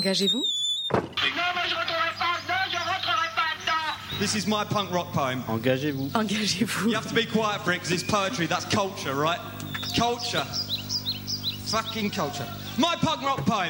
Engagez-vous. Non, moi je rentrerai pas dedans, je rentrerai pas dedans. This is my punk rock poem. Engagez-vous. Engagez-vous. You have to be quiet for it because it's poetry. That's culture, right? Culture. Fucking culture. My punk rock poem.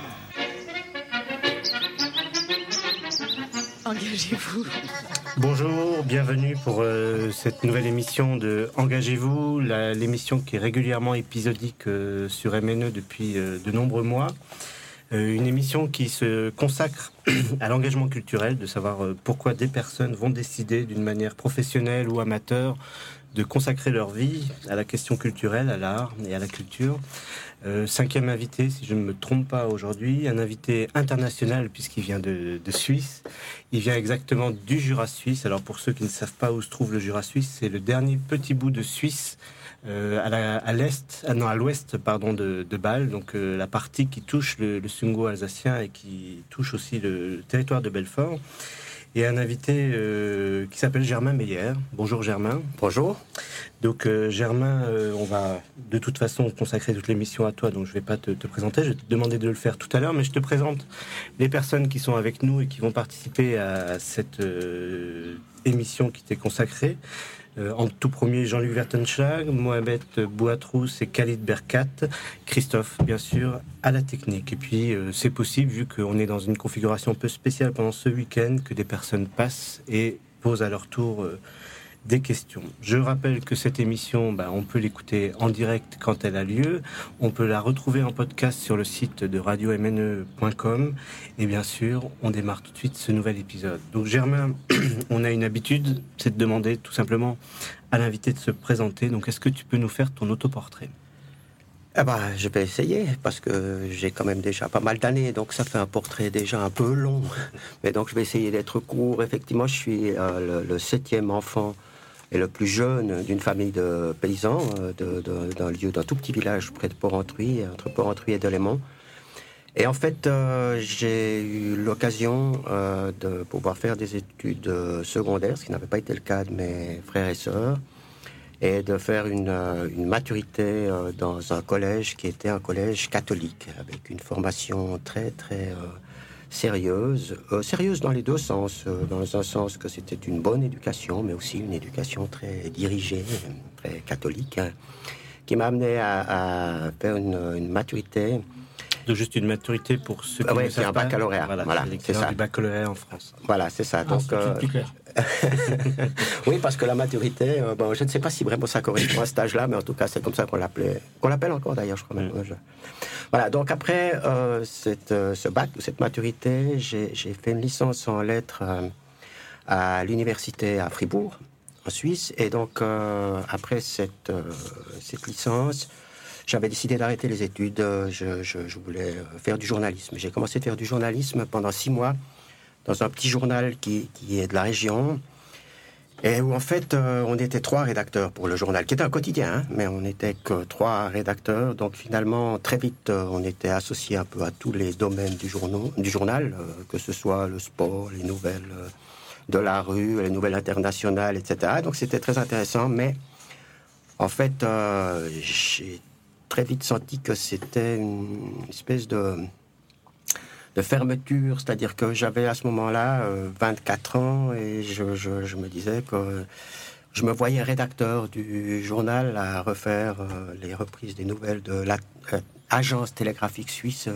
Engagez-vous. Bonjour, bienvenue pour cette nouvelle émission de Engagez-vous, l'émission qui est régulièrement épisodique sur MNE depuis de nombreux mois. Une émission qui se consacre à l'engagement culturel, de savoir pourquoi des personnes vont décider d'une manière professionnelle ou amateur de consacrer leur vie à la question culturelle, à l'art et à la culture. Cinquième invité, si je ne me trompe pas aujourd'hui, un invité international puisqu'il vient de Suisse. Il vient exactement du Jura suisse. Alors pour ceux qui ne savent pas où se trouve le Jura suisse, c'est le dernier petit bout de Suisse à l'ouest de Bâle, donc la partie qui touche le Sungo alsacien et qui touche aussi le territoire de Belfort. Et un invité qui s'appelle Germain Meyer. Bonjour Germain. Bonjour. Donc Germain, on va de toute façon consacrer toute l'émission à toi, donc je ne vais pas te présenter, je vais te demander de le faire tout à l'heure, mais je te présente les personnes qui sont avec nous et qui vont participer à cette émission qui t'est consacrée. En tout premier, Jean-Luc Vertenschlag, Mohamed Bouatrous et Khalid Berkat, Christophe, bien sûr, à la technique. Et puis, c'est possible, vu qu'on est dans une configuration un peu spéciale pendant ce week-end, que des personnes passent et posent à leur tour des questions. Je rappelle que cette émission, on peut l'écouter en direct quand elle a lieu. On peut la retrouver en podcast sur le site de radio-mne.com. Et bien sûr, on démarre tout de suite ce nouvel épisode. Donc Germain, on a une habitude, c'est de demander tout simplement à l'invité de se présenter. Donc est-ce que tu peux nous faire ton autoportrait ? Je vais essayer, parce que j'ai quand même déjà pas mal d'années, donc ça fait un portrait déjà un peu long. Mais donc je vais essayer d'être court. Effectivement, je suis le 7e enfant et le plus jeune d'une famille de paysans, d'un tout petit village près de Port-Entruy, entre Port-Entruy et Delémont. Et en fait, j'ai eu l'occasion de pouvoir faire des études secondaires, ce qui n'avait pas été le cas de mes frères et sœurs, et de faire une maturité dans un collège qui était un collège catholique, avec une formation très, très sérieuse dans les deux sens, dans un sens que c'était une bonne éducation, mais aussi une éducation très dirigée, très catholique, qui m'a amené à faire une maturité. Donc juste une maturité pour ceux qui ne savent un pas. baccalauréat. Voilà, c'est ça. Du baccalauréat en France. Voilà, c'est ça. Donc, plus clair. Oui, parce que la maturité, je ne sais pas si vraiment ça correspond à cet âge-là, mais en tout cas, c'est comme ça qu'on l'appelle encore d'ailleurs, je crois même. Voilà, donc après ce bac, cette maturité, j'ai fait une licence en lettres à l'université à Fribourg, en Suisse, et donc après cette licence, j'avais décidé d'arrêter les études. Je voulais faire du journalisme. J'ai commencé à faire du journalisme pendant 6 mois dans un petit journal qui est de la région, et où en fait on était 3 rédacteurs pour le journal, qui était un quotidien, mais on n'était que 3 rédacteurs. Donc finalement, très vite, on était associés un peu à tous les domaines du journal, que ce soit le sport, les nouvelles de la rue, les nouvelles internationales, etc. Donc c'était très intéressant, mais en fait, j'ai très vite senti que c'était une espèce de fermeture, c'est-à-dire que j'avais à ce moment-là 24 ans et je me disais que je me voyais rédacteur du journal à refaire les reprises des nouvelles de l'agence télégraphique suisse,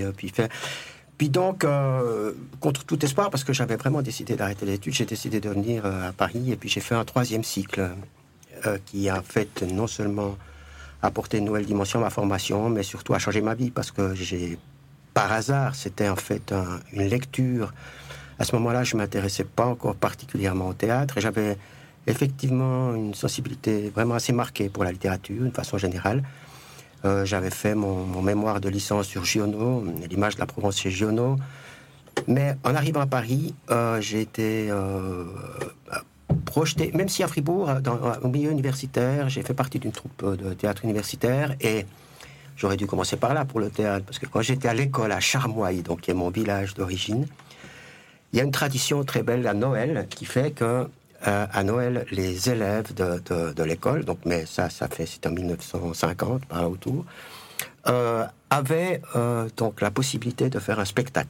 puis donc, contre tout espoir, parce que j'avais vraiment décidé d'arrêter les études, j'ai décidé de venir à Paris, et puis j'ai fait un 3e cycle qui a en fait non seulement apporté une nouvelle dimension à ma formation, mais surtout a changé ma vie, parce que par hasard, c'était en fait une lecture. À ce moment-là, je ne m'intéressais pas encore particulièrement au théâtre, et j'avais effectivement une sensibilité vraiment assez marquée pour la littérature, d'une façon générale. J'avais fait mon mémoire de licence sur Giono, l'image de la Provence chez Giono. Mais en arrivant à Paris, j'ai été projeté, même si à Fribourg, au milieu universitaire, j'ai fait partie d'une troupe de théâtre universitaire, et j'aurais dû commencer par là pour le théâtre, parce que quand j'étais à l'école à Charmoy, donc qui est mon village d'origine, il y a une tradition très belle à Noël qui fait que à Noël, les élèves de l'école, donc mais c'était en 1950 par là autour, avaient donc la possibilité de faire un spectacle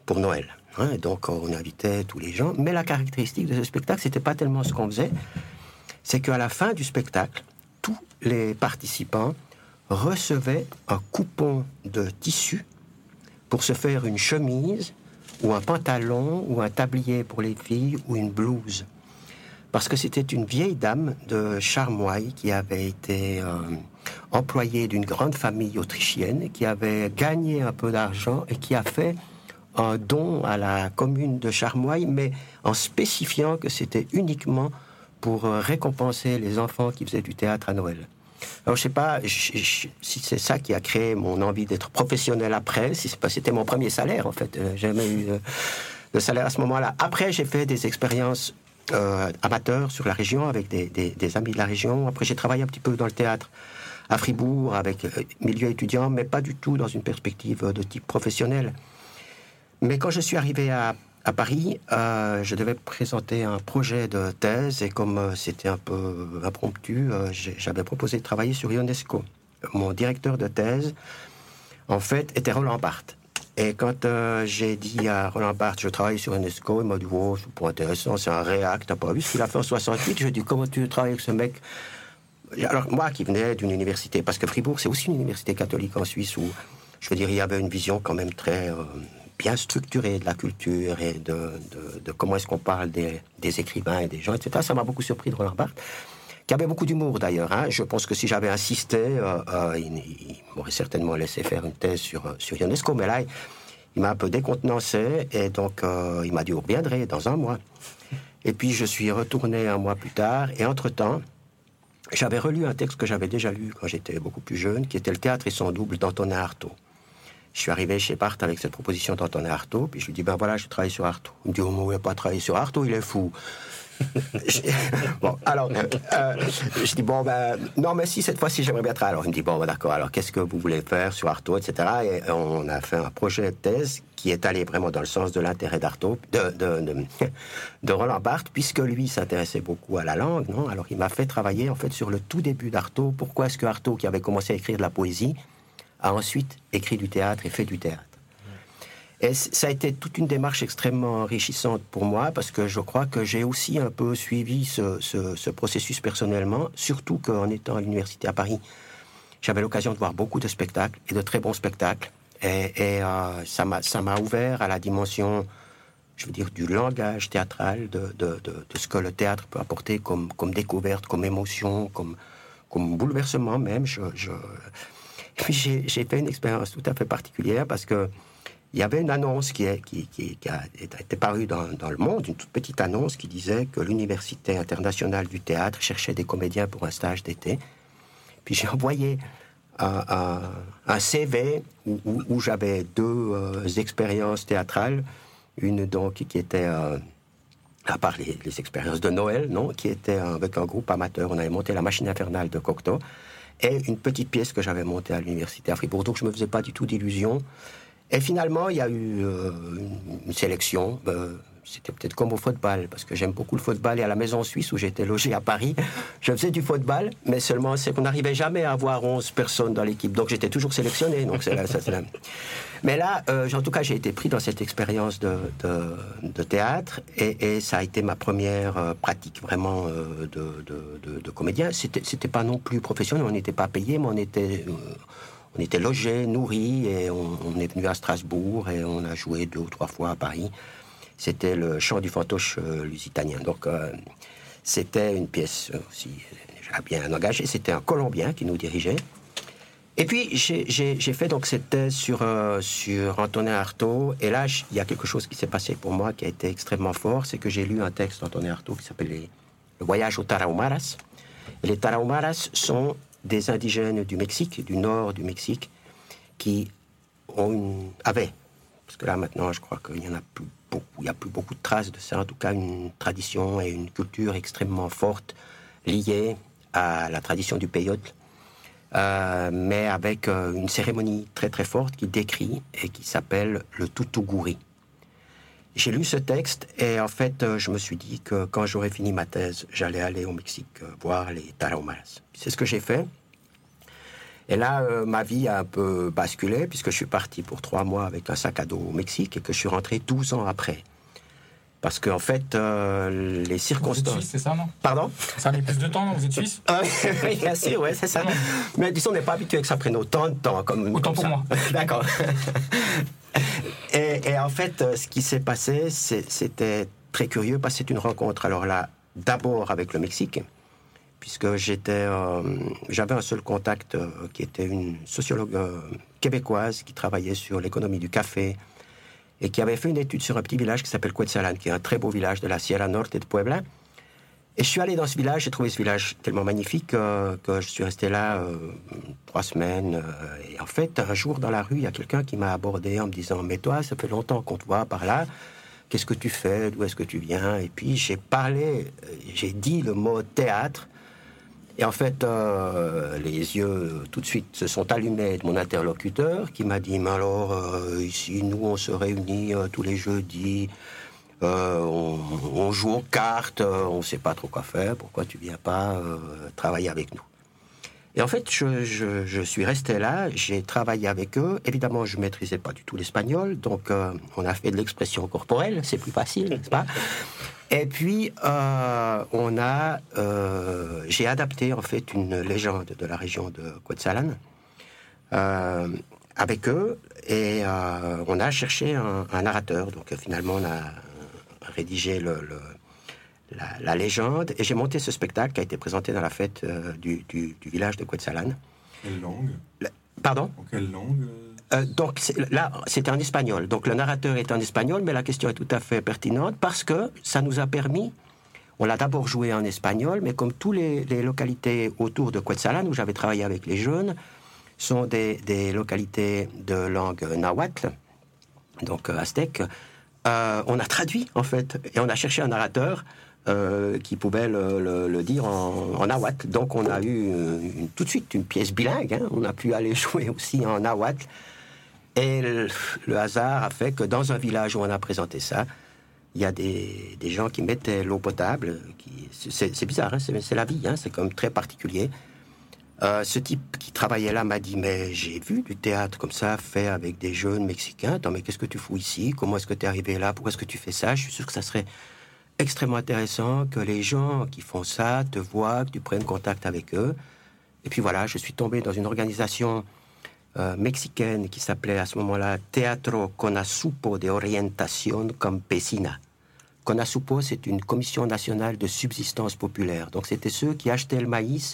pour Noël. Hein, donc on invitait tous les gens. Mais la caractéristique de ce spectacle, c'était pas tellement ce qu'on faisait, c'est qu'à la fin du spectacle, tous les participants recevaient un coupon de tissu pour se faire une chemise ou un pantalon ou un tablier pour les filles ou une blouse. Parce que c'était une vieille dame de Charmoy qui avait été employée d'une grande famille autrichienne, qui avait gagné un peu d'argent et qui a fait un don à la commune de Charmoy, mais en spécifiant que c'était uniquement pour récompenser les enfants qui faisaient du théâtre à Noël. Alors je sais pas si c'est ça qui a créé mon envie d'être professionnel après, si c'est pas, c'était mon premier salaire en fait, j'ai jamais eu de salaire à ce moment-là. Après j'ai fait des expériences amateurs sur la région avec des amis de la région. Après j'ai travaillé un petit peu dans le théâtre à Fribourg avec milieu étudiant, mais pas du tout dans une perspective de type professionnel. Mais quand je suis arrivé à Paris, je devais présenter un projet de thèse et comme c'était un peu impromptu, j'avais proposé de travailler sur Ionesco. Mon directeur de thèse, en fait, était Roland Barthes. Et quand j'ai dit à Roland Barthes, je travaille sur Ionesco, il m'a dit « Oh, c'est pas intéressant, c'est un réac, t'as pas vu ce qu'il a fait en 68 ?» Je lui ai dit « Comment tu travailles avec ce mec ?» Alors moi qui venais d'une université, parce que Fribourg c'est aussi une université catholique en Suisse où, je veux dire, il y avait une vision quand même très... bien structuré de la culture et de comment est-ce qu'on parle des écrivains et des gens, etc. Ça m'a beaucoup surpris de Roland Barthes, qui avait beaucoup d'humour d'ailleurs. Hein. Je pense que si j'avais insisté, il m'aurait certainement laissé faire une thèse sur Ionesco, mais là, il m'a un peu décontenancé et donc il m'a dit « Vous reviendrez dans un mois ». Et puis je suis retourné un mois plus tard et entre-temps, j'avais relu un texte que j'avais déjà lu quand j'étais beaucoup plus jeune, qui était « Le théâtre et son double » d'Antonin Artaud. Je suis arrivé chez Barthes avec cette proposition d'Antonin Artaud, puis je lui dis, ben voilà, je travaille sur Artaud. Il me dit, oh, mais il n'a pas travaillé sur Artaud, il est fou. Bon, alors, je dis, bon, ben, non, mais si, cette fois-ci, j'aimerais bien travailler. Alors, il me dit, bon, ben, d'accord, alors, qu'est-ce que vous voulez faire sur Artaud, etc. Et on a fait un projet de thèse qui est allé vraiment dans le sens de l'intérêt d'Artaud, de Roland Barthes, puisque lui s'intéressait beaucoup à la langue, non? Alors, il m'a fait travailler, en fait, sur le tout début d'Artaud. Pourquoi est-ce que Artaud, qui avait commencé à écrire de la poésie, a ensuite écrit du théâtre et fait du théâtre. Et ça a été toute une démarche extrêmement enrichissante pour moi, parce que je crois que j'ai aussi un peu suivi ce processus personnellement, surtout qu'en étant à l'université à Paris, j'avais l'occasion de voir beaucoup de spectacles, et de très bons spectacles, et ça m'a ouvert à la dimension, je veux dire, du langage théâtral, de ce que le théâtre peut apporter comme découverte, comme émotion, comme bouleversement même. Et puis j'ai fait une expérience tout à fait particulière parce que il y avait une annonce qui a été parue dans le Monde, une toute petite annonce qui disait que l'Université internationale du théâtre cherchait des comédiens pour un stage d'été. Puis j'ai envoyé un CV où j'avais deux expériences théâtrales, une donc qui était à part les expériences de Noël, non, qui était avec un groupe amateur. On avait monté La Machine infernale de Cocteau. Et une petite pièce que j'avais montée à l'université à Fribourg. Donc je ne me faisais pas du tout d'illusions. Et finalement, il y a eu une sélection. C'était peut-être comme au football, parce que j'aime beaucoup le football. Et à la maison suisse où j'étais logé à Paris, je faisais du football, mais seulement c'est qu'on n'arrivait jamais à avoir 11 personnes dans l'équipe. Donc j'étais toujours sélectionné. Donc c'est là. Mais là, en tout cas, j'ai été pris dans cette expérience de théâtre, et ça a été ma première pratique vraiment de comédien. C'était pas non plus professionnel, on n'était pas payé, mais on était logé, nourri, et on est venu à Strasbourg, et on a joué 2 ou 3 fois à Paris. C'était le chant du fantoche lusitanien. Donc, c'était une pièce aussi déjà bien engagée. C'était un Colombien qui nous dirigeait. Et puis, j'ai fait donc cette thèse sur Antonin Artaud. Et là, il y a quelque chose qui s'est passé pour moi qui a été extrêmement fort. C'est que j'ai lu un texte d'Antonin Artaud qui s'appelle Le voyage aux Tarahumaras. Et les Tarahumaras sont des indigènes du Mexique, du nord du Mexique, qui avaient, parce que là maintenant je crois qu'il y en a plus beaucoup, il n'y a plus beaucoup de traces de ça, en tout cas une tradition et une culture extrêmement forte liée à la tradition du peyote, mais avec une cérémonie très très forte qui décrit et qui s'appelle le tutuguri. J'ai lu ce texte et en fait je me suis dit que quand j'aurais fini ma thèse, j'allais aller au Mexique voir les Tarahumaras. C'est ce que j'ai fait. Et là, ma vie a un peu basculé, puisque je suis parti pour 3 mois avec un sac à dos au Mexique, et que je suis rentré 12 ans après. Parce qu'en fait, les circonstances... Vous êtes suisse, c'est ça, non? Pardon? Ça a mis plus de temps, non? Vous êtes suisse? Oui, bien sûr, ouais, c'est ça. Mais disons, on n'est pas habitué que ça prenne autant de temps. Autant pour moi. D'accord. Et en fait, ce qui s'est passé, c'était très curieux, parce que c'est une rencontre, alors là, d'abord avec le Mexique, puisque j'avais un seul contact qui était une sociologue québécoise qui travaillait sur l'économie du café, et qui avait fait une étude sur un petit village qui s'appelle Cuetzalan, qui est un très beau village de la Sierra Norte et de Puebla. Et je suis allé dans ce village, j'ai trouvé ce village tellement magnifique que je suis resté là 3 semaines. Et en fait, un jour dans la rue, il y a quelqu'un qui m'a abordé en me disant « Mais toi, ça fait longtemps qu'on te voit par là, qu'est-ce que tu fais, d'où est-ce que tu viens ?» Et puis j'ai dit le mot « théâtre ». Et en fait, les yeux tout de suite se sont allumés de mon interlocuteur qui m'a dit « Mais alors, ici, nous, on se réunit tous les jeudis, on joue aux cartes, on ne sait pas trop quoi faire, pourquoi tu ne viens pas travailler avec nous ?» Et en fait, je suis resté là, j'ai travaillé avec eux. Évidemment, je ne maîtrisais pas du tout l'espagnol, donc on a fait de l'expression corporelle, c'est plus facile, n'est-ce pas? Et puis, j'ai adapté en fait une légende de la région de Cuetzalan avec eux, et on a cherché un narrateur. Donc finalement, on a rédigé la légende, et j'ai monté ce spectacle qui a été présenté dans la fête du village de Cuetzalan. Quelle langue? Pardon? En quelle langue? Donc là, c'était en espagnol. Donc le narrateur est en espagnol, mais la question est tout à fait pertinente parce que ça nous a permis. On l'a d'abord joué en espagnol, mais comme toutes les localités autour de Cuetzalan, où j'avais travaillé avec les jeunes, sont des localités de langue nahuatl, donc aztèque, on a traduit en fait, et on a cherché un narrateur qui pouvait le dire en nahuatl. Donc on a eu tout de suite une pièce bilingue, hein. On a pu aller jouer aussi en nahuatl. Et le hasard a fait que dans un village où on a présenté ça, il y a des gens qui mettaient l'eau potable. C'est bizarre, hein, c'est la vie, hein, c'est comme très particulier. Ce type qui travaillait là m'a dit « Mais j'ai vu du théâtre comme ça, fait avec des jeunes Mexicains. Attends, mais qu'est-ce que tu fous ici? Comment est-ce que tu es arrivé là? Pourquoi est-ce que tu fais ça? Je suis sûr que ça serait extrêmement intéressant que les gens qui font ça te voient, que tu prennes contact avec eux. » Et puis voilà, je suis tombé dans une organisation mexicaine qui s'appelait à ce moment-là Teatro Conasupo de Orientación Campesina. Conasupo, c'est une commission nationale de subsistance populaire. Donc c'était ceux qui achetaient le maïs,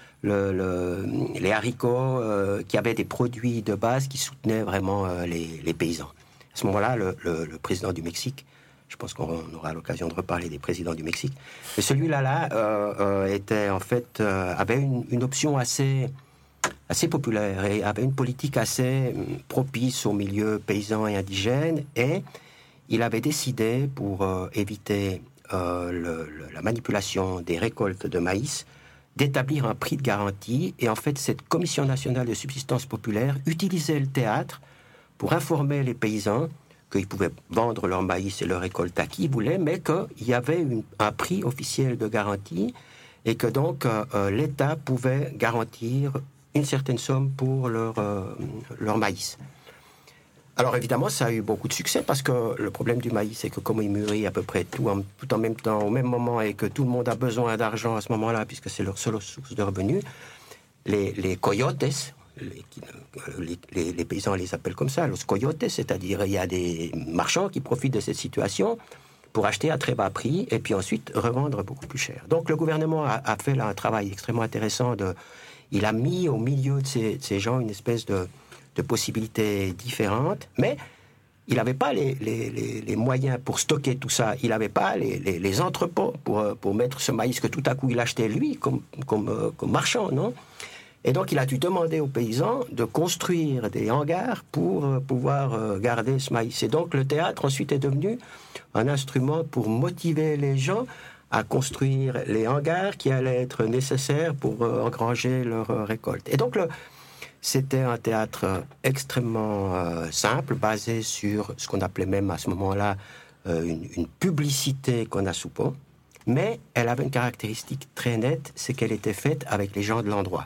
les haricots, qui avaient des produits de base qui soutenaient vraiment les paysans. À ce moment-là, le président du Mexique, je pense qu'on aura l'occasion de reparler des présidents du Mexique, mais celui-là était en fait avait une option assez populaire et avait une politique assez propice aux milieux paysans et indigènes, et il avait décidé, pour éviter la manipulation des récoltes de maïs, d'établir un prix de garantie. Et en fait, cette Commission nationale de subsistance populaire utilisait le théâtre pour informer les paysans qu'ils pouvaient vendre leur maïs et leur récolte à qui ils voulaient, mais qu'il y avait un prix officiel de garantie, et que donc l'État pouvait garantir une certaine somme pour leur maïs. Alors évidemment, ça a eu beaucoup de succès, parce que le problème du maïs, c'est que comme il mûrit à peu près tout en même temps, au même moment, et que tout le monde a besoin d'argent à ce moment-là, puisque c'est leur seule source de revenus, les coyotes, les paysans les appellent comme ça, los coyotes, c'est-à-dire il y a des marchands qui profitent de cette situation pour acheter à très bas prix et puis ensuite revendre beaucoup plus cher. Donc le gouvernement a fait là un travail extrêmement intéressant. Il a mis au milieu de ces gens une espèce de possibilités différentes, mais il n'avait pas les moyens pour stocker tout ça. Il n'avait pas les entrepôts pour mettre ce maïs que tout à coup il achetait lui comme marchand, non? Et donc il a dû demander aux paysans de construire des hangars pour pouvoir garder ce maïs. Et donc le théâtre ensuite est devenu un instrument pour motiver les gens à construire les hangars qui allaient être nécessaires pour engranger leur récolte. Et donc c'était un théâtre extrêmement simple, basé sur ce qu'on appelait même à ce moment-là une publicité Conasupo, mais elle avait une caractéristique très nette, c'est qu'elle était faite avec les gens de l'endroit.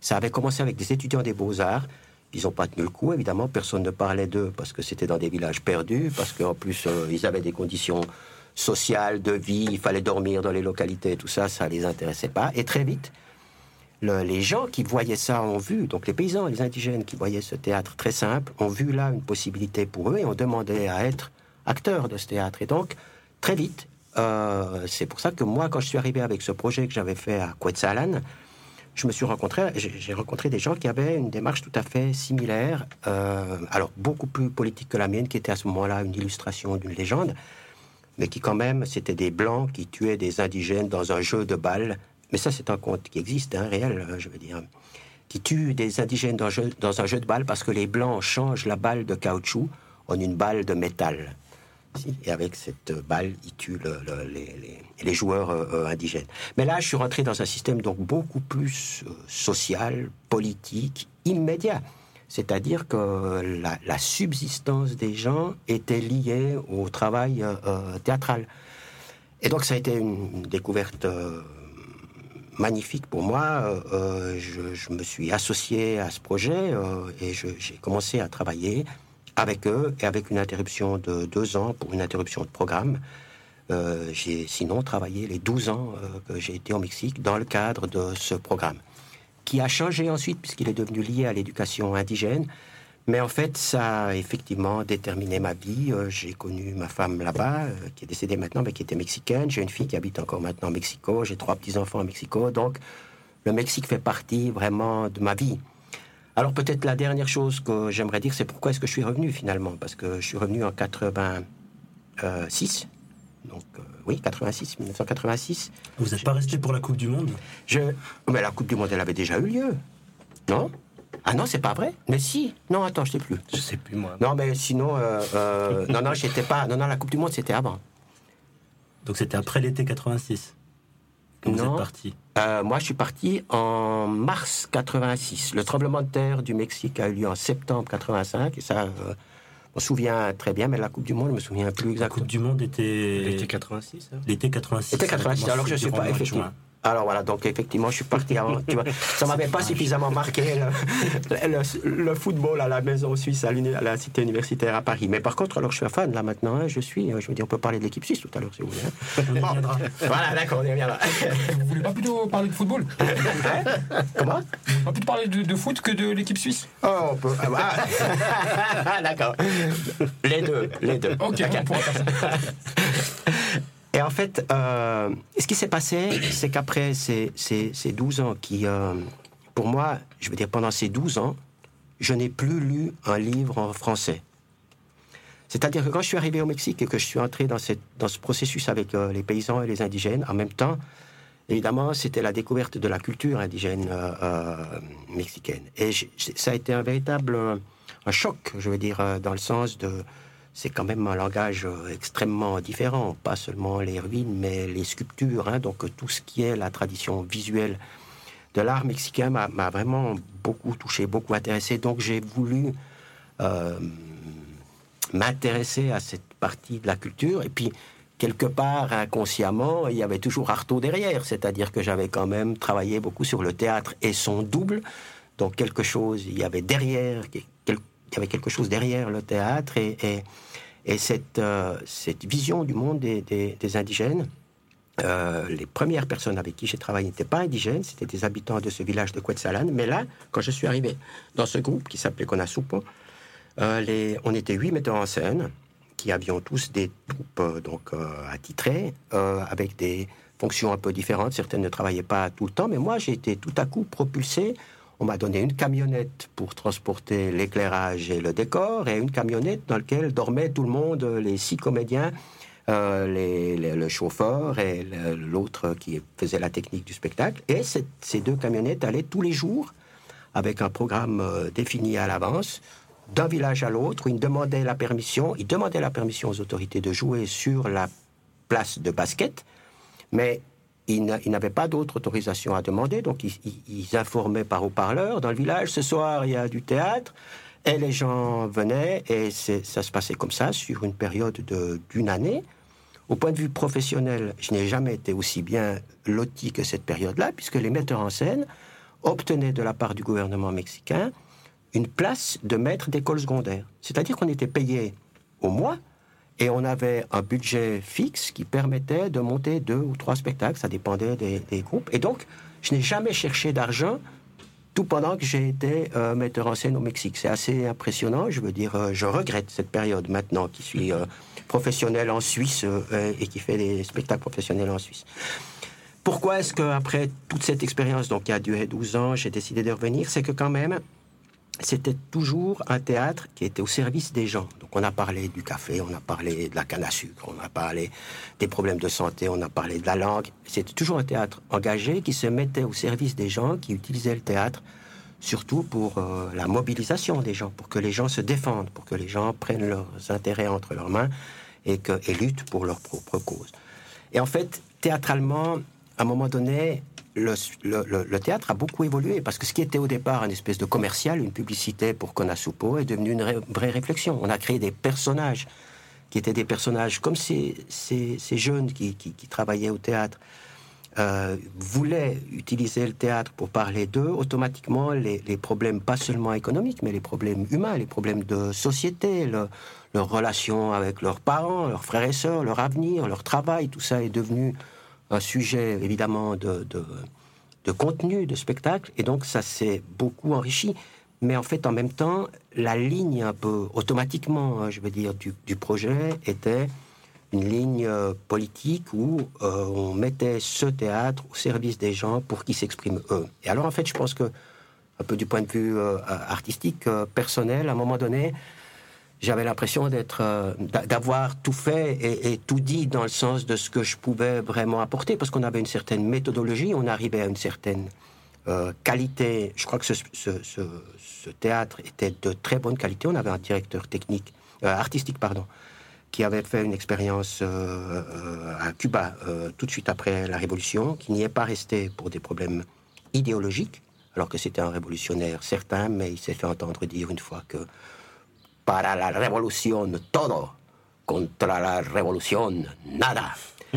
Ça avait commencé avec des étudiants des Beaux-Arts. Ils n'ont pas tenu le coup, évidemment. Personne ne parlait d'eux parce que c'était dans des villages perdus, parce qu'en plus, ils avaient des conditions sociales, de vie, il fallait dormir dans les localités, tout ça, ça ne les intéressait pas. Et très vite, les gens qui voyaient ça ont vu, donc les paysans, les indigènes qui voyaient ce théâtre très simple, ont vu là une possibilité pour eux et ont demandé à être acteurs de ce théâtre. Et donc, très vite, c'est pour ça que moi, quand je suis arrivé avec ce projet que j'avais fait à Cuetzalan, j'ai rencontré des gens qui avaient une démarche tout à fait similaire, alors beaucoup plus politique que la mienne, qui était à ce moment-là une illustration d'une légende, mais qui quand même, c'était des Blancs qui tuaient des indigènes dans un jeu de balles. Mais ça, c'est un conte qui existe, réel, je veux dire. Qui tuent des indigènes dans un jeu de balles parce que les Blancs changent la balle de caoutchouc en une balle de métal. Et avec cette balle, ils tuent les joueurs indigènes. Mais là, je suis rentré dans un système donc beaucoup plus social, politique, immédiat. C'est-à-dire que la subsistance des gens était liée au travail théâtral. Et donc, ça a été une découverte magnifique pour moi. Je me suis associé à ce projet et j'ai commencé à travailler avec eux et avec une interruption de 2 ans pour une interruption de programme. J'ai sinon travaillé les 12 ans que j'ai été au Mexique dans le cadre de ce programme, qui a changé ensuite puisqu'il est devenu lié à l'éducation indigène. Mais en fait, ça a effectivement déterminé ma vie. J'ai connu ma femme là-bas, qui est décédée maintenant, mais qui était mexicaine. J'ai une fille qui habite encore maintenant au Mexico. J'ai 3 petits-enfants au Mexico. Donc, le Mexique fait partie vraiment de ma vie. Alors, peut-être la dernière chose que j'aimerais dire, c'est pourquoi est-ce que je suis revenu finalement. Parce que je suis revenu en 86. Donc, oui, 1986. Vous n'êtes pas resté pour la Coupe du Monde ? Mais la Coupe du Monde, elle avait déjà eu lieu. Non ? Ah non, c'est pas vrai ? Mais si. Non, attends, je sais plus. Je sais plus, moi. Non, mais sinon... non, j'étais pas... Non, la Coupe du Monde, c'était avant. Donc c'était après l'été 86 que vous êtes parti ? Moi, je suis parti en mars 86. Le tremblement de terre du Mexique a eu lieu en septembre 85. Et ça, je me souviens très bien, mais la Coupe du Monde, je me souviens plus exactement. La Coupe du Monde était... L'été 86, hein ? L'été 86. L'été 86, alors que je ne suis pas... Effectivement. Alors voilà, donc effectivement, je suis parti avant. Tu vois, ça m'avait pas suffisamment marqué le football à la maison suisse, à la cité universitaire à Paris. Mais par contre, alors je suis un fan là maintenant. Je veux dire, on peut parler de l'équipe suisse tout à l'heure si vous voulez. On y reviendra. Voilà, d'accord, on y reviendra. Vous voulez pas plutôt parler de football ? Comment ? Pas plutôt parler de foot que de l'équipe suisse ? Oh, on peut. D'accord. Les deux. Ok, on pourra faire ça. Et en fait, ce qui s'est passé, c'est qu'après ces 12 ans qui, pour moi, je veux dire, pendant ces 12 ans, je n'ai plus lu un livre en français. C'est-à-dire que quand je suis arrivé au Mexique et que je suis entré dans ce processus avec les paysans et les indigènes, en même temps, évidemment, c'était la découverte de la culture indigène mexicaine. Et ça a été un véritable un choc, je veux dire, dans le sens de... C'est quand même un langage extrêmement différent, pas seulement les ruines, mais les sculptures, donc tout ce qui est la tradition visuelle de l'art mexicain m'a vraiment beaucoup touché, beaucoup intéressé. Donc j'ai voulu m'intéresser à cette partie de la culture. Et puis, quelque part, inconsciemment, il y avait toujours Artaud derrière, c'est-à-dire que j'avais quand même travaillé beaucoup sur le théâtre et son double. Donc quelque chose, il y avait quelque chose derrière le théâtre et cette vision du monde des indigènes. Les premières personnes avec qui j'ai travaillé n'étaient pas indigènes, c'était des habitants de ce village de Cuetzalan. Mais là, quand je suis arrivé dans ce groupe qui s'appelait Conasupo, on était 8 metteurs en scène qui avions tous des troupes attitrées, avec des fonctions un peu différentes. Certaines ne travaillaient pas tout le temps, mais moi j'ai été tout à coup propulsé. On m'a donné une camionnette pour transporter l'éclairage et le décor, et une camionnette dans laquelle dormait tout le monde, les 6 comédiens, le chauffeur et l'autre qui faisait la technique du spectacle. Et ces 2 camionnettes allaient tous les jours, avec un programme défini à l'avance, d'un village à l'autre, où ils demandaient la permission aux autorités de jouer sur la place de basket, mais... Ils n'avaient pas d'autre autorisation à demander, donc ils informaient par haut-parleur dans le village, ce soir il y a du théâtre, et les gens venaient, et ça se passait comme ça sur une période d'une année. Au point de vue professionnel, je n'ai jamais été aussi bien loti que cette période-là, puisque les metteurs en scène obtenait de la part du gouvernement mexicain une place de maître d'école secondaire. C'est-à-dire qu'on était payé au mois et on avait un budget fixe qui permettait de monter 2 ou 3 spectacles, ça dépendait des groupes. Et donc, je n'ai jamais cherché d'argent tout pendant que j'ai été metteur en scène au Mexique. C'est assez impressionnant, je veux dire, je regrette cette période maintenant qui suis professionnel en Suisse et qui fait des spectacles professionnels en Suisse. Pourquoi est-ce qu'après toute cette expérience, donc qui a duré 12 ans, j'ai décidé de revenir? C'est que quand même, c'était toujours un théâtre qui était au service des gens. Donc on a parlé du café, on a parlé de la canne à sucre, on a parlé des problèmes de santé, on a parlé de la langue. C'était toujours un théâtre engagé qui se mettait au service des gens, qui utilisait le théâtre surtout pour la mobilisation des gens, pour que les gens se défendent, pour que les gens prennent leurs intérêts entre leurs mains et luttent pour leur propre cause. Et en fait, théâtralement, à un moment donné, le théâtre a beaucoup évolué, parce que ce qui était au départ une espèce de commercial, une publicité pour Konasupo, est devenu une vraie réflexion. On a créé des personnages qui étaient des personnages comme ces jeunes qui travaillaient au théâtre voulaient utiliser le théâtre pour parler d'eux. Automatiquement, les problèmes, pas seulement économiques, mais les problèmes humains, les problèmes de société, leur relation avec leurs parents, leurs frères et sœurs, leur avenir, leur travail, tout ça est devenu un sujet évidemment de contenu, de spectacle, et donc ça s'est beaucoup enrichi. Mais en fait, en même temps, la ligne un peu automatiquement, je veux dire, du projet était une ligne politique où on mettait ce théâtre au service des gens pour qu'ils s'expriment eux. Et alors en fait, je pense que, un peu du point de vue artistique, personnel, à un moment donné, j'avais l'impression d'avoir tout fait et tout dit dans le sens de ce que je pouvais vraiment apporter, parce qu'on avait une certaine méthodologie, on arrivait à une certaine qualité. Je crois que ce théâtre était de très bonne qualité. On avait un directeur artistique, qui avait fait une expérience à Cuba tout de suite après la Révolution, qui n'y est pas resté pour des problèmes idéologiques, alors que c'était un révolutionnaire certain, mais il s'est fait entendre dire une fois que para la revolución todo, contra la revolución nada.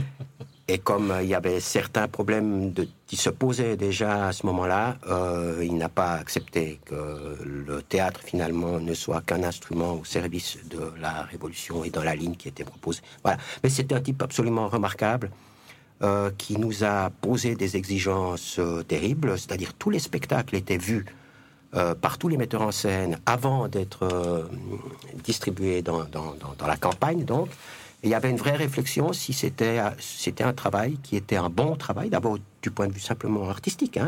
Et comme il y avait certains problèmes qui se posaient déjà à ce moment-là, il n'a pas accepté que le théâtre finalement ne soit qu'un instrument au service de la révolution et dans la ligne qui était proposée. Voilà. Mais c'était un type absolument remarquable qui nous a posé des exigences terribles, c'est-à-dire tous les spectacles étaient vus par tous les metteurs en scène avant d'être distribués dans la campagne, donc. Et il y avait une vraie réflexion si c'était un travail qui était un bon travail, d'abord du point de vue simplement artistique,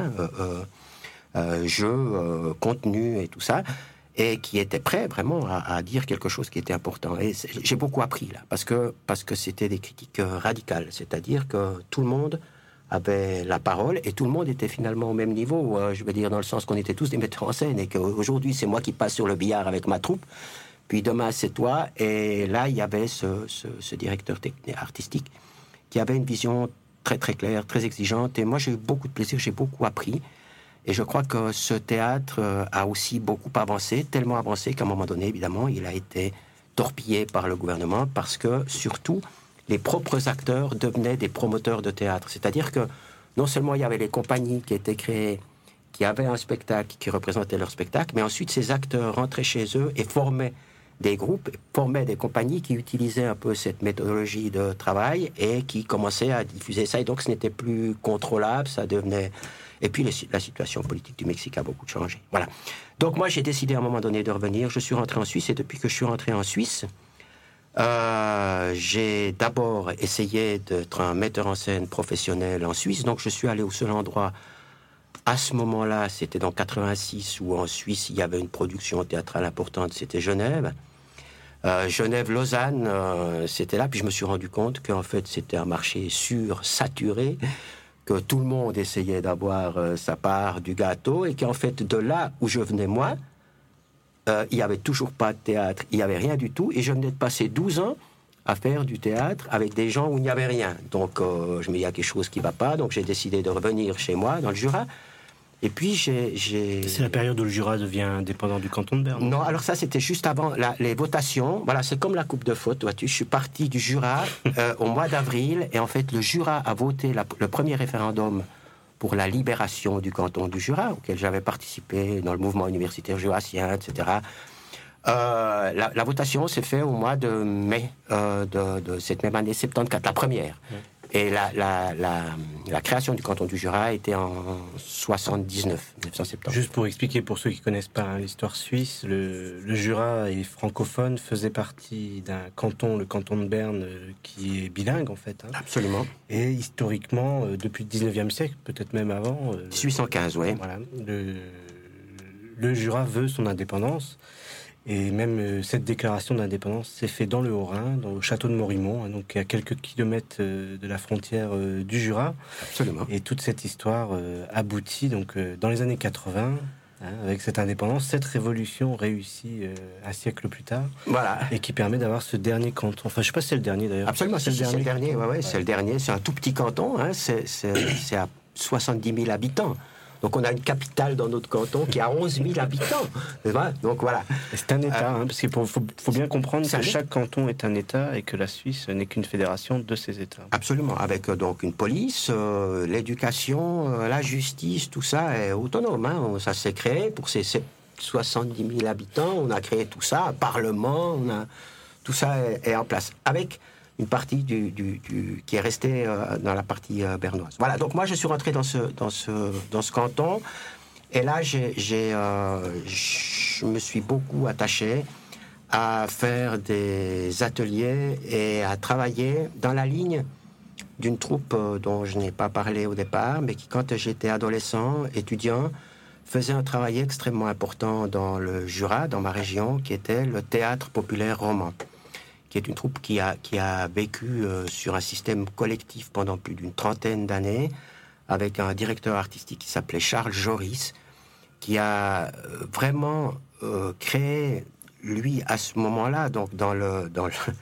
jeu, contenu et tout ça, et qui était prêt vraiment à dire quelque chose qui était important. Et j'ai beaucoup appris là, parce que c'était des critiques radicales, c'est-à-dire que tout le monde avait la parole et tout le monde était finalement au même niveau, je veux dire dans le sens qu'on était tous des metteurs en scène et qu'aujourd'hui c'est moi qui passe sur le billard avec ma troupe, puis demain c'est toi. Et là il y avait ce directeur artistique qui avait une vision très très claire, très exigeante, et moi j'ai eu beaucoup de plaisir, j'ai beaucoup appris, et je crois que ce théâtre a aussi beaucoup avancé, tellement avancé qu'à un moment donné évidemment il a été torpillé par le gouvernement, parce que surtout les propres acteurs devenaient des promoteurs de théâtre. C'est-à-dire que non seulement il y avait les compagnies qui étaient créées, qui avaient un spectacle, qui représentait leur spectacle, mais ensuite ces acteurs rentraient chez eux et formaient des groupes, formaient des compagnies qui utilisaient un peu cette méthodologie de travail et qui commençaient à diffuser ça. Et donc ce n'était plus contrôlable, ça devenait... Et puis la situation politique du Mexique a beaucoup changé. Voilà. Donc moi j'ai décidé à un moment donné de revenir. Je suis rentré en Suisse, et depuis que je suis rentré en Suisse, j'ai d'abord essayé d'être un metteur en scène professionnel en Suisse. Donc je suis allé au seul endroit à ce moment-là, c'était dans 86, où en Suisse il y avait une production théâtrale importante, c'était Genève. Genève-Lausanne, c'était là. Puis je me suis rendu compte qu'en fait c'était un marché saturé, que tout le monde essayait d'avoir sa part du gâteau, et qu'en fait de là où je venais moi, il n'y avait toujours pas de théâtre, il n'y avait rien du tout, et je venais de passer 12 ans à faire du théâtre avec des gens où il n'y avait rien. Donc je me dis, il y a quelque chose qui ne va pas, donc j'ai décidé de revenir chez moi, dans le Jura. Et puis C'est la période où le Jura devient indépendant du canton de Berne. Non, alors ça c'était juste avant les votations. Voilà, c'est comme la coupe de foot, vois-tu. Je suis parti du Jura au mois d'avril, et en fait le Jura a voté le premier référendum pour la libération du canton du Jura, auquel j'avais participé dans le mouvement universitaire jurassien, etc. La votation s'est faite au mois de mai de cette même année 74, la première. Et la création du canton du Jura était en 1970. Juste pour expliquer pour ceux qui ne connaissent pas l'histoire suisse, le Jura est francophone, faisait partie d'un canton, le canton de Berne, qui est bilingue en fait. Absolument. Et historiquement, depuis le 19e siècle, peut-être même avant... 1815, oui. Voilà, le Jura veut son indépendance. Et même cette déclaration d'indépendance s'est faite dans le Haut-Rhin, au château de Morimont, donc à quelques kilomètres de la frontière du Jura. Absolument. Et toute cette histoire aboutit donc dans les années 80, avec cette indépendance, cette révolution réussie un siècle plus tard. Voilà. Et qui permet d'avoir ce dernier canton. Enfin, je ne sais pas si c'est le dernier d'ailleurs. Absolument, c'est le dernier. Ouais, c'est le dernier. C'est un tout petit canton. C'est à 70 000 habitants. Donc on a une capitale dans notre canton qui a 11 000 habitants. Donc voilà. Et c'est un État, parce qu'il faut bien comprendre que chaque canton est un État et que la Suisse n'est qu'une fédération de ces États. Absolument, avec donc une police, l'éducation, la justice, tout ça est autonome. Ça s'est créé pour ces 70 000 habitants. On a créé tout ça, un parlement, tout ça est en place. Avec une partie qui est restée dans la partie bernoise. Voilà, donc moi je suis rentré dans ce canton, et là je me suis beaucoup attaché à faire des ateliers et à travailler dans la ligne d'une troupe dont je n'ai pas parlé au départ, mais qui, quand j'étais adolescent, étudiant, faisait un travail extrêmement important dans le Jura, dans ma région, qui était le théâtre populaire roman, qui est une troupe qui a vécu sur un système collectif pendant plus d'une trentaine d'années, avec un directeur artistique qui s'appelait Charles Joris, qui a vraiment créé, lui, à ce moment-là, donc dans le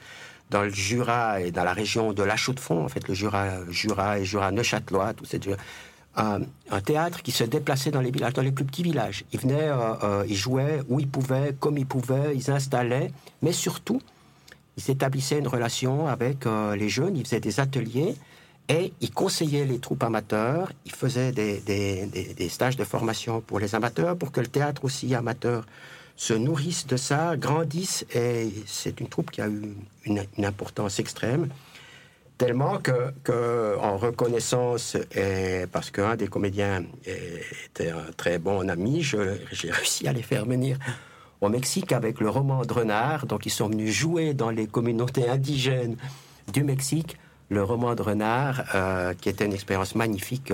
Jura et dans la région de La Chaux-de-Fonds, en fait, le Jura et Jura-Neuchâtelois, tout cette un théâtre qui se déplaçait dans les villages, dans les plus petits villages. Ils venaient, ils jouaient où ils pouvaient, comme ils pouvaient, ils installaient, mais surtout, ils établissaient une relation avec les jeunes, ils faisaient des ateliers et ils conseillaient les troupes amateurs, ils faisaient des stages de formation pour les amateurs, pour que le théâtre aussi amateur se nourrisse de ça, grandisse, et c'est une troupe qui a eu une importance extrême, tellement que en reconnaissance, et parce qu'un des comédiens était un très bon ami, j'ai réussi à les faire venir au Mexique avec le roman de Renard. Donc ils sont venus jouer dans les communautés indigènes du Mexique le roman de Renard, qui était une expérience magnifique,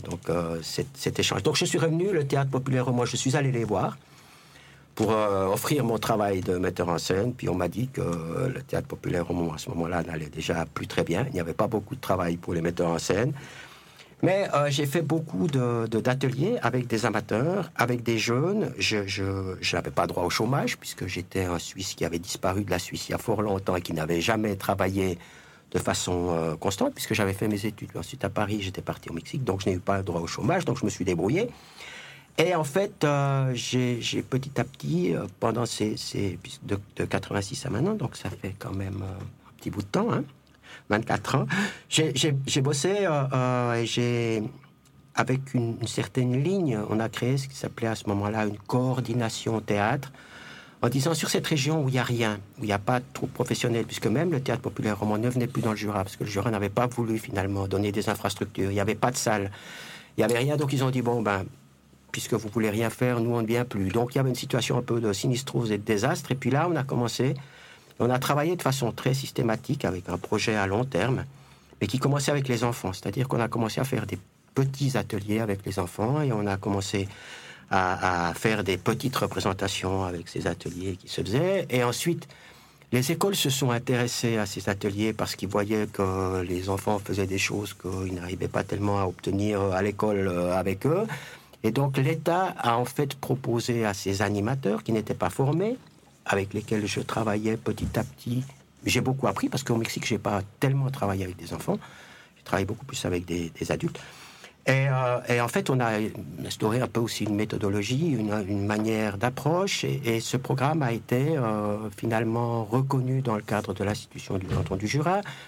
cet échange. Donc je suis revenu, le théâtre populaire roman, je suis allé les voir pour offrir mon travail de metteur en scène, puis on m'a dit que le théâtre populaire roman à ce moment-là n'allait déjà plus très bien, il n'y avait pas beaucoup de travail pour les metteurs en scène. Mais j'ai fait beaucoup d'ateliers avec des amateurs, avec des jeunes. Je n'avais pas droit au chômage, puisque j'étais un Suisse qui avait disparu de la Suisse il y a fort longtemps et qui n'avait jamais travaillé de façon constante, puisque j'avais fait mes études. Ensuite, à Paris, j'étais parti au Mexique, donc je n'ai eu pas droit au chômage, donc je me suis débrouillé. Et en fait, j'ai petit à petit, pendant de 86 à maintenant, donc ça fait quand même un petit bout de temps, 24 ans, j'ai bossé et j'ai, avec une certaine ligne, on a créé ce qui s'appelait à ce moment-là une coordination théâtre, en disant sur cette région où il n'y a rien, où il n'y a pas de troupe professionnelle, puisque même le théâtre populaire roman ne venait plus dans le Jura, parce que le Jura n'avait pas voulu finalement donner des infrastructures, il n'y avait pas de salle, il n'y avait rien, donc ils ont dit, bon ben, puisque vous ne voulez rien faire, nous on ne vient plus. Donc il y avait une situation un peu de sinistrose et de désastre, et puis là on a commencé... On a travaillé de façon très systématique avec un projet à long terme, mais qui commençait avec les enfants. C'est-à-dire qu'on a commencé à faire des petits ateliers avec les enfants et on a commencé à faire des petites représentations avec ces ateliers qui se faisaient. Et ensuite, les écoles se sont intéressées à ces ateliers parce qu'ils voyaient que les enfants faisaient des choses qu'ils n'arrivaient pas tellement à obtenir à l'école avec eux. Et donc l'État a en fait proposé à ces animateurs qui n'étaient pas formés, avec lesquels je travaillais petit à petit. J'ai beaucoup appris, parce qu'au Mexique, je n'ai pas tellement travaillé avec des enfants. J'ai travaillé beaucoup plus avec des adultes. Et en fait, on a instauré un peu aussi une méthodologie, une manière d'approche. Et ce programme a été finalement reconnu dans le cadre de l'institution du canton du Jura,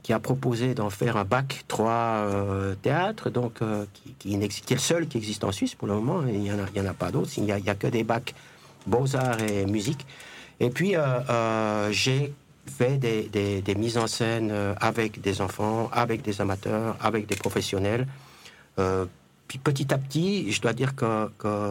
qui a proposé d'en faire un bac 3 théâtre, donc qui est le seul qui existe en Suisse pour le moment. Il y en a pas d'autres. Il y a que des bacs beaux-arts et musique. Et puis j'ai fait des mises en scène avec des enfants, avec des amateurs, avec des professionnels. Puis petit à petit, je dois dire que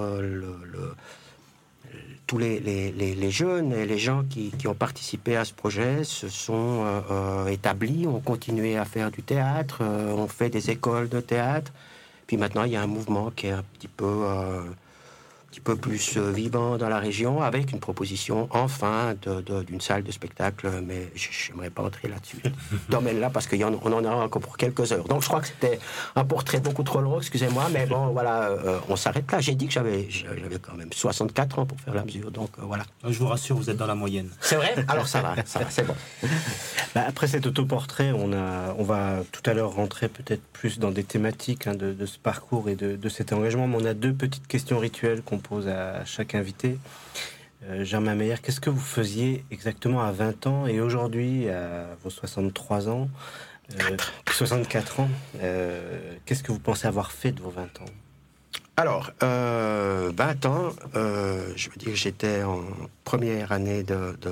tous les jeunes et les gens qui ont participé à ce projet se sont établis, ont continué à faire du théâtre, ont fait des écoles de théâtre. Puis maintenant, il y a un mouvement qui est un petit peu plus vivant dans la région, avec une proposition enfin d'une salle de spectacle, mais je n'aimerais pas entrer là-dessus, domaine-là, parce qu'on en aura encore pour quelques heures. Donc je crois que c'était un portrait beaucoup trop long, excusez-moi, mais bon, voilà, on s'arrête là. J'ai dit que j'avais quand même 64 ans pour faire la mesure, donc voilà. Je vous rassure, vous êtes dans la moyenne. C'est vrai? Alors ça va, c'est bon. Après cet autoportrait, on va tout à l'heure rentrer peut-être plus dans des thématiques de ce parcours et de cet engagement, mais on a deux petites questions rituelles qu'on pose à chaque invité. Germain Meyer, qu'est-ce que vous faisiez exactement à 20 ans et aujourd'hui, à vos 63 ans, 64 ans, qu'est-ce que vous pensez avoir fait de vos 20 ans? Alors, 20 ans, je veux dire, j'étais en première année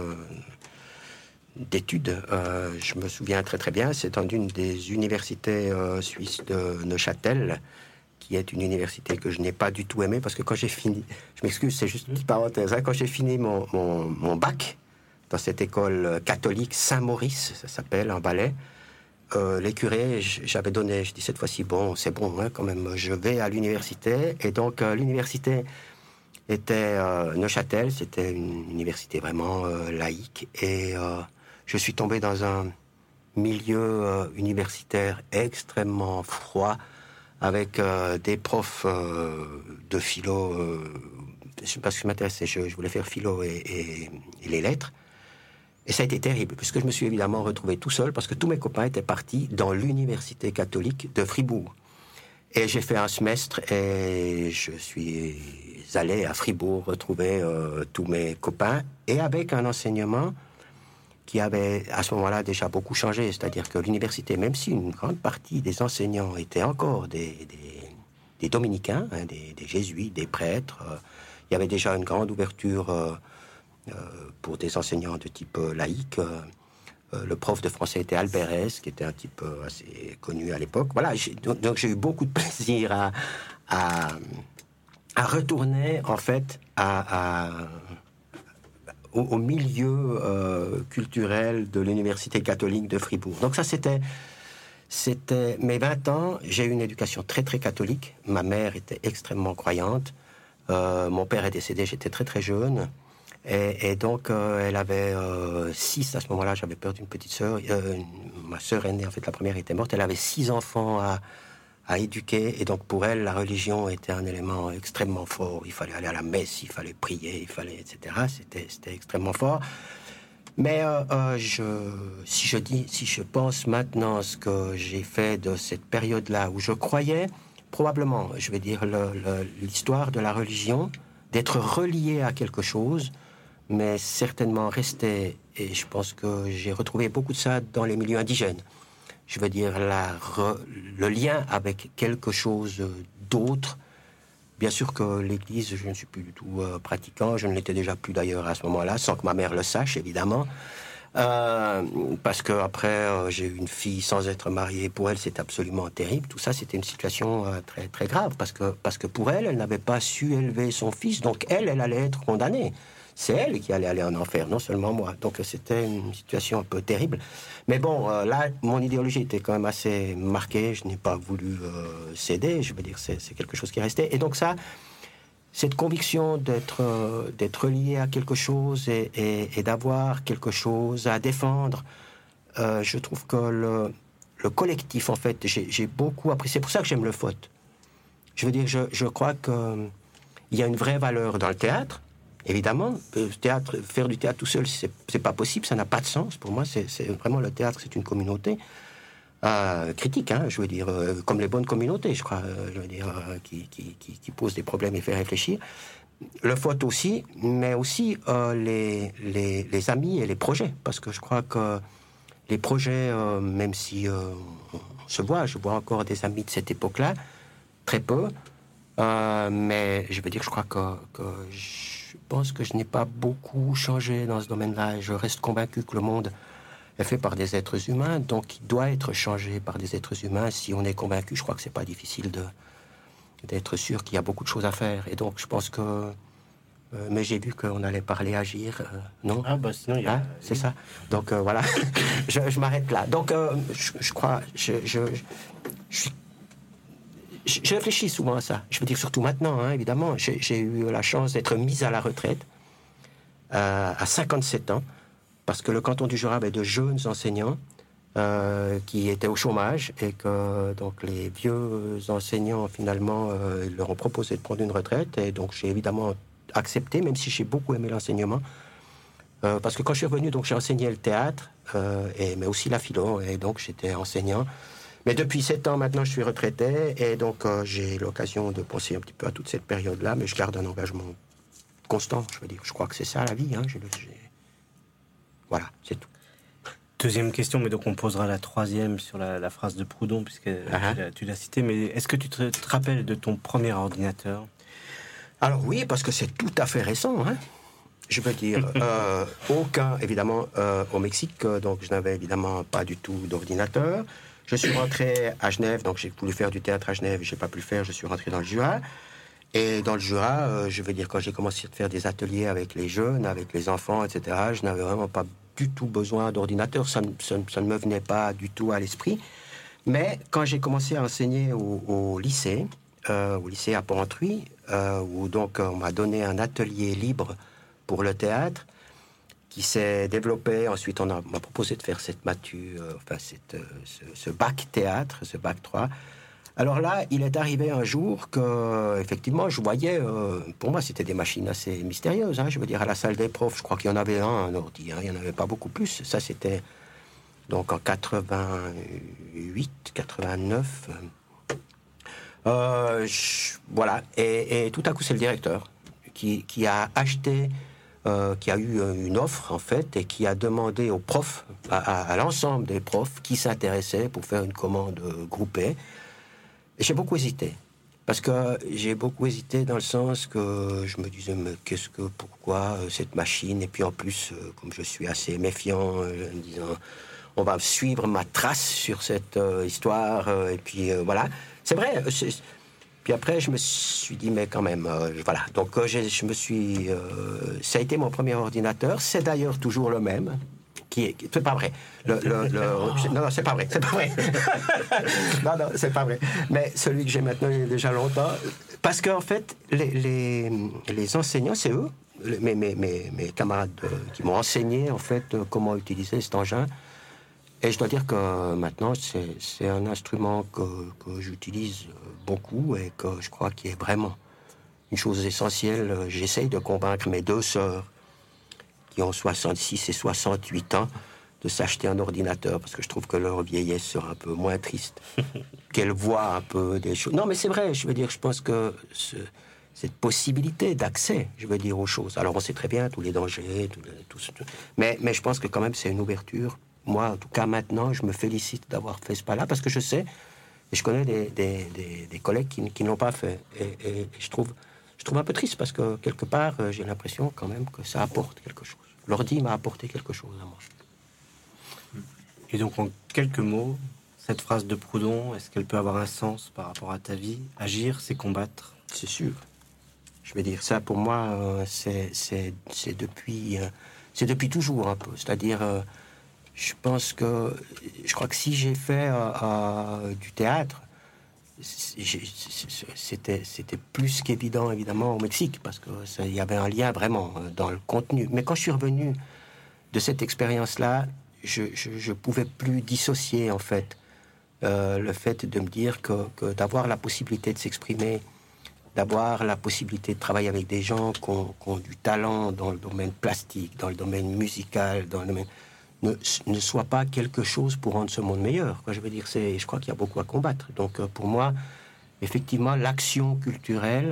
d'études. Je me souviens très très bien, c'est dans une des universités suisses de Neuchâtel, qui est une université que je n'ai pas du tout aimée, parce que quand j'ai fini, je m'excuse, c'est juste une petite parenthèse, quand j'ai fini mon bac dans cette école catholique Saint-Maurice, ça s'appelle, en Valais, les curés, j'avais donné, je dis cette fois-ci, bon, c'est bon, quand même, je vais à l'université, et donc l'université était Neuchâtel, c'était une université vraiment laïque, et je suis tombé dans un milieu universitaire extrêmement froid, avec des profs de philo, parce que je m'intéressais, je voulais faire philo et les lettres. Et ça a été terrible, puisque je me suis évidemment retrouvé tout seul, parce que tous mes copains étaient partis dans l'université catholique de Fribourg. Et j'ai fait un semestre et je suis allé à Fribourg retrouver tous mes copains, et avec un enseignement qui avait à ce moment-là déjà beaucoup changé, c'est-à-dire que l'université, même si une grande partie des enseignants étaient encore des dominicains, des jésuites, des prêtres, il y avait déjà une grande ouverture pour des enseignants de type laïque. Le prof de français était Albert S, qui était un type assez connu à l'époque. Voilà, donc j'ai eu beaucoup de plaisir à retourner en fait au milieu culturel de l'université catholique de Fribourg. Donc ça, c'était mes 20 ans. J'ai eu une éducation très, très catholique. Ma mère était extrêmement croyante. Mon père est décédé, j'étais très, très jeune. Et donc, elle avait 6 à ce moment-là. J'avais peur d'une petite sœur. Ma sœur aînée, en fait, la première était morte. Elle avait 6 enfants à éduquer. Et donc, pour elle, la religion était un élément extrêmement fort. Il fallait aller à la messe, il fallait prier, etc. C'était extrêmement fort. Mais si je pense maintenant ce que j'ai fait de cette période-là où je croyais, probablement, je vais dire, l'histoire de la religion, d'être relié à quelque chose, mais certainement rester, et je pense que j'ai retrouvé beaucoup de ça dans les milieux indigènes. Je veux dire, le lien avec quelque chose d'autre. Bien sûr que l'Église, je ne suis plus du tout pratiquant, je ne l'étais déjà plus d'ailleurs à ce moment-là, sans que ma mère le sache, évidemment. Parce qu'après, j'ai eu une fille sans être mariée. Pour elle, c'est absolument terrible. Tout ça, c'était une situation très, très grave. Parce que pour elle, elle n'avait pas su élever son fils. Donc elle allait être condamnée. C'est elle qui allait aller en enfer, non seulement moi. Donc c'était une situation un peu terrible. Mais bon, là, mon idéologie était quand même assez marquée. Je n'ai pas voulu céder. Je veux dire, c'est quelque chose qui est resté. Et donc ça, cette conviction d'être lié à quelque chose et d'avoir quelque chose à défendre, je trouve que le collectif, en fait, j'ai beaucoup appris. C'est pour ça que j'aime le faute. Je veux dire, je crois qu'il y a une vraie valeur dans le théâtre. Évidemment, faire du théâtre tout seul, c'est pas possible, ça n'a pas de sens. Pour moi, c'est vraiment le théâtre, c'est une communauté critique, hein, je veux dire, comme les bonnes communautés, je crois, je veux dire, qui posent des problèmes et fait réfléchir. Le faute aussi, mais aussi les amis et les projets, parce que je crois que les projets, même si on se voit, je vois encore des amis de cette époque-là, très peu, mais je veux dire, je crois que je pense que je n'ai pas beaucoup changé dans ce domaine-là. Je reste convaincu que le monde est fait par des êtres humains, donc il doit être changé par des êtres humains. Si on est convaincu, je crois que c'est pas difficile d'être sûr qu'il y a beaucoup de choses à faire. Et donc, je pense que... mais j'ai vu qu'on allait parler agir, non? Ah, bah sinon, il y a... C'est ça. Donc, voilà, je m'arrête là. Donc, je crois... Je réfléchis souvent à ça. Je veux dire, surtout maintenant, hein, évidemment. J'ai eu la chance d'être mis à la retraite à 57 ans, parce que le canton du Jura avait de jeunes enseignants qui étaient au chômage, et que donc les vieux enseignants, finalement, ils leur ont proposé de prendre une retraite. Et donc, j'ai évidemment accepté, même si j'ai beaucoup aimé l'enseignement. Parce que quand je suis revenu, donc j'ai enseigné le théâtre, mais aussi la philo, et donc j'étais enseignant. Mais depuis 7 ans maintenant, je suis retraité, et donc j'ai l'occasion de penser un petit peu à toute cette période-là, mais je garde un engagement constant, je veux dire. Je crois que c'est ça la vie, hein. Voilà, c'est tout. Deuxième question, mais donc on posera la troisième sur la phrase de Proudhon, puisque tu l'as citée, mais est-ce que tu te rappelles de ton premier ordinateur? Alors oui, parce que c'est tout à fait récent, hein. Je veux dire, aucun, évidemment, au Mexique, donc je n'avais évidemment pas du tout d'ordinateur. Je suis rentré à Genève, donc j'ai voulu faire du théâtre à Genève, j'ai pas pu le faire, je suis rentré dans le Jura. Et dans le Jura, je veux dire, quand j'ai commencé à faire des ateliers avec les jeunes, avec les enfants, etc., je n'avais vraiment pas du tout besoin d'ordinateur, ça ne me venait pas du tout à l'esprit. Mais quand j'ai commencé à enseigner au lycée à Porrentruy, où donc on m'a donné un atelier libre pour le théâtre, qui s'est développé. Ensuite, on m'a proposé de faire cette ce bac théâtre, ce bac 3. Alors là, il est arrivé un jour que, effectivement, je voyais, pour moi, c'était des machines assez mystérieuses, hein. Je veux dire, à la salle des profs, je crois qu'il y en avait un ordi, hein, il n'y en avait pas beaucoup plus. Ça, c'était donc en 88, 89. Voilà. Et tout à coup, c'est le directeur qui a acheté, qui a eu une offre, en fait, et qui a demandé aux profs, à l'ensemble des profs qui s'intéressaient pour faire une commande groupée. Et j'ai beaucoup hésité. Parce que j'ai beaucoup hésité dans le sens que je me disais, mais pourquoi cette machine? Et puis en plus, comme je suis assez méfiant, en me disant, on va suivre ma trace sur cette histoire, et puis voilà. C'est vrai. Puis après, je me suis dit, mais quand même, voilà. Donc je me suis... ça a été mon premier ordinateur. C'est d'ailleurs toujours le même. C'est pas vrai. Non, c'est pas vrai. C'est pas vrai. non, c'est pas vrai. Mais celui que j'ai maintenant, il y a déjà longtemps. Parce qu'en fait, les enseignants, c'est eux, mes camarades qui m'ont enseigné, en fait, comment utiliser cet engin. Et je dois dire que maintenant, c'est un instrument que j'utilise beaucoup et que je crois qu'il est vraiment une chose essentielle. J'essaye de convaincre mes deux sœurs qui ont 66 et 68 ans, de s'acheter un ordinateur, parce que je trouve que leur vieillesse sera un peu moins triste, qu'elles voient un peu des choses. Non, mais c'est vrai, je veux dire, je pense que cette possibilité d'accès, je veux dire, aux choses. Alors, on sait très bien tous les dangers, mais je pense que quand même, c'est une ouverture. Moi, en tout cas, maintenant, je me félicite d'avoir fait ce pas-là, parce que je sais, et je connais des collègues qui ne l'ont pas fait. Et je trouve un peu triste, parce que, quelque part, j'ai l'impression quand même que ça apporte quelque chose. L'ordi m'a apporté quelque chose à moi. Et donc, en quelques mots, cette phrase de Proudhon, est-ce qu'elle peut avoir un sens par rapport à ta vie? Agir, c'est combattre. C'est sûr. Je veux dire, ça, pour moi, c'est depuis toujours un peu. C'est-à-dire, je crois que si j'ai fait du théâtre, c'était plus qu'évident, évidemment, au Mexique, parce qu'il y avait un lien vraiment dans le contenu. Mais quand je suis revenu de cette expérience-là, je pouvais plus dissocier, en fait, le fait de me dire que d'avoir la possibilité de s'exprimer, d'avoir la possibilité de travailler avec des gens qui ont du talent dans le domaine plastique, dans le domaine musical, dans le domaine... ne soit pas quelque chose pour rendre ce monde meilleur. Je veux dire, je crois qu'il y a beaucoup à combattre. Donc, pour moi, effectivement, l'action culturelle,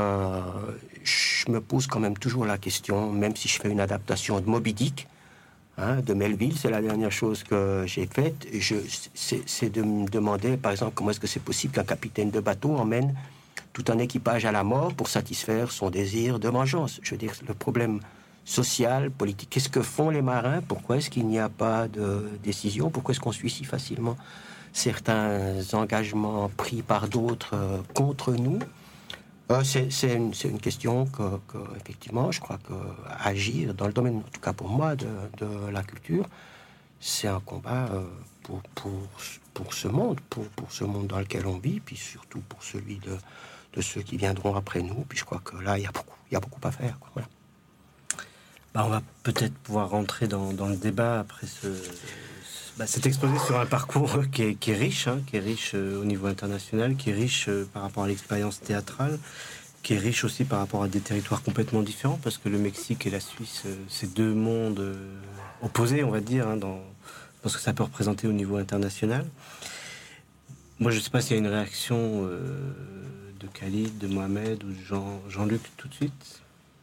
je me pose quand même toujours la question, même si je fais une adaptation de Moby Dick, de Melville, c'est la dernière chose que j'ai faite. C'est de me demander, par exemple, comment est-ce que c'est possible qu'un capitaine de bateau emmène tout un équipage à la mort pour satisfaire son désir de vengeance. Je veux dire, le problème social, politique, qu'est-ce que font les marins? Pourquoi est-ce qu'il n'y a pas de décision? Pourquoi est-ce qu'on suit si facilement certains engagements pris par d'autres contre nous? C'est une question que, effectivement, je crois que agir dans le domaine, en tout cas pour moi, de la culture, c'est un combat pour ce monde, pour ce monde dans lequel on vit, puis surtout pour celui de ceux qui viendront après nous. Puis je crois que là, il y a beaucoup à faire, quoi. Voilà. On va peut-être pouvoir rentrer dans le débat après cet exposé sur un parcours qui est riche, qui est riche au niveau international, qui est riche par rapport à l'expérience théâtrale, qui est riche aussi par rapport à des territoires complètement différents, parce que le Mexique et la Suisse, c'est deux mondes opposés, on va dire, dans ce que ça peut représenter au niveau international. Moi, je ne sais pas s'il y a une réaction de Khalid, de Mohamed ou de Jean-Luc tout de suite.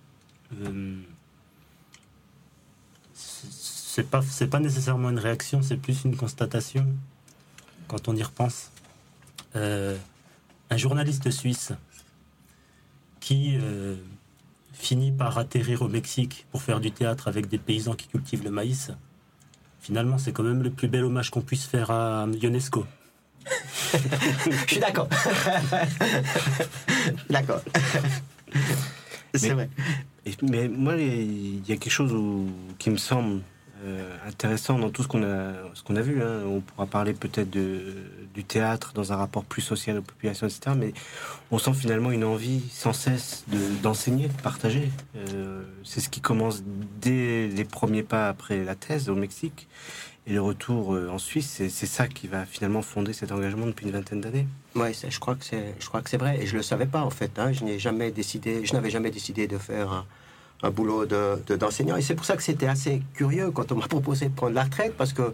C'est pas nécessairement une réaction, c'est plus une constatation quand on y repense. Un journaliste suisse qui finit par atterrir au Mexique pour faire du théâtre avec des paysans qui cultivent le maïs, finalement c'est quand même le plus bel hommage qu'on puisse faire à Ionesco. Je suis d'accord. D'accord. C'est vrai. Mais moi, il y a quelque chose qui me semble intéressant dans tout ce qu'on a vu. On pourra parler peut-être du théâtre dans un rapport plus social aux populations, etc. Mais on sent finalement une envie sans cesse d'enseigner, de partager. C'est ce qui commence dès les premiers pas après la thèse au Mexique. Et le retour en Suisse, c'est ça qui va finalement fonder cet engagement depuis une vingtaine d'années. Oui, je crois que c'est vrai. Et je ne le savais pas, en fait. Je n'avais jamais décidé de faire un boulot d'enseignant. Et c'est pour ça que c'était assez curieux quand on m'a proposé de prendre la retraite, parce que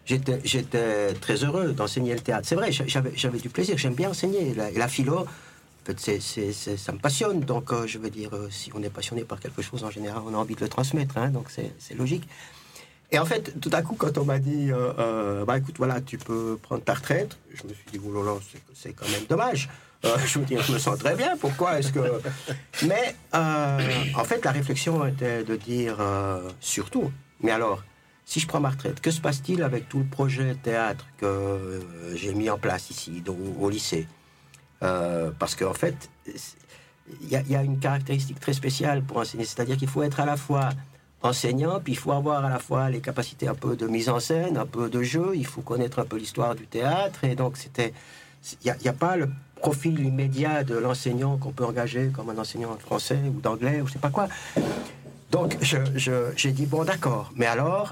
j'étais très heureux d'enseigner le théâtre. C'est vrai, j'avais du plaisir. J'aime bien enseigner. Et la philo, en fait, ça me passionne. Donc, je veux dire, si on est passionné par quelque chose, en général, on a envie de le transmettre. Donc, c'est logique. Et en fait, tout à coup, quand on m'a dit écoute, voilà, tu peux prendre ta retraite, je me suis dit, oh là là, c'est quand même dommage. Je me dis, je me sens très bien, pourquoi est-ce que... Mais, en fait, la réflexion était de dire, surtout, mais alors, si je prends ma retraite, que se passe-t-il avec tout le projet théâtre que j'ai mis en place ici, au lycée? Parce qu'en fait, il y a une caractéristique très spéciale pour enseigner, c'est-à-dire qu'il faut être à la fois enseignant, puis il faut avoir à la fois les capacités un peu de mise en scène, un peu de jeu, il faut connaître un peu l'histoire du théâtre, et donc il n'y a pas le profil immédiat de l'enseignant qu'on peut engager comme un enseignant de français ou d'anglais ou je sais pas quoi. Donc j'ai dit, bon d'accord, mais alors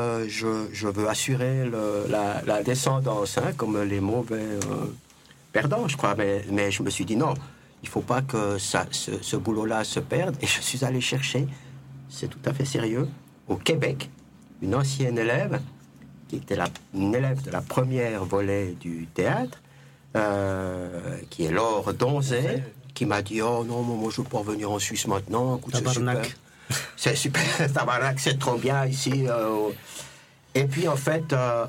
je veux assurer la descendance, comme les mauvais perdants, je crois, mais je me suis dit non, il faut pas que ce boulot-là se perde, et je suis allé chercher, c'est tout à fait sérieux, au Québec, une ancienne élève, qui était une élève de la première volée du théâtre, qui est Laure Donzet, qui m'a dit, oh non, moi je ne veux pas revenir en Suisse maintenant, écoute, c'est super, tabarnak, c'est trop bien ici. Et puis en fait,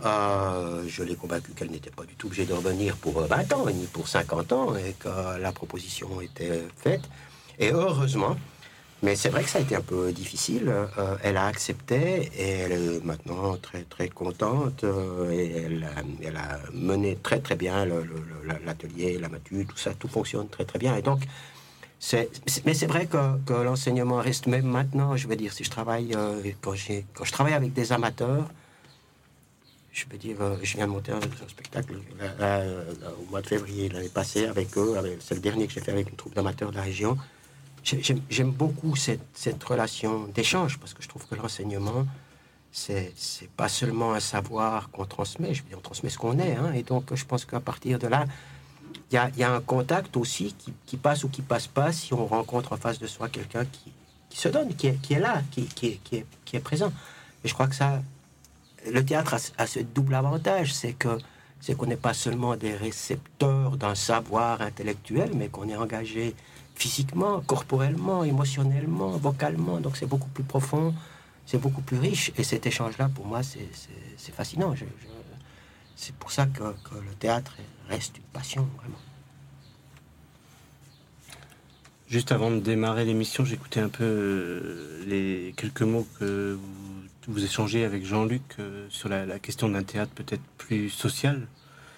je l'ai convaincue qu'elle n'était pas du tout obligée de revenir pour 20 ans, ni pour 50 ans, et que la proposition était faite. Et heureusement, mais c'est vrai que ça a été un peu difficile. Elle a accepté et elle est maintenant très très contente. Et elle a mené très très bien l'atelier, la matu, tout ça, tout fonctionne très très bien. Et donc, mais c'est vrai que l'enseignement reste, même maintenant, je veux dire, si je travaille, quand je travaille avec des amateurs, je veux dire, je viens de monter un spectacle au mois de février l'année passée avec eux. C'est le dernier que j'ai fait avec une troupe d'amateurs de la région. J'aime beaucoup cette relation d'échange, parce que je trouve que l'enseignement, c'est pas seulement un savoir qu'on transmet, je veux dire, on transmet ce qu'on est, et donc je pense qu'à partir de là, il y a un contact aussi qui passe ou qui passe pas si on rencontre en face de soi quelqu'un qui se donne, qui est là, qui est présent. Et je crois que ça, le théâtre a ce double avantage, c'est qu'on n'est pas seulement des récepteurs d'un savoir intellectuel, mais qu'on est engagé physiquement, corporellement, émotionnellement, vocalement. Donc c'est beaucoup plus profond, c'est beaucoup plus riche. Et cet échange-là, pour moi, c'est fascinant. C'est pour ça que le théâtre reste une passion, vraiment. Juste avant de démarrer l'émission, j'écoutais un peu les quelques mots que vous échangez avec Jean-Luc sur la question d'un théâtre peut-être plus social.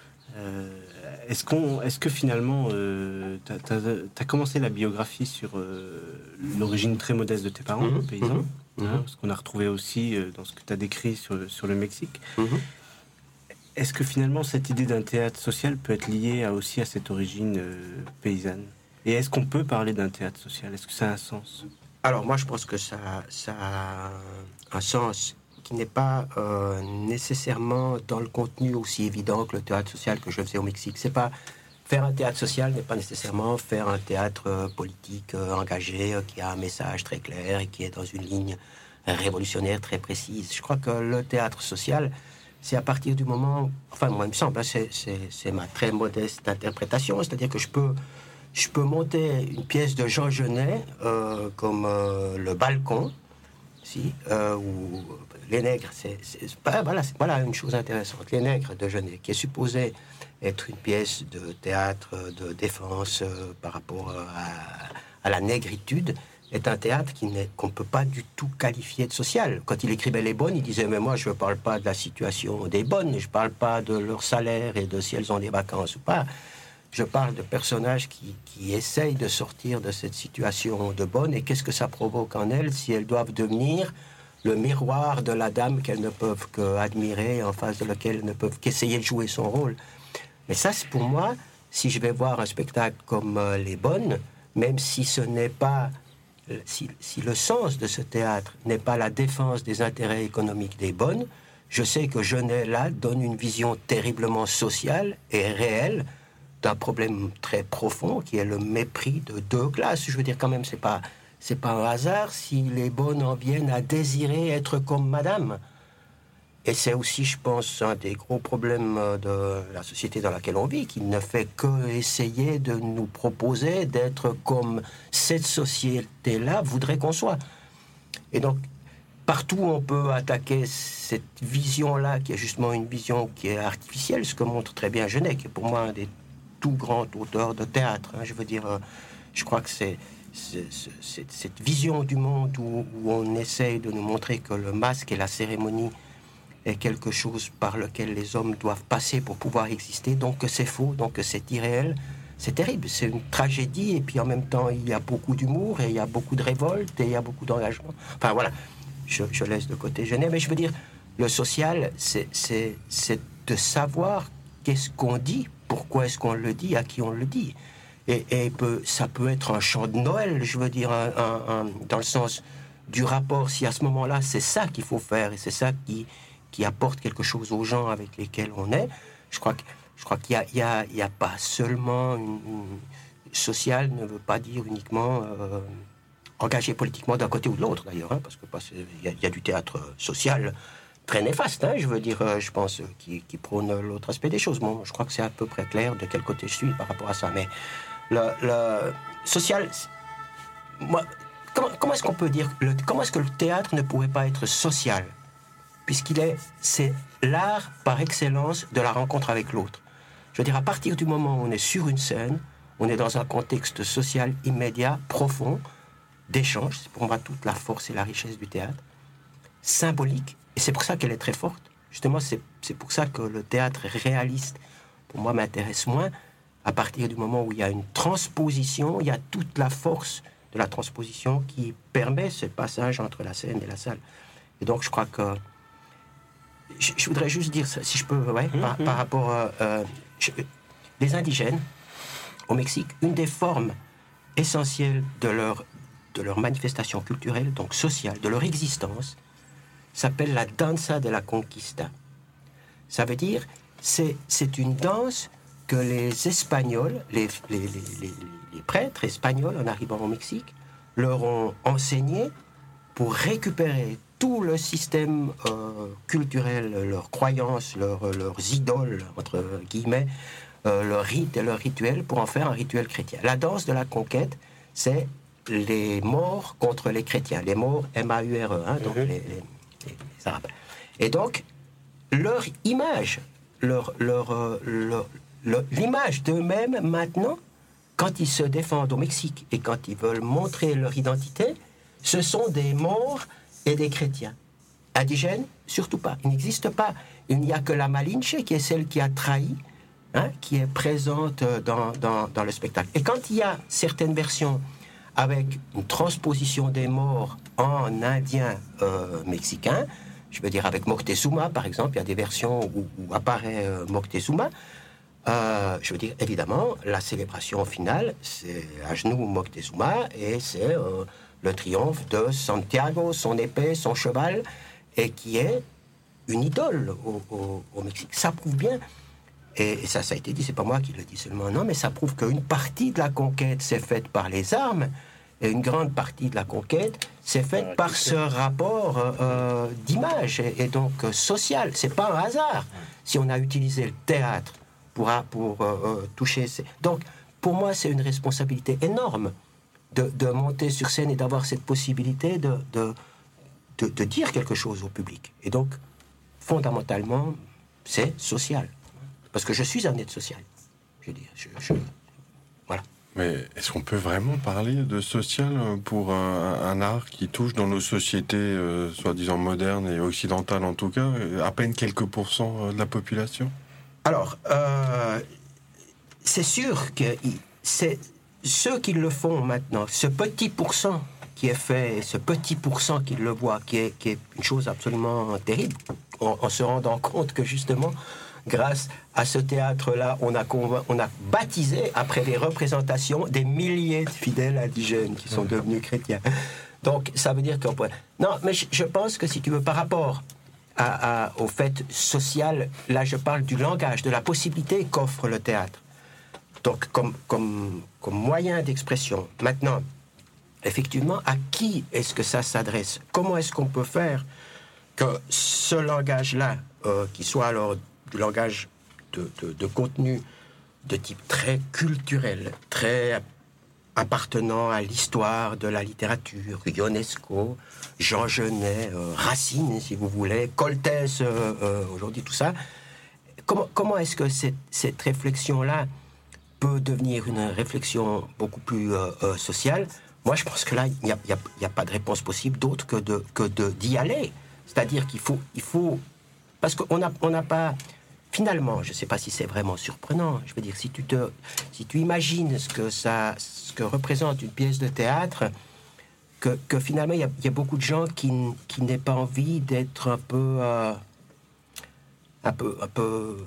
Est-ce que finalement, t'as commencé la biographie sur l'origine très modeste de tes parents, paysans, ce qu'on a retrouvé aussi dans ce que tu as décrit sur le Mexique. Est-ce que finalement cette idée d'un théâtre social peut être liée aussi à cette origine paysanne? Et est-ce qu'on peut parler d'un théâtre social? Est-ce que ça a un sens? Alors moi je pense que ça a un sens qui n'est pas nécessairement dans le contenu aussi évident que le théâtre social que je faisais au Mexique. C'est pas faire un théâtre social n'est pas nécessairement faire un théâtre politique engagé qui a un message très clair et qui est dans une ligne révolutionnaire très précise. Je crois que le théâtre social, c'est à partir du moment, enfin moi il me semble, c'est ma très modeste interprétation, c'est-à-dire que je peux monter une pièce de Jean Genet comme Le Balcon, ou Les Nègres, voilà une chose intéressante. Les Nègres de Genet, qui est supposé être une pièce de théâtre de défense par rapport à la négritude, est un théâtre qu'on ne peut pas du tout qualifier de social. Quand il écrivait Les Bonnes, il disait « Mais moi, je ne parle pas de la situation des bonnes, je ne parle pas de leur salaire et de si elles ont des vacances ou pas. Je parle de personnages qui essayent de sortir de cette situation de bonne, et qu'est-ce que ça provoque en elles si elles doivent devenir le miroir de la dame qu'elles ne peuvent qu'admirer, en face de laquelle elles ne peuvent qu'essayer de jouer son rôle. » Mais ça, c'est pour moi, si je vais voir un spectacle comme Les Bonnes, même si ce n'est pas... Si le sens de ce théâtre n'est pas la défense des intérêts économiques des bonnes, je sais que Genet, là, donne une vision terriblement sociale et réelle d'un problème très profond qui est le mépris de deux classes. Je veux dire, quand même, c'est pas un hasard si les bonnes en viennent à désirer être comme madame. Et c'est aussi, je pense, un des gros problèmes de la société dans laquelle on vit, qui ne fait que essayer de nous proposer d'être comme cette société-là voudrait qu'on soit. Et donc, partout on peut attaquer cette vision-là, qui est justement une vision qui est artificielle, ce que montre très bien Genet, qui est pour moi un des tout grands auteurs de théâtre. Je veux dire, je crois que c'est cette vision du monde où on essaye de nous montrer que le masque et la cérémonie est quelque chose par lequel les hommes doivent passer pour pouvoir exister, donc que c'est faux, donc que c'est irréel. C'est terrible, c'est une tragédie, et puis en même temps il y a beaucoup d'humour, et il y a beaucoup de révolte, et il y a beaucoup d'engagement. Enfin voilà, je laisse de côté Genet, mais je veux dire, le social, c'est de savoir qu'est-ce qu'on dit, pourquoi est-ce qu'on le dit, à qui on le dit. Et ça peut être un chant de Noël, je veux dire, dans le sens du rapport, si à ce moment-là c'est ça qu'il faut faire, et c'est ça qui apporte quelque chose aux gens avec lesquels on est. Je crois qu'il y a pas seulement social ne veut pas dire uniquement engagé politiquement d'un côté ou de l'autre d'ailleurs, parce qu'il y a du théâtre social très néfaste, je veux dire, je pense, qui prône l'autre aspect des choses. Bon, je crois que c'est à peu près clair de quel côté je suis par rapport à ça, mais le social, moi, comment est-ce qu'on peut dire, comment est-ce que le théâtre ne pourrait pas être social, c'est l'art par excellence de la rencontre avec l'autre. Je veux dire, à partir du moment où on est sur une scène, on est dans un contexte social immédiat, profond, d'échange. C'est pour moi toute la force et la richesse du théâtre, symbolique, et c'est pour ça qu'elle est très forte. Justement, c'est pour ça que le théâtre réaliste, pour moi, m'intéresse moins. À partir du moment où il y a une transposition, il y a toute la force de la transposition qui permet ce passage entre la scène et la salle. Et donc, je crois que je voudrais juste dire ça, si je peux, par rapport les indigènes au Mexique, une des formes essentielles de leur manifestation culturelle, donc sociale, de leur existence, s'appelle la danza de la conquista. Ça veut dire, c'est une danse que les Espagnols, les prêtres espagnols en arrivant au Mexique, leur ont enseigné pour récupérer tout le système culturel, leurs croyances, leurs idoles, entre guillemets, leurs rites et leurs rituels, pour en faire un rituel chrétien. La danse de la conquête, c'est les Maures contre les chrétiens. Les Maures, M-A-U-R-E, hein, donc les Arabes. Et donc, leur image, l'image d'eux-mêmes maintenant, quand ils se défendent au Mexique et quand ils veulent montrer leur identité, ce sont des Maures et des chrétiens. Indigènes, surtout pas. Il n'existe pas. Il n'y a que la Malinche qui est celle qui a trahi, hein, qui est présente dans le spectacle. Et quand il y a certaines versions avec une transposition des Maures en indien mexicain, je veux dire avec Moctezuma par exemple, il y a des versions où apparaît Moctezuma. Je veux dire, évidemment, la célébration finale, c'est à genoux Moctezuma et c'est le triomphe de Santiago, son épée, son cheval, et qui est une idole au Mexique. Ça prouve bien, et ça a été dit, c'est pas moi qui le dis seulement, non, mais ça prouve qu'une partie de la conquête s'est faite par les armes, et une grande partie de la conquête s'est faite par ce rapport d'image, et donc social. C'est pas un hasard si on a utilisé le théâtre pour toucher. Donc, pour moi, c'est une responsabilité énorme de monter sur scène et d'avoir cette possibilité de dire quelque chose au public. Et donc, fondamentalement, c'est social. Parce que je suis un être social. Je veux dire, voilà. Mais est-ce qu'on peut vraiment parler de social pour un art qui touche dans nos sociétés, soi-disant modernes et occidentales en tout cas, à peine quelques pourcents de la population ? Alors, c'est sûr que c'est ceux qui le font maintenant, ce petit pourcent qui est fait, ce petit pourcent qui le voit, qui est une chose absolument terrible, en se rendant compte que justement, grâce à ce théâtre-là, on a baptisé, après les représentations, des milliers de fidèles indigènes qui sont devenus chrétiens. Donc, ça veut dire qu'on peut... Non, mais je pense que si tu veux, par rapport au fait social, là je parle du langage, de la possibilité qu'offre le théâtre. Donc comme moyen d'expression. Maintenant, effectivement, à qui est-ce que ça s'adresse ? Comment est-ce qu'on peut faire que ce langage-là, qui soit alors du langage de contenu de type très culturel, très appartenant à l'histoire de la littérature, Ionesco, Jean Genet, Racine, si vous voulez, Coltès, aujourd'hui tout ça. Comment est-ce que cette réflexion-là peut devenir une réflexion beaucoup plus sociale ? Moi, je pense que là, il n'y a pas de réponse possible d'autre que d'y aller. C'est-à-dire qu'il faut... Parce qu'on n'a pas... Finalement, je ne sais pas si c'est vraiment surprenant. Je veux dire, si tu imagines ce que représente une pièce de théâtre, que finalement, il y a beaucoup de gens qui n'aient pas envie d'être un peu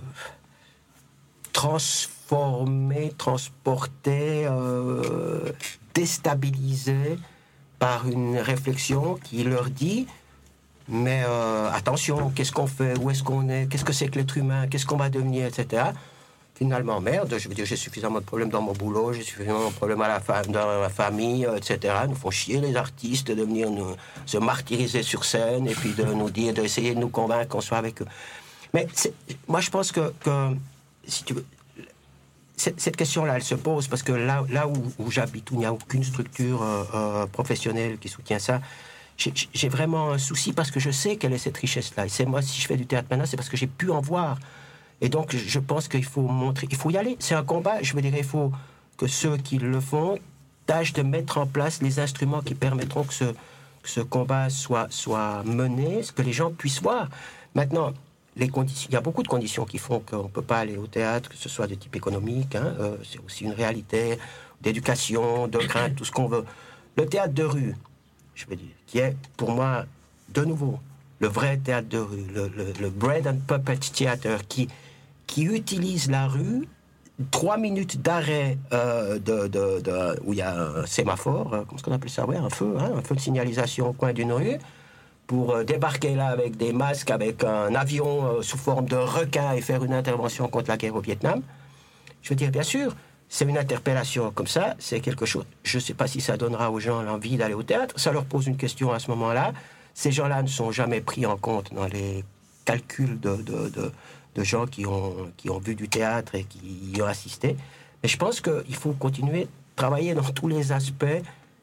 transformés, transportés, déstabilisés par une réflexion qui leur dit... Mais attention, qu'est-ce qu'on fait ? Où est-ce qu'on est ? Qu'est-ce que c'est que l'être humain ? Qu'est-ce qu'on va devenir ? Etc. Finalement, merde, je veux dire, j'ai suffisamment de problèmes dans mon boulot, j'ai suffisamment de problèmes dans ma famille, etc. Nous font chier les artistes de venir se martyriser sur scène et puis de nous dire, d'essayer de nous convaincre qu'on soit avec eux. Mais moi, je pense que si tu veux, cette question-là, elle se pose parce que là où j'habite, où il n'y a aucune structure professionnelle qui soutient ça, j'ai vraiment un souci parce que je sais quelle est cette richesse-là. Et c'est moi, si je fais du théâtre maintenant, c'est parce que j'ai pu en voir. Et donc, je pense qu'il faut montrer, il faut y aller. C'est un combat. Je veux dire, il faut que ceux qui le font tâchent de mettre en place les instruments qui permettront que ce combat soit mené, que les gens puissent voir. Maintenant, il y a beaucoup de conditions qui font qu'on ne peut pas aller au théâtre, que ce soit de type économique, hein, c'est aussi une réalité d'éducation, de crainte, tout ce qu'on veut. Le théâtre de rue, je veux dire, qui est pour moi, de nouveau, le vrai théâtre de rue, le bread and puppet theater, qui utilise la rue, 3 minutes d'arrêt où il y a un sémaphore, comment est-ce qu'on appelle ça, ouais, un feu de signalisation au coin d'une rue, pour débarquer là avec des masques, avec un avion sous forme de requin et faire une intervention contre la guerre au Vietnam. Je veux dire, bien sûr, c'est une interpellation comme ça, c'est quelque chose. Je ne sais pas si ça donnera aux gens l'envie d'aller au théâtre. Ça leur pose une question à ce moment-là. Ces gens-là ne sont jamais pris en compte dans les calculs de gens qui ont vu du théâtre et qui y ont assisté. Mais je pense qu'il faut continuer de travailler dans tous les aspects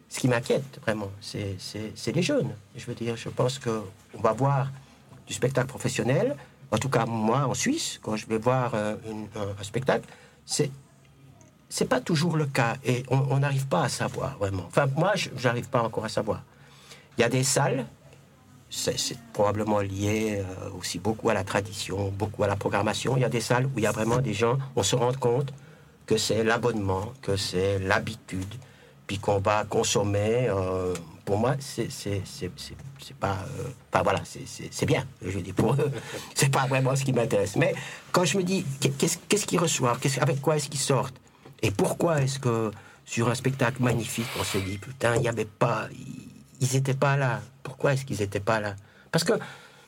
ce qui m'inquiète vraiment, c'est les jeunes. Je veux dire, je pense qu'on va voir du spectacle professionnel. En tout cas, moi, en Suisse, quand je vais voir un spectacle, c'est pas toujours le cas. Et on n'arrive pas à savoir, vraiment. Enfin, moi, j'arrive pas encore à savoir. Il y a des salles, c'est probablement lié aussi beaucoup à la tradition, beaucoup à la programmation. Il y a des salles où il y a vraiment des gens, on se rend compte que c'est l'abonnement, que c'est l'habitude, puis qu'on va consommer. Pour moi, c'est pas, voilà, c'est bien. Je veux dire, pour eux, c'est pas vraiment ce qui m'intéresse. Mais quand je me dis, qu'est-ce qu'ils reçoivent, avec quoi est-ce qu'ils sortent, et pourquoi est-ce que sur un spectacle magnifique, on se dit, putain, il y avait pas, ils étaient pas là. Pourquoi est-ce qu'ils étaient pas là? Parce que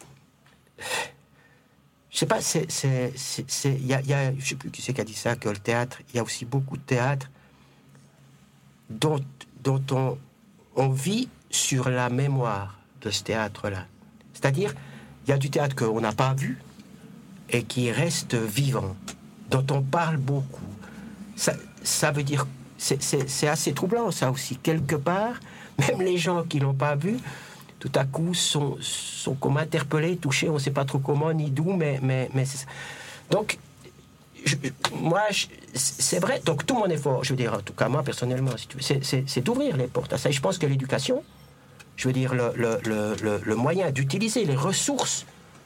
je sais pas, il y a, je sais plus qui c'est qui a dit ça, que le théâtre, il y a aussi beaucoup de théâtre dont on vit sur la mémoire de ce théâtre-là. C'est-à-dire, il y a du théâtre qu'on n'a pas vu et qui reste vivant, dont on parle beaucoup. Ça veut dire, c'est assez troublant, ça aussi. Quelque part, même les gens qui l'ont pas vu, tout à coup, sont comme interpellés, touchés, on ne sait pas trop comment ni d'où, mais c'est ça. Donc, moi, c'est vrai, donc tout mon effort, je veux dire, en tout cas moi personnellement, si tu veux, c'est d'ouvrir les portes à ça. Et je pense que l'éducation, je veux dire, le moyen d'utiliser les ressources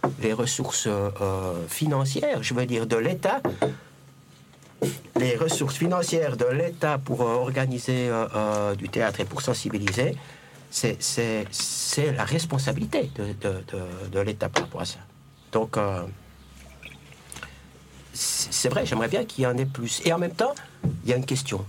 financières, je veux dire, de l'État, les ressources financières de l'État pour organiser du théâtre et pour sensibiliser, c'est la responsabilité de l'État par rapport à ça. Donc, c'est vrai, j'aimerais bien qu'il y en ait plus. Et en même temps, il y a une question.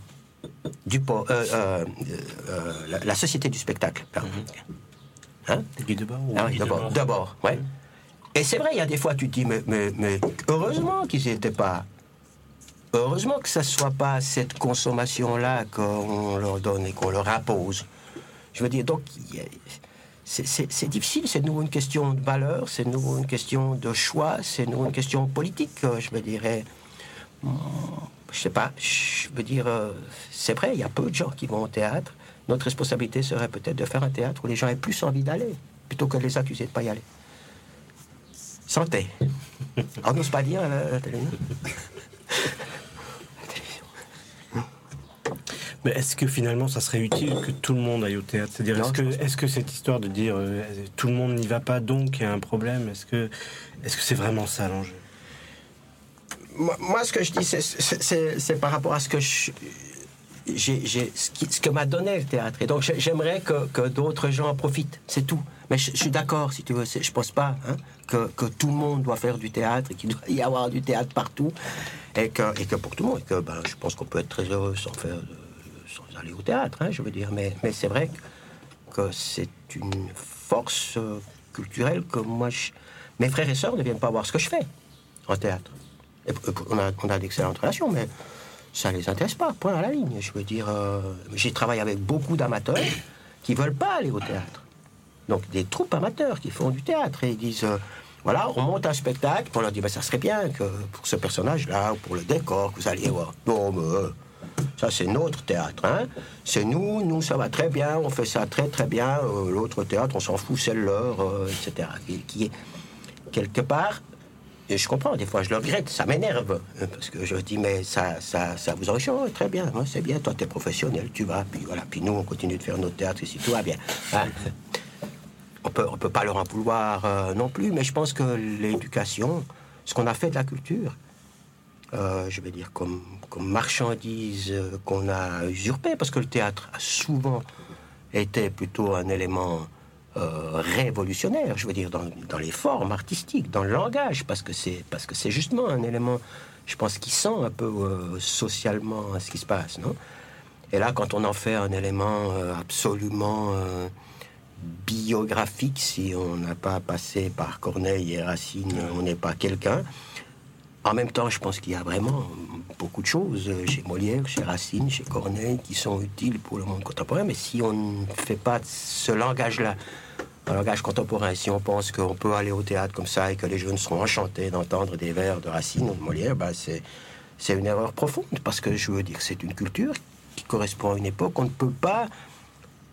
La société du spectacle. Hein? Du debord. Ah oui, d'abord, ouais. Et c'est vrai, il y a des fois, tu te dis, mais heureusement qu'ils n'y étaient pas. Heureusement que ça ne soit pas cette consommation-là qu'on leur donne et qu'on leur impose. Je veux dire, donc, c'est difficile, c'est de nouveau une question de valeur, c'est de nouveau une question de choix, c'est de nouveau une question politique, je me dirais. Je sais pas, je veux dire, c'est vrai, il y a peu de gens qui vont au théâtre. Notre responsabilité serait peut-être de faire un théâtre où les gens aient plus envie d'aller, plutôt que de les accuser de ne pas y aller. Santé. On n'ose pas dire à la télévision. Mais est-ce que finalement ça serait utile que tout le monde aille au théâtre? C'est-à-dire, est-ce que cette histoire de dire tout le monde n'y va pas donc il y a un problème, est-ce que c'est vraiment ça l'enjeu? Moi, ce que je dis, c'est par rapport à ce que ce que m'a donné le théâtre. Et donc j'aimerais que d'autres gens en profitent, c'est tout. Mais je suis d'accord, si tu veux, je pense pas que tout le monde doit faire du théâtre et qu'il doit y avoir du théâtre partout et que pour tout le monde, et que je pense qu'on peut être très heureux sans aller au théâtre, je veux dire, mais c'est vrai que c'est une force culturelle que moi, mes frères et sœurs ne viennent pas voir ce que je fais en théâtre. Et on a d'excellentes relations, mais ça les intéresse pas, point à la ligne. Je veux dire, j'ai travaillé avec beaucoup d'amateurs qui veulent pas aller au théâtre. Donc des troupes amateurs qui font du théâtre et ils disent, voilà, on monte un spectacle, on leur dit, ça serait bien que pour ce personnage-là, ou pour le décor, que vous alliez voir. Non, mais ça c'est notre théâtre, c'est nous ça va très bien, on fait ça très très bien, l'autre théâtre on s'en fout, c'est leur, etc. Qui est quelque part, et je comprends, des fois je le regrette, ça m'énerve, parce que je dis mais ça vous enchante, très bien, c'est bien, toi t'es professionnel, tu vas, puis voilà, puis nous on continue de faire notre théâtre ici, tout va bien. On peut pas leur en vouloir non plus, mais je pense que l'éducation, ce qu'on a fait de la culture, je vais dire comme marchandise qu'on a usurpée, parce que le théâtre a souvent été plutôt un élément révolutionnaire, je veux dire, dans les formes artistiques, dans le langage, parce que c'est justement un élément, je pense, qui sent un peu socialement ce qui se passe, non? Et là, quand on en fait un élément absolument biographique, si on n'a pas passé par Corneille et Racine, on n'est pas quelqu'un. En même temps, je pense qu'il y a vraiment beaucoup de choses chez Molière, chez Racine, chez Corneille, qui sont utiles pour le monde contemporain. Mais si on ne fait pas ce langage-là, un langage contemporain, si on pense qu'on peut aller au théâtre comme ça et que les jeunes seront enchantés d'entendre des vers de Racine ou de Molière, c'est une erreur profonde. Parce que je veux dire, c'est une culture qui correspond à une époque. On ne peut pas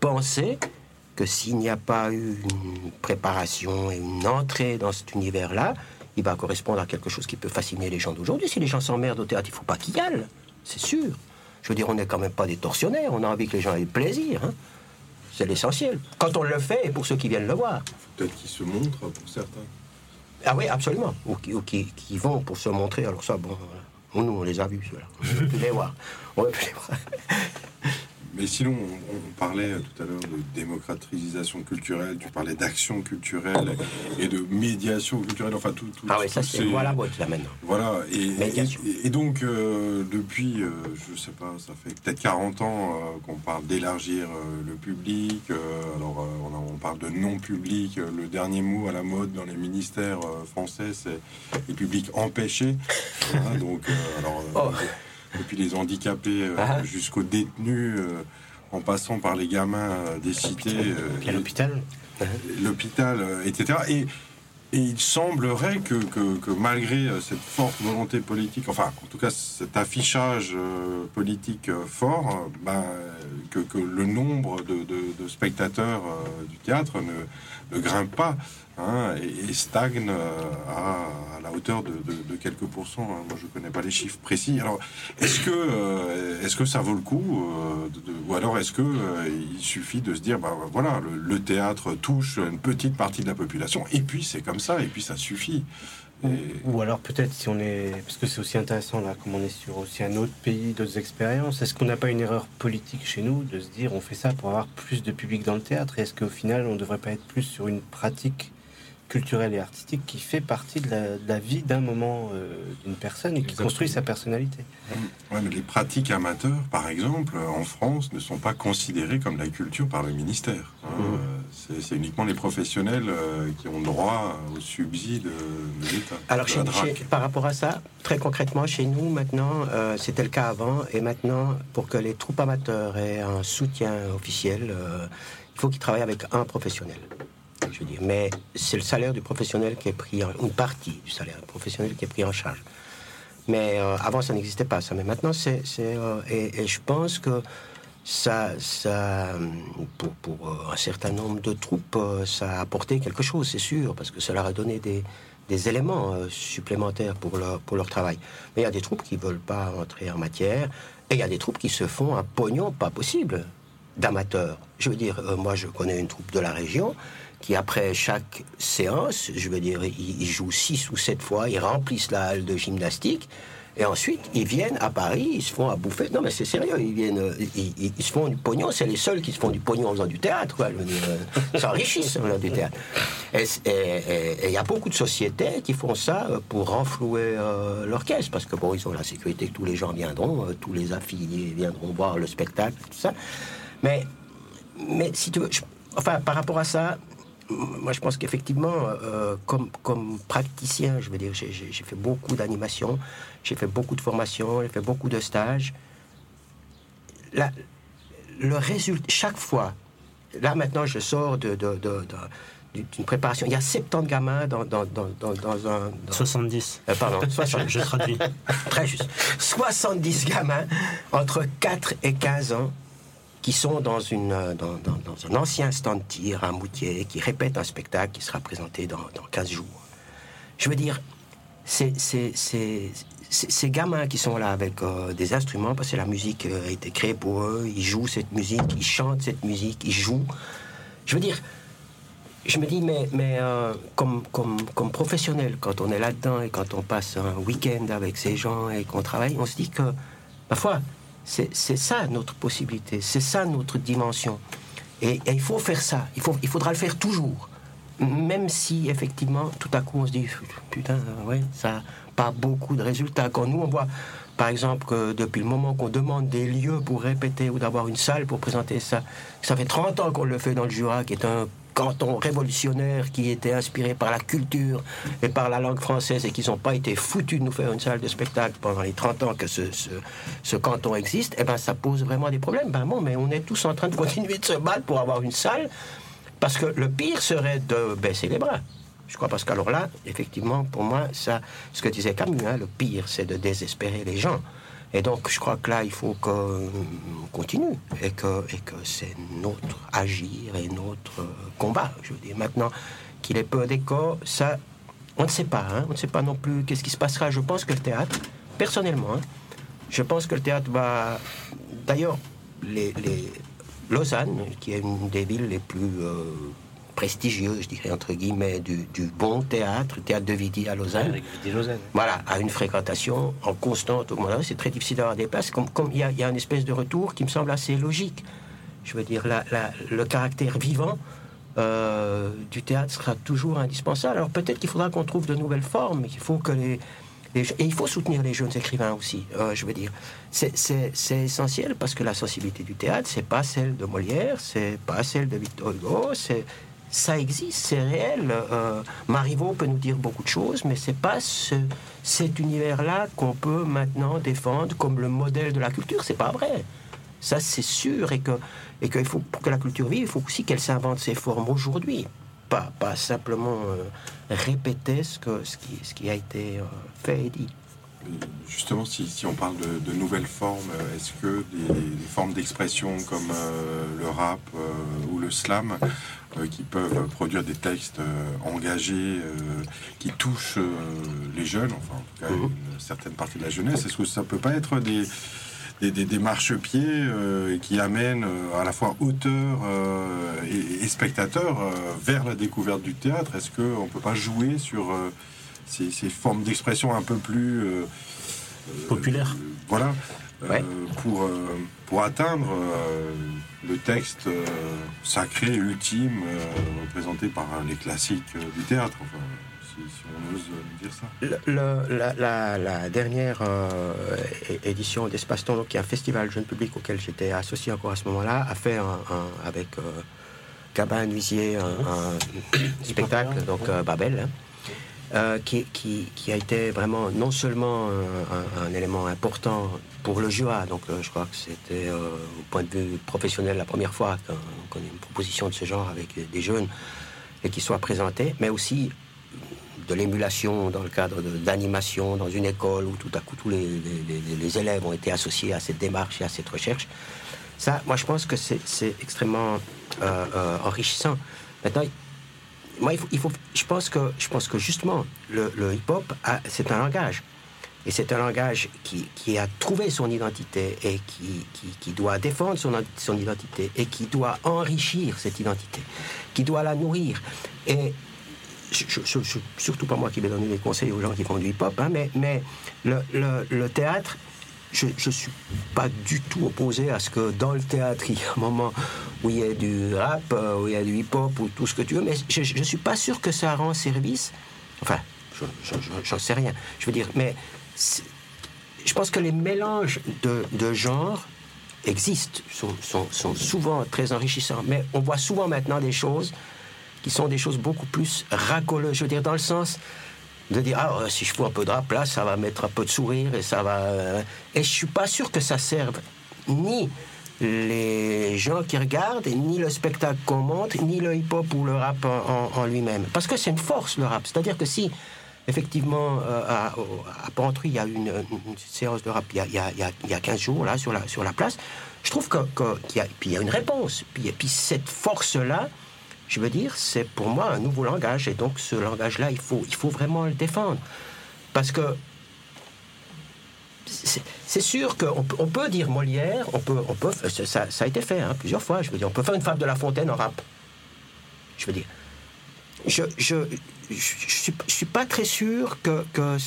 penser que s'il n'y a pas eu une préparation et une entrée dans cet univers-là, il va correspondre à quelque chose qui peut fasciner les gens d'aujourd'hui. Si les gens s'emmerdent au théâtre, il ne faut pas qu'ils y aillent, c'est sûr. Je veux dire, on n'est quand même pas des tortionnaires, on a envie que les gens aient plaisir. Hein. C'est l'essentiel. Quand on le fait, et pour ceux qui viennent le voir. Peut-être qu'ils se montrent pour certains. Ah oui, absolument. Ou qui vont pour se montrer. Alors ça, bon, voilà. Nous, on les a vus, ceux-là. On veut plus les voir. On veut plus les voir. Mais sinon, on parlait tout à l'heure de démocratisation culturelle, tu parlais d'action culturelle et de médiation culturelle, enfin tout. Ah oui, ça c'est voilà votre là maintenant. Voilà, et donc depuis, je sais pas, ça fait peut-être 40 ans qu'on parle d'élargir le public, alors on parle de non-public, le dernier mot à la mode dans les ministères français, c'est les publics empêchés, hein, donc depuis les handicapés jusqu'aux détenus, en passant par les gamins des cités, et l'hôpital, etc. Et il semblerait que malgré cette forte volonté politique, enfin en tout cas cet affichage politique fort, que le nombre de spectateurs du théâtre ne grimpe pas, hein, et stagne à la hauteur de quelques pourcents. Moi, je connais pas les chiffres précis. Alors, est-ce que ça vaut le coup, ou alors est-ce que il suffit de se dire, voilà, le théâtre touche une petite partie de la population, et puis c'est comme ça, et puis ça suffit. Ou alors peut-être si on est, parce que c'est aussi intéressant là, comme on est sur aussi un autre pays, d'autres expériences, est-ce qu'on n'a pas une erreur politique chez nous de se dire on fait ça pour avoir plus de public dans le théâtre, et est-ce qu'au final on ne devrait pas être plus sur une pratique culturelle et artistique qui fait partie de la vie d'un moment d'une personne et qui construit sa personnalité. Ouais, mais les pratiques amateurs, par exemple, en France, ne sont pas considérées comme la culture par le ministère. C'est uniquement les professionnels qui ont droit au subside de l'État. Alors, par rapport à ça, très concrètement, chez nous, maintenant, c'était le cas avant, et maintenant, pour que les troupes amateurs aient un soutien officiel, il faut qu'ils travaillent avec un professionnel. Je veux dire, mais c'est le salaire du professionnel qui est pris une partie du salaire professionnel qui est pris en charge. Mais avant, ça n'existait pas, ça. Mais maintenant, et je pense que ça pour un certain nombre de troupes, ça a apporté quelque chose, c'est sûr, parce que ça leur a donné des éléments supplémentaires pour leur travail. Mais il y a des troupes qui ne veulent pas entrer en matière, et il y a des troupes qui se font un pognon pas possible d'amateurs. Je veux dire, moi, je connais une troupe de la région qui, après chaque séance, je veux dire, ils jouent 6 ou 7 fois, ils remplissent la halle de gymnastique, et ensuite, ils viennent à Paris, ils se font à bouffer. Non, mais c'est sérieux, ils se font du pognon, c'est les seuls qui se font du pognon en faisant du théâtre, quoi. Je veux dire, s'enrichissent en faisant du théâtre. Et il y a beaucoup de sociétés qui font ça pour renflouer l'orchestre, parce que bon, ils ont la sécurité que tous les gens viendront, tous les affiliés viendront voir le spectacle, tout ça. Mais si tu veux, par rapport à ça, moi je pense qu'effectivement, comme praticien, je veux dire, j'ai fait beaucoup d'animations, j'ai fait beaucoup de formations, j'ai fait beaucoup de stages. Le résultat, chaque fois, là maintenant je sors d'une préparation, il y a 70 gamins dans un... 70. Pardon, 60. Je traduis. Très juste. 70 gamins entre 4 et 15 ans qui sont dans un ancien stand tir à Moutier, qui répètent un spectacle qui sera présenté dans 15 jours. Je veux dire, ces gamins qui sont là avec des instruments, parce que la musique a été créée pour eux, ils jouent cette musique, ils chantent cette musique, ils jouent. Je veux dire, je me dis, mais comme professionnel, quand on est là-dedans et quand on passe un week-end avec ces gens et qu'on travaille, on se dit que, parfois, c'est ça notre possibilité, c'est ça notre dimension. Et il faut faire ça, il faudra le faire toujours. Même si, effectivement, tout à coup, on se dit, putain, ouais, ça n'a pas beaucoup de résultats. Quand nous, on voit, par exemple, que depuis le moment qu'on demande des lieux pour répéter ou d'avoir une salle pour présenter ça, ça fait 30 ans qu'on le fait dans le Jura, qui est un canton révolutionnaire qui était inspiré par la culture et par la langue française, et qu'ils n'ont pas été foutus de nous faire une salle de spectacle pendant les 30 ans que ce canton existe, eh ben ça pose vraiment des problèmes. Ben bon, mais on est tous en train de continuer de se battre pour avoir une salle, parce que le pire serait de baisser les bras. Je crois, parce qu'alors là, effectivement, pour moi, ça, ce que disait Camus, hein, le pire, c'est de désespérer les gens. Et donc, je crois que là, il faut qu'on continue et que c'est notre agir et notre combat. Je veux dire, maintenant qu'il est peu d'écho, ça, on ne sait pas. Hein, on ne sait pas non plus qu'est-ce qui se passera. Je pense que le théâtre, personnellement, je pense que le théâtre va... D'ailleurs, Lausanne, qui est une des villes les plus prestigieuses, je dirais, entre guillemets, du bon théâtre, le théâtre de Vidi à Lausanne. Avec Vidi Lausanne. Voilà, à une fréquentation en constante augmentation. C'est très difficile d'avoir des places. Comme il y a une espèce de retour qui me semble assez logique. Je veux dire, le caractère vivant du théâtre sera toujours indispensable. Alors peut-être qu'il faudra qu'on trouve de nouvelles formes. Il faut que et il faut soutenir les jeunes écrivains aussi. Je veux dire, c'est essentiel parce que la sensibilité du théâtre, c'est pas celle de Molière, c'est pas celle de Victor Hugo. Ça existe, c'est réel. Marivaux peut nous dire beaucoup de choses, mais c'est pas cet univers-là qu'on peut maintenant défendre comme le modèle de la culture. C'est pas vrai. Ça, c'est sûr, et qu'il faut, pour que la culture vive, il faut aussi qu'elle s'invente ses formes aujourd'hui. Pas simplement répéter ce qui a été fait et dit. Justement, si on parle de nouvelles formes, est-ce que des formes d'expression comme le rap ou le slam, qui peuvent produire des textes engagés, qui touchent les jeunes, enfin en tout cas une certaine partie de la jeunesse, est-ce que ça peut pas être des marchepieds qui amènent à la fois auteurs et spectateurs vers la découverte du théâtre? Est-ce qu'on ne peut pas jouer sur ces formes d'expression un peu plus populaires, voilà, Ouais. pour atteindre le texte sacré, ultime, représenté par les classiques du théâtre, enfin, si on ose dire ça. La dernière édition d'Espace-Temps, donc, qui est un festival jeune public auquel j'étais associé encore à ce moment-là, a fait avec Gabin Nuisier un spectacle, donc Babel, qui a été vraiment non seulement un élément important pour le JOA, donc je crois que c'était au point de vue professionnel la première fois qu'on a une proposition de ce genre avec des jeunes et qui soit présentée, mais aussi de l'émulation dans le cadre d'animation dans une école où tout à coup tous les élèves ont été associés à cette démarche et à cette recherche. Ça, moi je pense que c'est extrêmement enrichissant. Maintenant, moi, je pense que justement le hip-hop, c'est un langage. Et c'est un langage qui a trouvé son identité et qui doit défendre son identité et qui doit enrichir cette identité, qui doit la nourrir. Et surtout pas moi qui vais donner des conseils aux gens qui font du hip-hop, hein, mais le théâtre, je ne suis pas du tout opposé à ce que dans le théâtre, il y a un moment où il y a du rap, où il y a du hip-hop, ou tout ce que tu veux, mais je ne suis pas sûr que ça rend service. Enfin, j'en sais rien. Je veux dire, mais je pense que les mélanges de genres existent, sont souvent très enrichissants, mais on voit souvent maintenant des choses qui sont des choses beaucoup plus racoleuses, je veux dire, dans le sens de dire, si je fous un peu de rap, là, ça va mettre un peu de sourire, et ça va... Et je suis pas sûr que ça serve ni les gens qui regardent, ni le spectacle qu'on montre, ni le hip-hop ou le rap en lui-même. Parce que c'est une force, le rap. C'est-à-dire que si, effectivement, à Porrentruy, il y a une séance de rap il y a 15 jours, là, sur la place, je trouve qu'il y a une réponse. Puis cette force-là, je veux dire, c'est pour moi un nouveau langage. Et donc, ce langage-là, il faut vraiment le défendre. Parce que c'est sûr qu'on peut dire Molière, ça a été fait plusieurs fois. Je veux dire, on peut faire une fable de La Fontaine en rap. Je veux dire, je suis pas très sûr que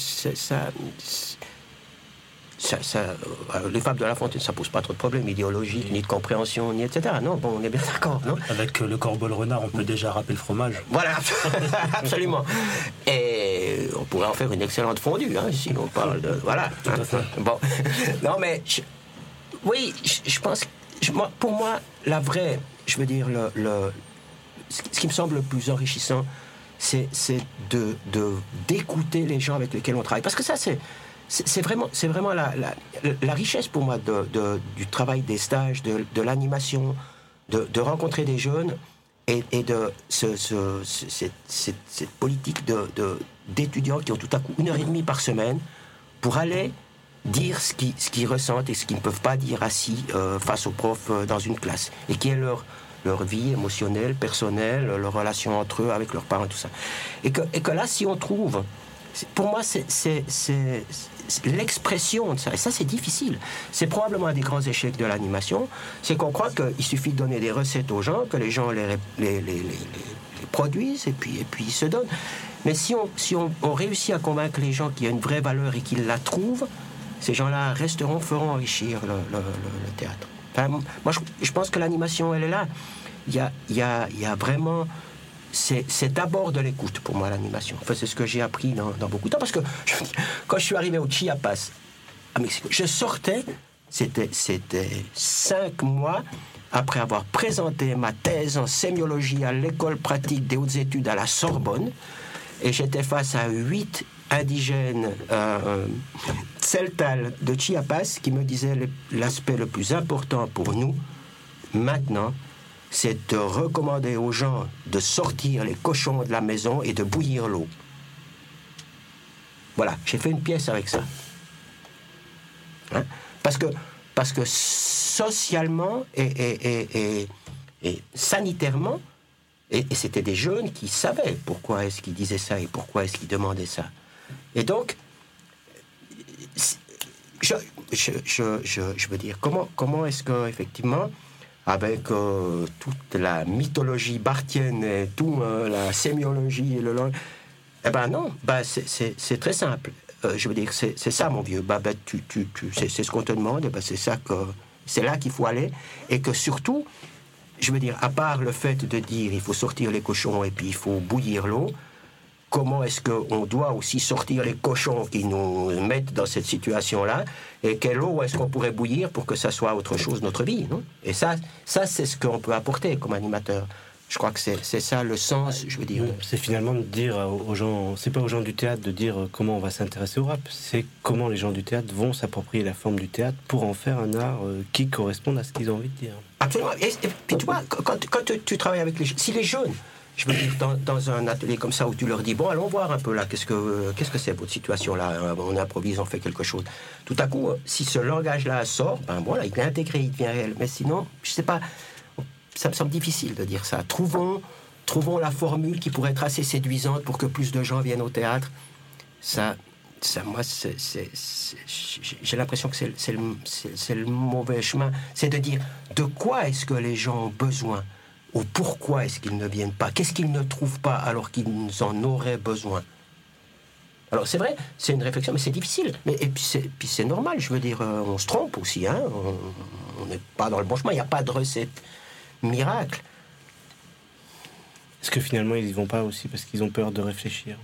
les fables de La Fontaine, ça pose pas trop de problèmes idéologiques, ni de compréhension, ni etc. Non, bon, on est bien d'accord, non? Avec le corbeau le renard, on peut déjà râper le fromage. Voilà, absolument. Et on pourrait en faire une excellente fondue, si on parle de... Voilà. Tout à fait. Bon, non, mais... je pense... Pour moi, la vraie... Je veux dire, ce qui me semble le plus enrichissant, c'est d'écouter les gens avec lesquels on travaille. Parce que ça, c'est vraiment la richesse pour moi du travail des stages, de l'animation, de rencontrer des jeunes et de cette politique d'étudiants qui ont tout à coup 1h30 par semaine pour aller dire ce qu'ils ressentent et ce qu'ils ne peuvent pas dire assis face aux profs dans une classe. Et qui est leur vie émotionnelle, personnelle, leur relation entre eux, avec leurs parents, tout ça. Et que là, si on trouve... Pour moi, c'est l'expression de ça. Et ça, c'est difficile. C'est probablement un des grands échecs de l'animation. C'est qu'on croit qu'il suffit de donner des recettes aux gens, que les gens les produisent, et puis ils se donnent. Mais si on réussit à convaincre les gens qu'il y a une vraie valeur et qu'ils la trouvent, ces gens-là feront enrichir le théâtre. Enfin, moi, je pense que l'animation, elle est là. Il y a vraiment... C'est d'abord de l'écoute pour moi, l'animation. Enfin, c'est ce que j'ai appris dans beaucoup de temps. Parce que quand je suis arrivé au Chiapas, à Mexico, je sortais, c'était 5 mois après avoir présenté ma thèse en sémiologie à l'école pratique des hautes études à la Sorbonne. Et j'étais face à 8 indigènes celtales de Chiapas qui me disaient l'aspect le plus important pour nous, maintenant, c'est de recommander aux gens de sortir les cochons de la maison et de bouillir l'eau. Voilà, j'ai fait une pièce avec ça. Hein? Parce que socialement et sanitairement, et c'était des jeunes qui savaient pourquoi est-ce qu'ils disaient ça et pourquoi est-ce qu'ils demandaient ça. Et donc, je veux dire, comment est-ce que, effectivement, avec toute la mythologie barthienne et toute la sémiologie et le langage. Eh ben non, c'est très simple. Je veux dire, c'est ça, mon vieux. C'est ce qu'on te demande, c'est là qu'il faut aller. Et que surtout, je veux dire, à part le fait de dire il faut sortir les cochons et puis il faut bouillir l'eau, comment est-ce qu'on doit aussi sortir les cochons qui nous mettent dans cette situation-là, et quelle eau est-ce qu'on pourrait bouillir pour que ça soit autre chose notre vie, non? Et ça c'est ce qu'on peut apporter comme animateur. Je crois que c'est ça le sens, je veux dire. C'est finalement de dire aux gens, c'est pas aux gens du théâtre de dire comment on va s'intéresser au rap, c'est comment les gens du théâtre vont s'approprier la forme du théâtre pour en faire un art qui corresponde à ce qu'ils ont envie de dire. Absolument. Et puis tu vois, quand tu travailles avec les jeunes, si les jeunes, je veux dire, dans un atelier comme ça où tu leur dis, bon, allons voir un peu là, qu'est-ce que c'est votre situation là, on improvise, on fait quelque chose. Tout à coup, si ce langage-là sort, ben voilà, il est intégré, il devient réel. Mais sinon, je sais pas, ça me semble difficile de dire ça. Trouvons la formule qui pourrait être assez séduisante pour que plus de gens viennent au théâtre. Ça moi, j'ai l'impression que c'est le mauvais chemin. C'est de dire, de quoi est-ce que les gens ont besoin ? Ou pourquoi est-ce qu'ils ne viennent pas? Qu'est-ce qu'ils ne trouvent pas alors qu'ils en auraient besoin? Alors c'est vrai, c'est une réflexion, mais c'est difficile. Et puis c'est normal, je veux dire, on se trompe aussi, hein? On n'est pas dans le bon chemin, il n'y a pas de recette miracle. Est-ce que finalement ils n'y vont pas aussi parce qu'ils ont peur de réfléchir?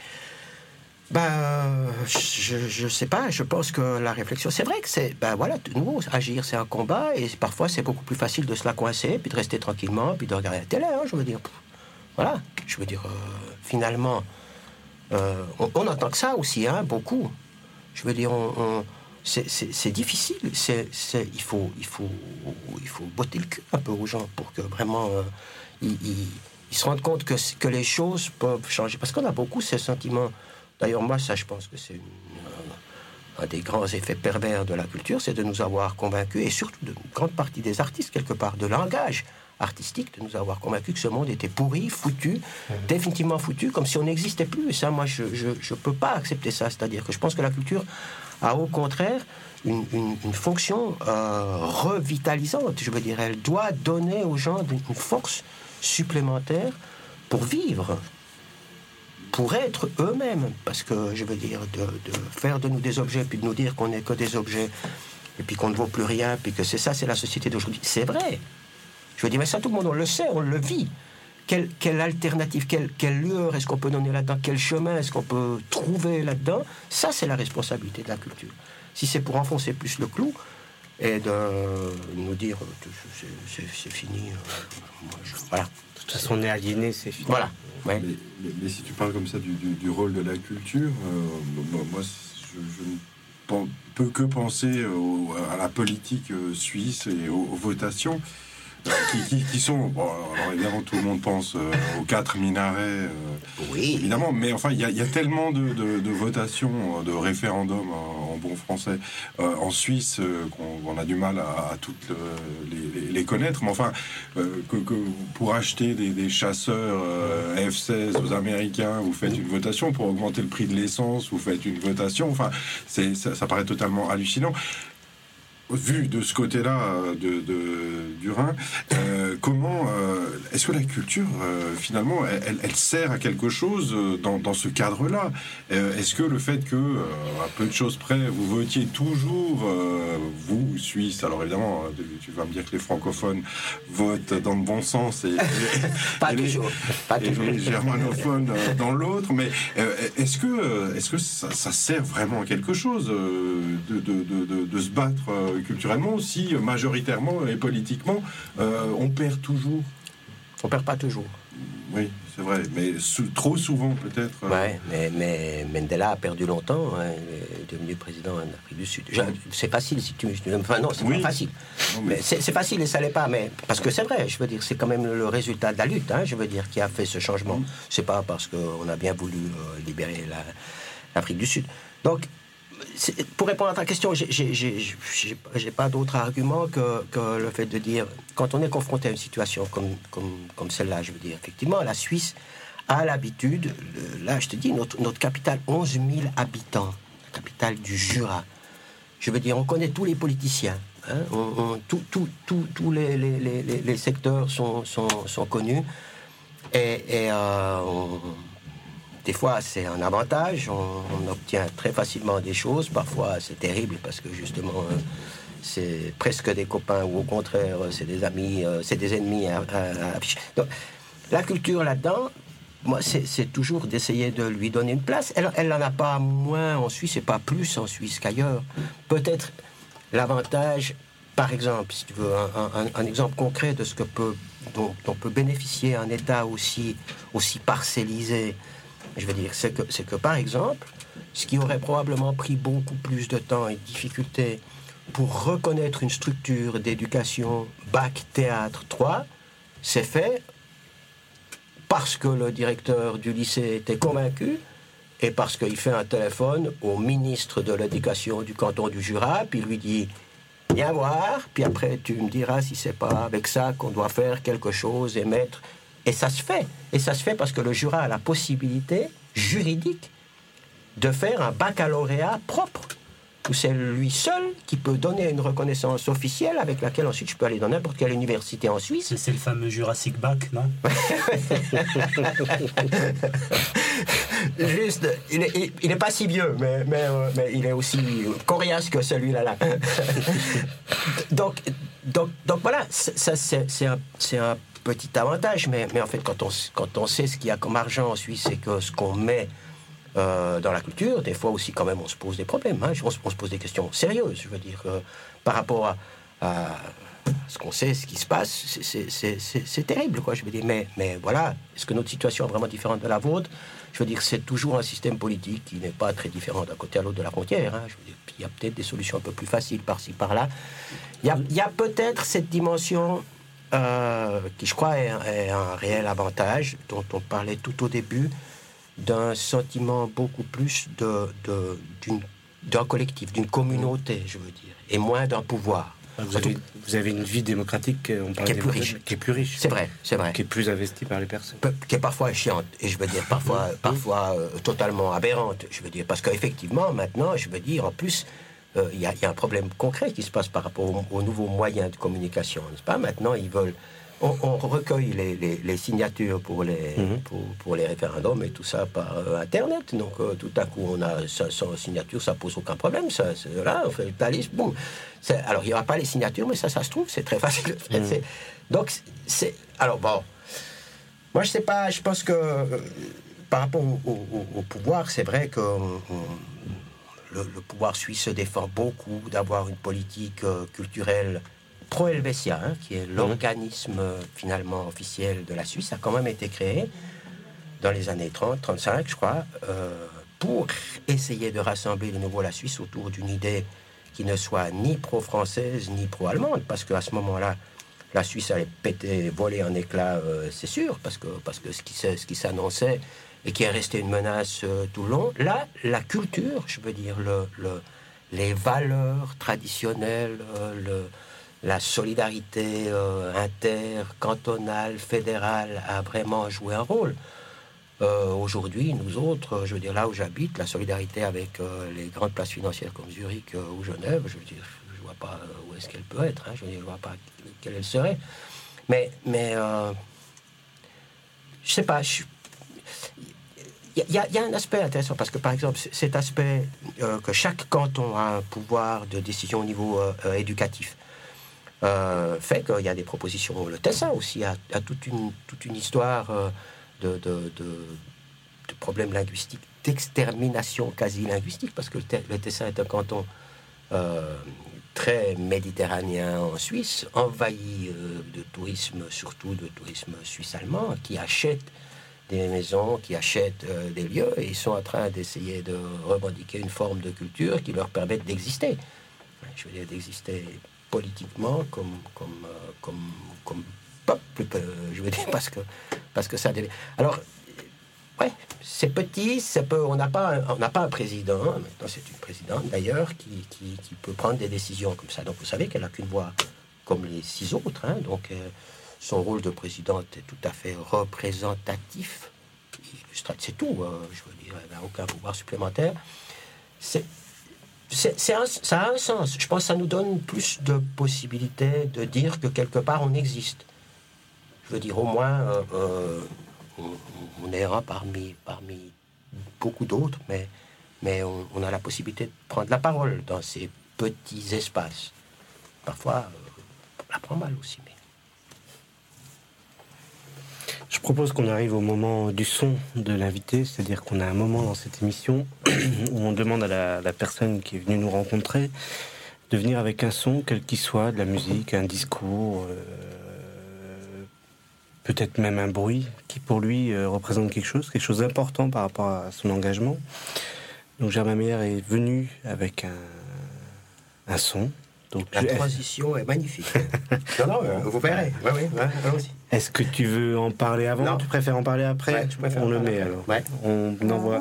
Je sais pas, je pense que la réflexion, c'est vrai que c'est, voilà, de nouveau, agir c'est un combat, et parfois c'est beaucoup plus facile de se la coincer, puis de rester tranquillement, puis de regarder la télé, hein, je veux dire, voilà, je veux dire, finalement, on entend que ça aussi, hein, beaucoup, je veux dire, c'est difficile, il faut botter le cul un peu aux gens pour que vraiment, ils se rendent compte que les choses peuvent changer, parce qu'on a beaucoup ces sentiments. D'ailleurs, moi, ça, je pense que c'est un des grands effets pervers de la culture, c'est de nous avoir convaincus, et surtout de une grande partie des artistes, quelque part, de langage artistique, de nous avoir convaincus que ce monde était pourri, foutu, définitivement foutu, comme si on n'existait plus. Et ça, moi, je ne peux pas accepter ça. C'est-à-dire que je pense que la culture a, au contraire, une fonction revitalisante. Je veux dire, elle doit donner aux gens une force supplémentaire pour vivre, pour être eux-mêmes, parce que, je veux dire, de faire de nous des objets, puis de nous dire qu'on n'est que des objets, et puis qu'on ne vaut plus rien, puis que c'est la société d'aujourd'hui. C'est vrai. Je veux dire, mais ça, tout le monde, on le sait, on le vit. Quelle alternative, quelle lueur est-ce qu'on peut donner là-dedans? Quel chemin est-ce qu'on peut trouver là-dedans? Ça, c'est la responsabilité de la culture. Si c'est pour enfoncer plus le clou, et de nous dire, c'est fini, voilà. De toute façon, on est aliéné, c'est fini. Voilà. Ouais. Mais si tu parles comme ça du rôle de la culture, moi je ne peux que penser à la politique suisse et aux votations qui sont... Bon, alors évidemment, tout le monde pense aux 4 minarets Oui. Évidemment, mais enfin, il y a tellement de votations, de référendums en bon français en Suisse qu'on a du mal à toutes les connaître. Mais enfin, que pour acheter des chasseurs F-16 aux Américains, vous faites une votation. Pour augmenter le prix de l'essence, vous faites une votation. Enfin, ça paraît totalement hallucinant. Vu de ce côté-là du Rhin, comment est-ce que la culture finalement elle sert à quelque chose dans ce cadre-là? Est-ce que le fait que à peu de choses près vous votiez toujours vous Suisse, alors évidemment tu vas me dire que les francophones votent dans le bon sens et les germanophones dans l'autre, mais est-ce que ça sert vraiment à quelque chose de se battre culturellement aussi, majoritairement et politiquement, on perd toujours. On perd pas toujours. Oui, c'est vrai, mais trop souvent peut-être. Ouais, mais Mandela a perdu longtemps. Hein, il est devenu président en Afrique du Sud. C'est facile si tu. Enfin non, c'est pas facile. Non, mais c'est facile et ça l'est pas. Mais parce que c'est vrai, je veux dire, c'est quand même le résultat de la lutte. Hein, je veux dire, qui a fait ce changement. C'est pas parce qu'on a bien voulu libérer l'Afrique du Sud. Donc. Pour répondre à ta question, j'ai pas d'autre argument que le fait de dire, quand on est confronté à une situation comme celle-là, je veux dire, effectivement, la Suisse a l'habitude, là je te dis, notre capitale, 11 000 habitants, la capitale du Jura, je veux dire, on connaît tous les politiciens, hein, tous les secteurs sont connus, et des fois, c'est un avantage, on obtient très facilement des choses. Parfois, c'est terrible parce que justement, c'est presque des copains ou au contraire, c'est des amis, c'est des ennemis à afficher. Donc, la culture là-dedans, moi, c'est toujours d'essayer de lui donner une place. Elle n'en a pas moins en Suisse et pas plus en Suisse qu'ailleurs. Peut-être l'avantage, par exemple, si tu veux, un exemple concret de ce dont on peut bénéficier un État aussi parcellisé. Je veux dire, c'est que, par exemple, ce qui aurait probablement pris beaucoup plus de temps et de difficultés pour reconnaître une structure d'éducation bac théâtre 3, c'est fait parce que le directeur du lycée était convaincu et parce qu'il fait un téléphone au ministre de l'Éducation du canton du Jura, puis il lui dit « Viens voir, puis après tu me diras si c'est pas avec ça qu'on doit faire quelque chose et mettre... » Et ça se fait. Et ça se fait parce que le Jura a la possibilité juridique de faire un baccalauréat propre, où c'est lui seul qui peut donner une reconnaissance officielle avec laquelle ensuite je peux aller dans n'importe quelle université en Suisse. C'est le fameux Jurassic Bac, non? Juste, il est pas si vieux, mais il est aussi coriace que celui-là. donc voilà, ça c'est un petit avantage, mais en fait, quand on sait ce qu'il y a comme argent en Suisse et que ce qu'on met dans la culture, des fois aussi, quand même, on se pose des problèmes. Hein, on se pose des questions sérieuses. Je veux dire, par rapport à ce qu'on sait, ce qui se passe, c'est terrible, quoi. Je veux dire, mais voilà, est-ce que notre situation est vraiment différente de la vôtre? Je veux dire, c'est toujours un système politique qui n'est pas très différent d'un côté à l'autre de la frontière. Hein. Je veux dire, il y a peut-être des solutions un peu plus faciles par-ci, par-là. Il y a peut-être cette dimension... qui je crois est un réel avantage dont on parlait tout au début, d'un sentiment beaucoup plus d'un collectif, d'une communauté, je veux dire, et moins d'un pouvoir. Vous avez une vie démocratique qui est plus riche. C'est vrai. Qui est plus investie par les personnes. Qui est parfois chiante, et je veux dire parfois totalement aberrante, je veux dire, parce qu'effectivement, maintenant, je veux dire, en plus, il y a un problème concret qui se passe par rapport aux nouveaux moyens de communication, n'est-ce pas? Maintenant, ils veulent... On recueille les signatures pour les référendums et tout ça par Internet. Donc, tout à coup, on a 500 signatures, ça pose aucun problème. Là, on fait la liste, boum. Alors, il n'y aura pas les signatures, mais ça se trouve, c'est très facile. Donc, alors, bon... Moi, je sais pas, je pense que par rapport au pouvoir, c'est vrai que... Le pouvoir suisse se défend beaucoup d'avoir une politique culturelle pro-Helvetia, hein, qui est l'organisme finalement officiel de la Suisse, a quand même été créé dans les années 30, 35, je crois, pour essayer de rassembler de nouveau la Suisse autour d'une idée qui ne soit ni pro-française ni pro-allemande, parce qu'à ce moment-là, la Suisse allait péter, voler en éclats, c'est sûr, parce que ce qui s'annonçait et qui est resté une menace tout le long. Là, la culture, je veux dire, les valeurs traditionnelles, la solidarité intercantonale, fédérale a vraiment joué un rôle. Aujourd'hui, nous autres, je veux dire, là où j'habite, la solidarité avec les grandes places financières comme Zurich ou Genève, je veux dire, je vois pas où est-ce qu'elle peut être, hein, je veux dire, je vois pas quelle elle serait. Mais je sais pas, il y a un aspect intéressant, parce que par exemple, cet aspect que chaque canton a un pouvoir de décision au niveau éducatif, fait qu'il y a des propositions. Le Tessin aussi a toute une histoire de problèmes linguistiques, d'extermination quasi linguistique, parce que le Tessin est un canton très méditerranéen en Suisse, envahi de tourisme, surtout de tourisme suisse-allemand, qui achète des maisons, qui achètent des lieux, et ils sont en train d'essayer de revendiquer une forme de culture qui leur permette d'exister. Je veux dire, d'exister politiquement comme peuple, je veux dire, parce que ça devient... Alors, ouais, c'est petit, on n'a pas un président, maintenant c'est une présidente d'ailleurs, qui peut prendre des décisions comme ça. Donc vous savez qu'elle n'a qu'une voix comme les 6 autres, hein, donc son rôle de présidente est tout à fait représentatif, c'est tout, je veux dire, elle n'a aucun pouvoir supplémentaire. Ça a un sens. Je pense que ça nous donne plus de possibilités de dire que quelque part on existe. Je veux dire, au moins, on est un parmi beaucoup d'autres, mais on a la possibilité de prendre la parole dans ces petits espaces. Parfois, on la prend mal aussi. Mais... Je propose qu'on arrive au moment du son de l'invité, c'est-à-dire qu'on a un moment dans cette émission où on demande à la personne qui est venue nous rencontrer de venir avec un son, quel qu'il soit, de la musique, un discours, peut-être même un bruit, qui pour lui représente quelque chose d'important par rapport à son engagement. Donc Germain Meyer est venu avec un son. Donc, la transition est magnifique. non, vous verrez. Oui, allons-y. Est-ce que tu veux en parler avant? Non. Tu préfères en parler après? Ouais, je préfère. On le met alors. Ouais. On envoie.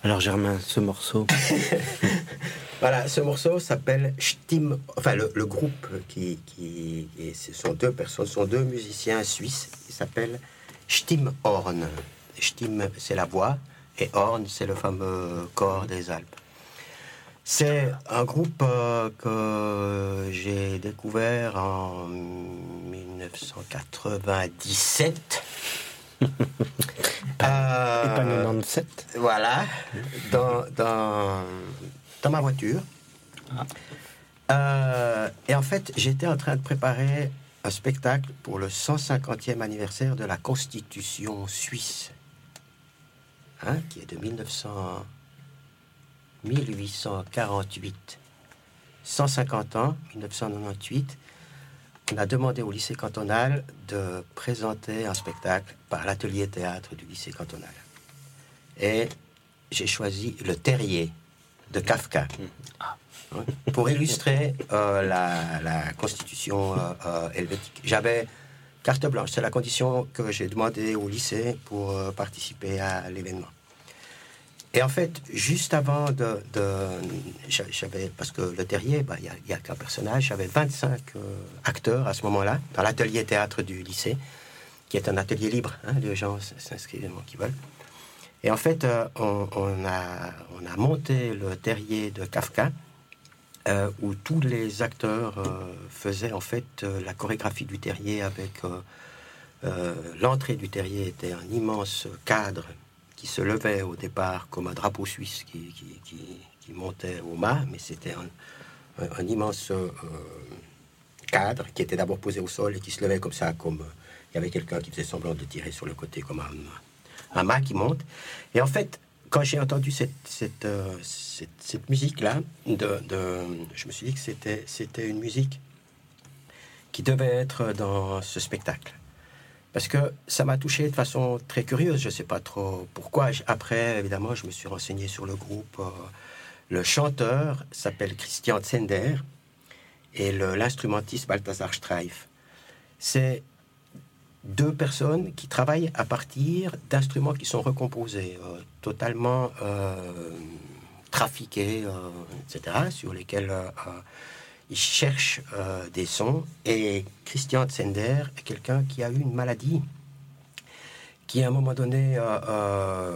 Alors Germain, ce morceau. Voilà, ce morceau s'appelle Stimme. Enfin, le groupe ce sont deux personnes, ce sont deux musiciens suisses. Il s'appelle Stimmhorn. Stimme, c'est la voix, et Horn, c'est le fameux corps des Alpes. C'est un groupe que j'ai découvert en 1997. Et pas 97. Voilà, dans ma voiture. Et en fait, j'étais en train de préparer un spectacle pour le 150e anniversaire de la Constitution suisse, qui est de 1848. 150 ans, 1998. On a demandé au lycée cantonal de présenter un spectacle par l'atelier théâtre du lycée cantonal. Et j'ai choisi Le Terrier de Kafka pour illustrer la constitution helvétique. J'avais carte blanche, c'est la condition que j'ai demandé au lycée pour participer à l'événement. Et en fait, juste avant j'avais, parce que Le Terrier, il y a qu'un personnage, j'avais 25 acteurs à ce moment-là, dans l'atelier théâtre du lycée, qui est un atelier libre, les gens s'inscrivent qui veulent. Et en fait, on a monté Le Terrier de Kafka, où tous les acteurs faisaient en fait la chorégraphie du terrier avec... l'entrée du terrier était un immense cadre qui se levait au départ comme un drapeau suisse qui montait au mât, mais c'était un immense cadre qui était d'abord posé au sol et qui se levait comme ça, comme il y avait quelqu'un qui faisait semblant de tirer sur le côté comme un mât qui monte. Et en fait, quand j'ai entendu cette musique-là, je me suis dit que c'était une musique qui devait être dans ce spectacle. Parce que ça m'a touché de façon très curieuse, je ne sais pas trop pourquoi. Après, évidemment, je me suis renseigné sur le groupe. Le chanteur s'appelle Christian Zender et l'instrumentiste Balthasar Streif. C'est deux personnes qui travaillent à partir d'instruments qui sont recomposés, totalement trafiqués, etc., sur lesquels ils cherchent des sons. Et Christian Zender est quelqu'un qui a eu une maladie, qui à un moment donné a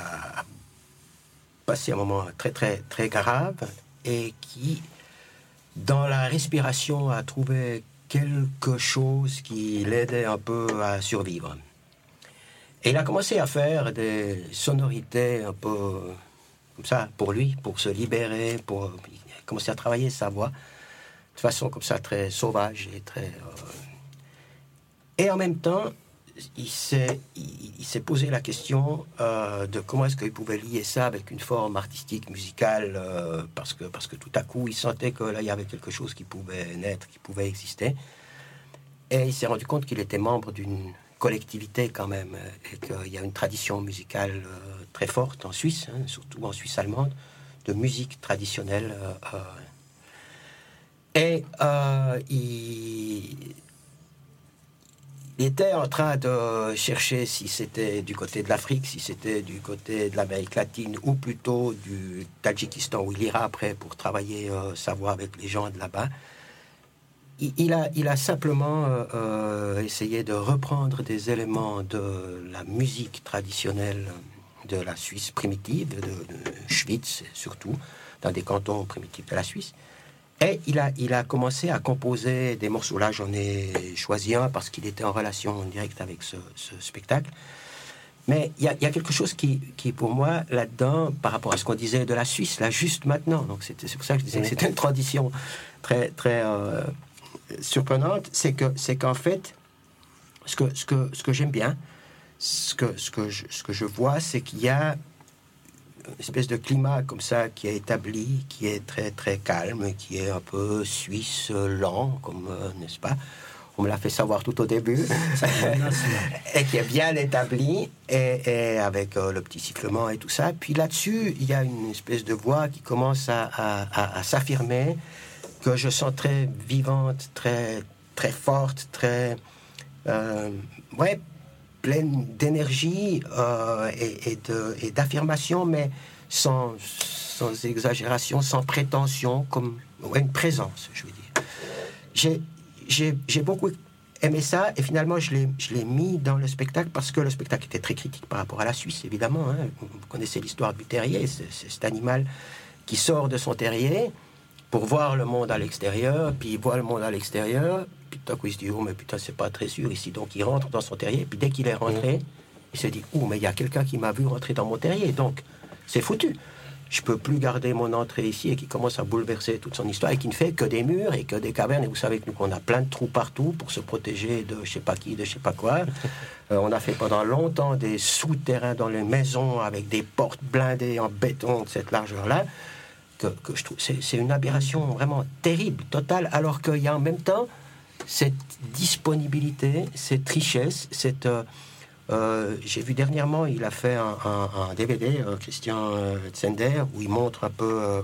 passé un moment très très très grave, et qui, dans la respiration, a trouvé quelque chose qui l'aidait un peu à survivre. Et il a commencé à faire des sonorités un peu comme ça, pour lui, pour se libérer, il a commencé à travailler sa voix de façon comme ça très sauvage et très... Et en même temps, il s'est posé la question de comment est-ce qu'il pouvait lier ça avec une forme artistique, musicale, parce que tout à coup, il sentait que là, il y avait quelque chose qui pouvait naître, qui pouvait exister. Et il s'est rendu compte qu'il était membre d'une collectivité quand même, et qu'il y a une tradition musicale très forte en Suisse, surtout en Suisse allemande, de musique traditionnelle. Et il était en train de chercher si c'était du côté de l'Afrique, si c'était du côté de l'Amérique latine, ou plutôt du Tadjikistan, où il ira après pour travailler sa voix avec les gens de là-bas. Il a simplement essayé de reprendre des éléments de la musique traditionnelle de la Suisse primitive, de Schwyz surtout, dans des cantons primitifs de la Suisse. Et il a commencé à composer des morceaux. Là, j'en ai choisi un parce qu'il était en relation directe avec ce spectacle. Mais il y a quelque chose qui, pour moi, là-dedans, par rapport à ce qu'on disait de la Suisse, là, juste maintenant, donc c'est pour ça que je disais que c'était une tradition très, très surprenante, c'est qu'en fait, ce que j'aime bien, ce que je vois, c'est qu'il y a une espèce de climat comme ça qui est établi, qui est très très calme, qui est un peu suisse lent, comme n'est-ce pas? On me l'a fait savoir tout au début, et qui est bien établi, et avec le petit sifflement et tout ça. Puis là-dessus, il y a une espèce de voix qui commence à s'affirmer, que je sens très vivante, très très forte, très pleine d'énergie et d'affirmation, mais sans exagération, sans prétention, comme une présence, je veux dire. J'ai beaucoup aimé ça, et finalement je l'ai mis dans le spectacle parce que le spectacle était très critique par rapport à la Suisse, évidemment. Hein. Vous connaissez l'histoire du terrier, c'est cet animal qui sort de son terrier pour voir le monde à l'extérieur, puis il voit le monde à l'extérieur, puis tout à coup il se dit « Oh, mais putain, c'est pas très sûr ici », donc il rentre dans son terrier, puis dès qu'il est rentré, il se dit « Oh, mais il y a quelqu'un qui m'a vu rentrer dans mon terrier, donc c'est foutu. Je peux plus garder mon entrée ici », et qui commence à bouleverser toute son histoire, et qui ne fait que des murs et que des cavernes, et vous savez que nous, qu'on a plein de trous partout pour se protéger de je sais pas qui, de je sais pas quoi. On a fait pendant longtemps des souterrains dans les maisons avec des portes blindées en béton de cette largeur-là, que je trouve c'est une aberration vraiment terrible, totale, alors qu'il y a en même temps cette disponibilité, cette richesse, cette... j'ai vu dernièrement, il a fait un DVD, Christian Zender, où il montre un peu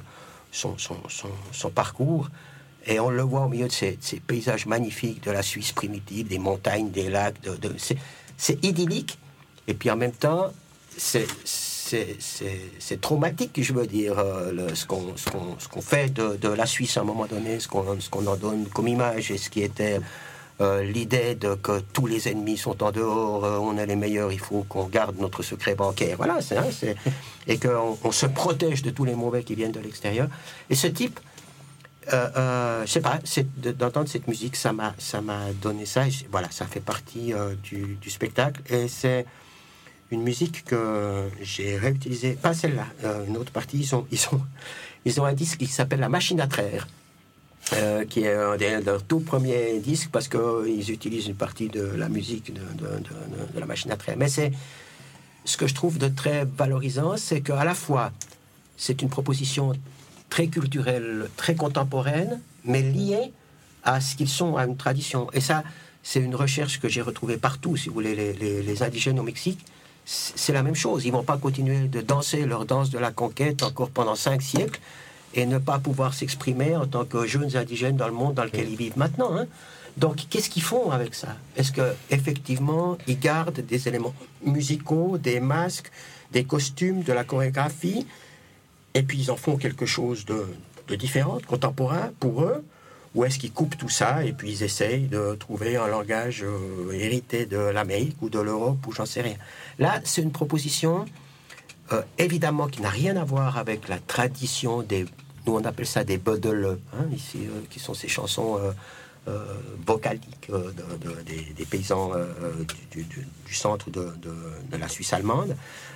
son parcours, et on le voit au milieu de ces paysages magnifiques de la Suisse primitive, des montagnes, des lacs, c'est idyllique, et puis en même temps, c'est traumatique, je veux dire, ce qu'on fait de la Suisse à un moment donné, ce qu'on en donne comme image, et ce qui était... l'idée que tous les ennemis sont en dehors, on est les meilleurs, il faut qu'on garde notre secret bancaire. Voilà, et qu'on se protège de tous les mauvais qui viennent de l'extérieur. Et ce type, je sais pas, d'entendre cette musique, ça m'a donné ça. Et voilà, ça fait partie du spectacle. Et c'est une musique que j'ai réutilisée, pas celle-là, une autre partie. Ils ont un disque qui s'appelle La Machine à traire. Qui est un de leurs tout premiers disques, parce qu'ils utilisent une partie de la musique de la machine à traire. Mais c'est ce que je trouve de très valorisant, c'est qu'à la fois c'est une proposition très culturelle, très contemporaine, mais liée à ce qu'ils sont, à une tradition. Et ça, c'est une recherche que j'ai retrouvée partout, si vous voulez. Les indigènes au Mexique, c'est la même chose. Ils vont pas continuer de danser leur danse de la conquête encore pendant 5 siècles, et ne pas pouvoir s'exprimer en tant que jeunes indigènes dans le monde dans lequel ils vivent maintenant. Hein. Donc, qu'est-ce qu'ils font avec ça? Est-ce qu'effectivement, ils gardent des éléments musicaux, des masques, des costumes, de la chorégraphie, et puis ils en font quelque chose de différent, de contemporain pour eux? Ou est-ce qu'ils coupent tout ça et puis ils essayent de trouver un langage hérité de l'Amérique ou de l'Europe ou j'en sais rien? Là, c'est une proposition... évidemment qui n'a rien à voir avec la tradition des... Nous, on appelle ça des bödel, hein, ici, qui sont ces chansons vocaliques des paysans du centre de la Suisse allemande.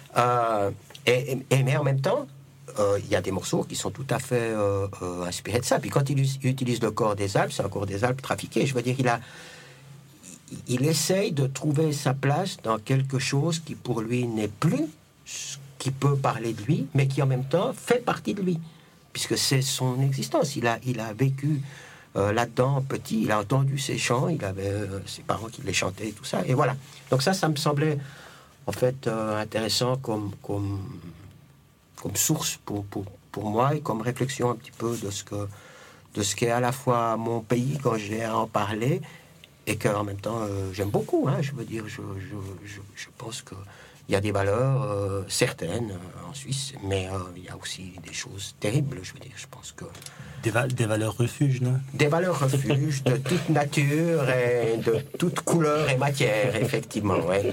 Mais en même temps, il y a des morceaux qui sont tout à fait inspirés de ça. Puis quand il utilise le corps des Alpes, c'est un corps des Alpes trafiqué. Je veux dire, il essaye de trouver sa place dans quelque chose qui, pour lui, n'est plus... qui peut parler de lui, mais qui en même temps fait partie de lui, puisque c'est son existence. Il a vécu là-dedans petit, il a entendu ses chants, il avait ses parents qui les chantaient, tout ça, et voilà. Donc ça me semblait en fait intéressant comme source pour moi, et comme réflexion un petit peu de ce qu'est à la fois mon pays quand j'ai à en parler, et qu'en même temps j'aime beaucoup. Hein, je veux dire, je pense que il y a des valeurs certaines en Suisse, mais il y a aussi des choses terribles, je veux dire. Je pense que... Des valeurs refuges, non? Des valeurs refuges de toute nature et de toute couleur et matière, effectivement, ouais.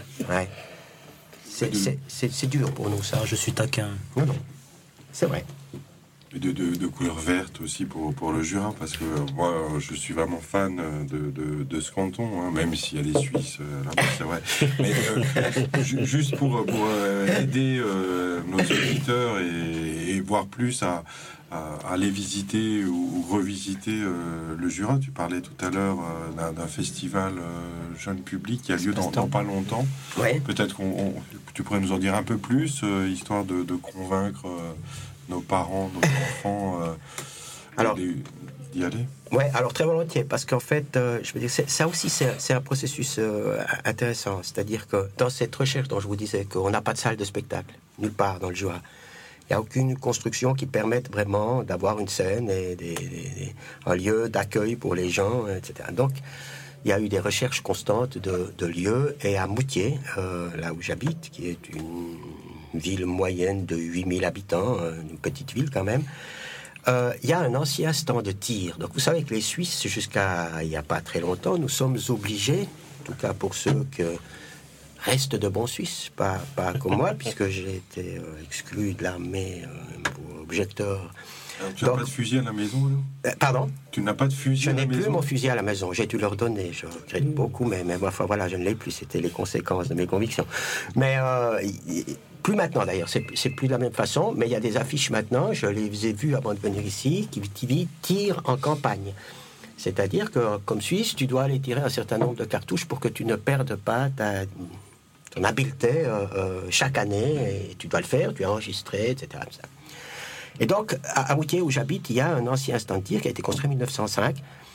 C'est dur pour nous, ça. Je suis taquin. Non, c'est vrai. Et de couleur verte aussi pour le Jura, parce que moi je suis vraiment fan de ce canton, hein, même s'il y a les Suisses là-bas, c'est vrai. Mais juste pour aider nos auditeurs et voir plus à aller visiter ou revisiter le Jura. Tu parlais tout à l'heure d'un festival jeune public qui a lieu dans pas longtemps. Ouais. Peut-être tu pourrais nous en dire un peu plus, histoire de convaincre nos parents, nos enfants d'y aller. Ouais, alors très volontiers, parce qu'en fait, je veux dire, ça aussi, c'est un processus intéressant. C'est-à-dire que dans cette recherche dont je vous disais qu'on n'a pas de salle de spectacle, nulle part dans le Jura, il n'y a aucune construction qui permette vraiment d'avoir une scène et un lieu d'accueil pour les gens, etc. Donc, il y a eu des recherches constantes de lieux, et à Moutier, là où j'habite, qui est une ville moyenne de 8000 habitants, une petite ville quand même. Il y a un ancien stand de tir. Donc vous savez que les Suisses, jusqu'à il n'y a pas très longtemps, nous sommes obligés, en tout cas pour ceux qui restent de bons Suisses, pas comme moi, puisque j'ai été exclu de l'armée pour objecteur. Alors, tu n'as pas de fusil à la maison, là Pardon? Tu n'as pas de fusil Je à la n'ai maison? plus mon fusil à la maison. J'ai dû leur donner. Je regrette beaucoup, mais enfin, voilà, je ne l'ai plus. C'était les conséquences de mes convictions. Mais plus maintenant, d'ailleurs. C'est plus de la même façon. Mais il y a des affiches maintenant, je les ai vues avant de venir ici, qui disent « tir en campagne ». C'est-à-dire que, comme Suisse, tu dois aller tirer un certain nombre de cartouches pour que tu ne perdes pas ton habileté chaque année. Et tu dois le faire, tu es enregistré, etc. Et donc, à Moutier, où j'habite, il y a un ancien stand de tir qui a été construit en 1905,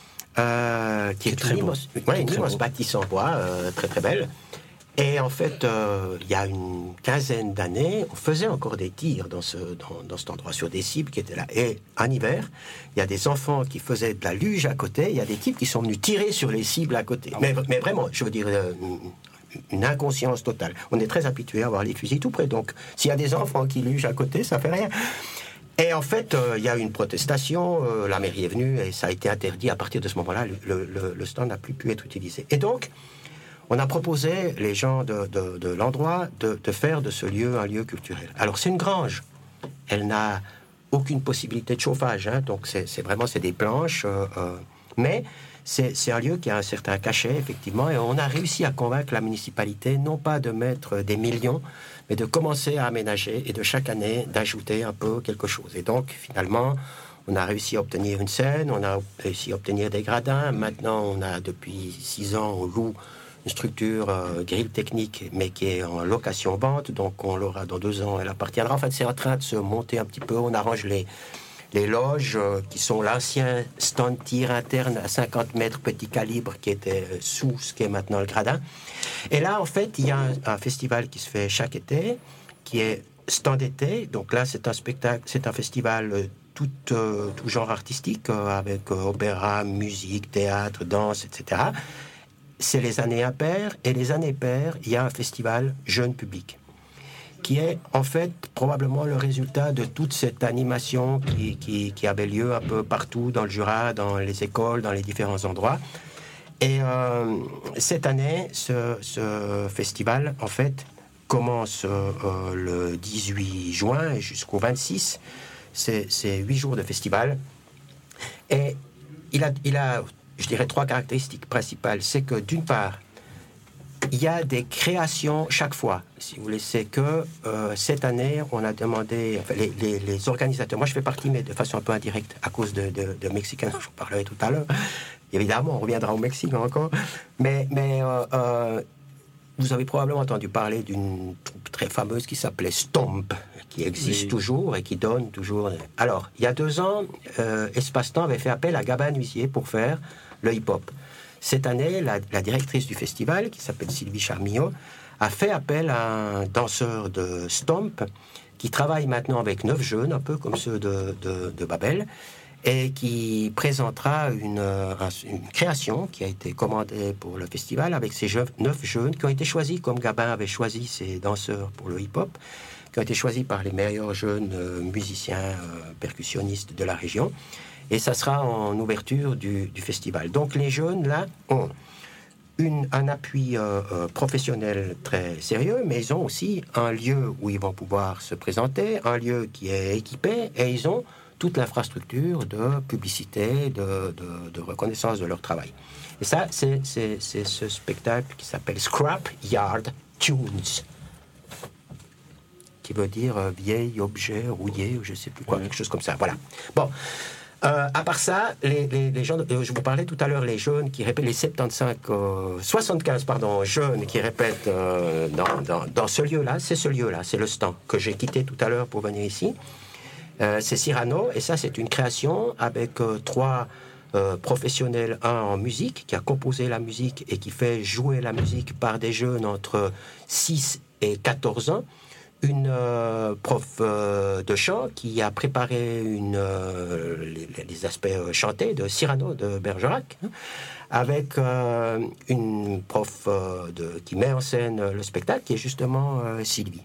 qui est une immense bâtisse en bois, très très belle. Et en fait, il y a une quinzaine d'années, on faisait encore des tirs dans cet endroit, sur des cibles qui étaient là. Et en hiver, il y a des enfants qui faisaient de la luge à côté, il y a des types qui sont venus tirer sur les cibles à côté. Mais vraiment, je veux dire... une inconscience totale. On est très habitué à avoir les fusils tout près. Donc, s'il y a des enfants qui lugent à côté, ça fait rien. Et en fait, il y a eu une protestation, la mairie est venue et ça a été interdit. À partir de ce moment-là, le stand n'a plus pu être utilisé. Et donc, on a proposé, les gens de l'endroit, de faire de ce lieu un lieu culturel. Alors, c'est une grange. Elle n'a aucune possibilité de chauffage. Hein, donc, c'est des planches. Mais c'est un lieu qui a un certain cachet, effectivement. Et on a réussi à convaincre la municipalité, non pas de mettre des millions, mais de commencer à aménager et de chaque année d'ajouter un peu quelque chose. Et donc, finalement, on a réussi à obtenir une scène, on a réussi à obtenir des gradins. Maintenant, on a, depuis 6 ans, on loue une structure grille technique, mais qui est en location-vente. Donc, on l'aura dans 2 ans, elle appartiendra. En fait, c'est en train de se monter un petit peu. On arrange les loges, qui sont l'ancien stand tir interne à 50 mètres petit calibre, qui était sous ce qui est maintenant le gradin. Et là, en fait, il y a un festival qui se fait chaque été, qui est stand été. Donc là, c'est un spectacle, c'est un festival tout genre artistique, avec opéra, musique, théâtre, danse, etc. C'est les années impaires, et les années paires, il y a un festival jeune public, qui est en fait probablement le résultat de toute cette animation qui avait lieu un peu partout dans le Jura, dans les écoles, dans les différents endroits. Et cette année, ce festival, en fait, commence le 18 juin et jusqu'au 26. C'est 8 jours de festival. Et il a, je dirais, 3 caractéristiques principales. C'est que, d'une part, il y a des créations chaque fois, si vous voulez. C'est que cette année, on a demandé, enfin, les organisateurs, moi je fais partie, mais de façon un peu indirecte, à cause de Mexicains, je vous parlerai tout à l'heure. Évidemment, on reviendra au Mexique encore. Mais vous avez probablement entendu parler d'une troupe très fameuse qui s'appelait Stomp, qui existe toujours et qui donne toujours. Alors, il y a 2 ans, Espace-Temps avait fait appel à Gabin Nuisier pour faire le hip-hop. Cette année, la directrice du festival, qui s'appelle Sylvie Charmillot, a fait appel à un danseur de Stomp qui travaille maintenant avec 9 jeunes, un peu comme ceux de Babel, et qui présentera une création qui a été commandée pour le festival avec ces 9 jeunes qui ont été choisis, comme Gabin avait choisi ses danseurs pour le hip-hop, qui ont été choisis par les meilleurs jeunes musiciens, percussionnistes de la région. Et ça sera en ouverture du festival. Donc les jeunes, là, ont un appui professionnel très sérieux, mais ils ont aussi un lieu où ils vont pouvoir se présenter, un lieu qui est équipé, et ils ont toute l'infrastructure de publicité, de reconnaissance de leur travail. Et ça, c'est ce spectacle qui s'appelle Scrap Yard Tunes, qui veut dire vieil objet rouillé, ou je ne sais plus quoi, quelque chose comme ça. Voilà. Bon. À part ça, les gens, je vous parlais tout à l'heure, les jeunes qui répètent, les 75 jeunes qui répètent dans ce lieu-là, c'est le stand que j'ai quitté tout à l'heure pour venir ici. C'est Cyrano, et ça c'est une création avec 3 professionnels, un en musique, qui a composé la musique et qui fait jouer la musique par des jeunes entre 6 et 14 ans. Une prof de chant qui a préparé les aspects chantés de Cyrano de Bergerac, avec une prof qui met en scène le spectacle, qui est justement Sylvie.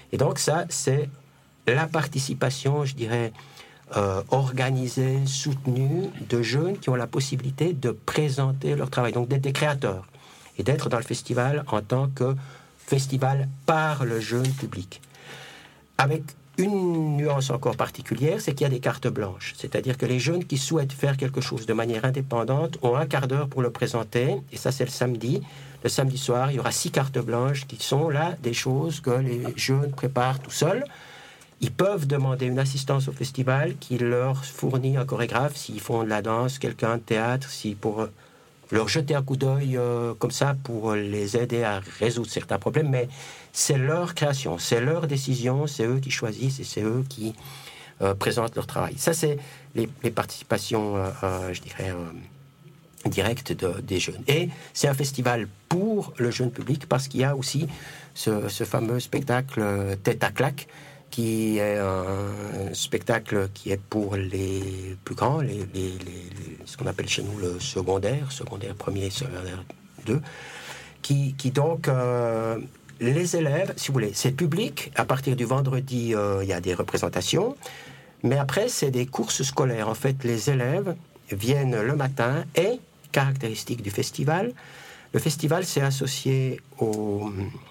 Et donc ça, c'est la participation, je dirais, organisée, soutenue de jeunes qui ont la possibilité de présenter leur travail, donc d'être des créateurs et d'être dans le festival en tant que festival par le jeune public. Avec une nuance encore particulière, c'est qu'il y a des cartes blanches. C'est-à-dire que les jeunes qui souhaitent faire quelque chose de manière indépendante ont un quart d'heure pour le présenter, et ça c'est le samedi. Le samedi soir, il y aura 6 cartes blanches qui sont là des choses que les jeunes préparent tout seuls. Ils peuvent demander une assistance au festival qui leur fournit un chorégraphe s'ils font de la danse, quelqu'un de théâtre, si pour leur jeter un coup d'œil comme ça pour les aider à résoudre certains problèmes. Mais c'est leur création, c'est leur décision, c'est eux qui choisissent et c'est eux qui présentent leur travail. Ça, c'est les participations, je dirais, directes des jeunes. Et c'est un festival pour le jeune public parce qu'il y a aussi ce fameux spectacle Tête à claque, qui est un spectacle qui est pour les plus grands, ce qu'on appelle chez nous le secondaire premier, secondaire 2, qui donc, les élèves, si vous voulez, c'est public, à partir du vendredi, il y a des représentations, mais après, c'est des courses scolaires. En fait, les élèves viennent le matin, et, caractéristique du festival, le festival s'est associé au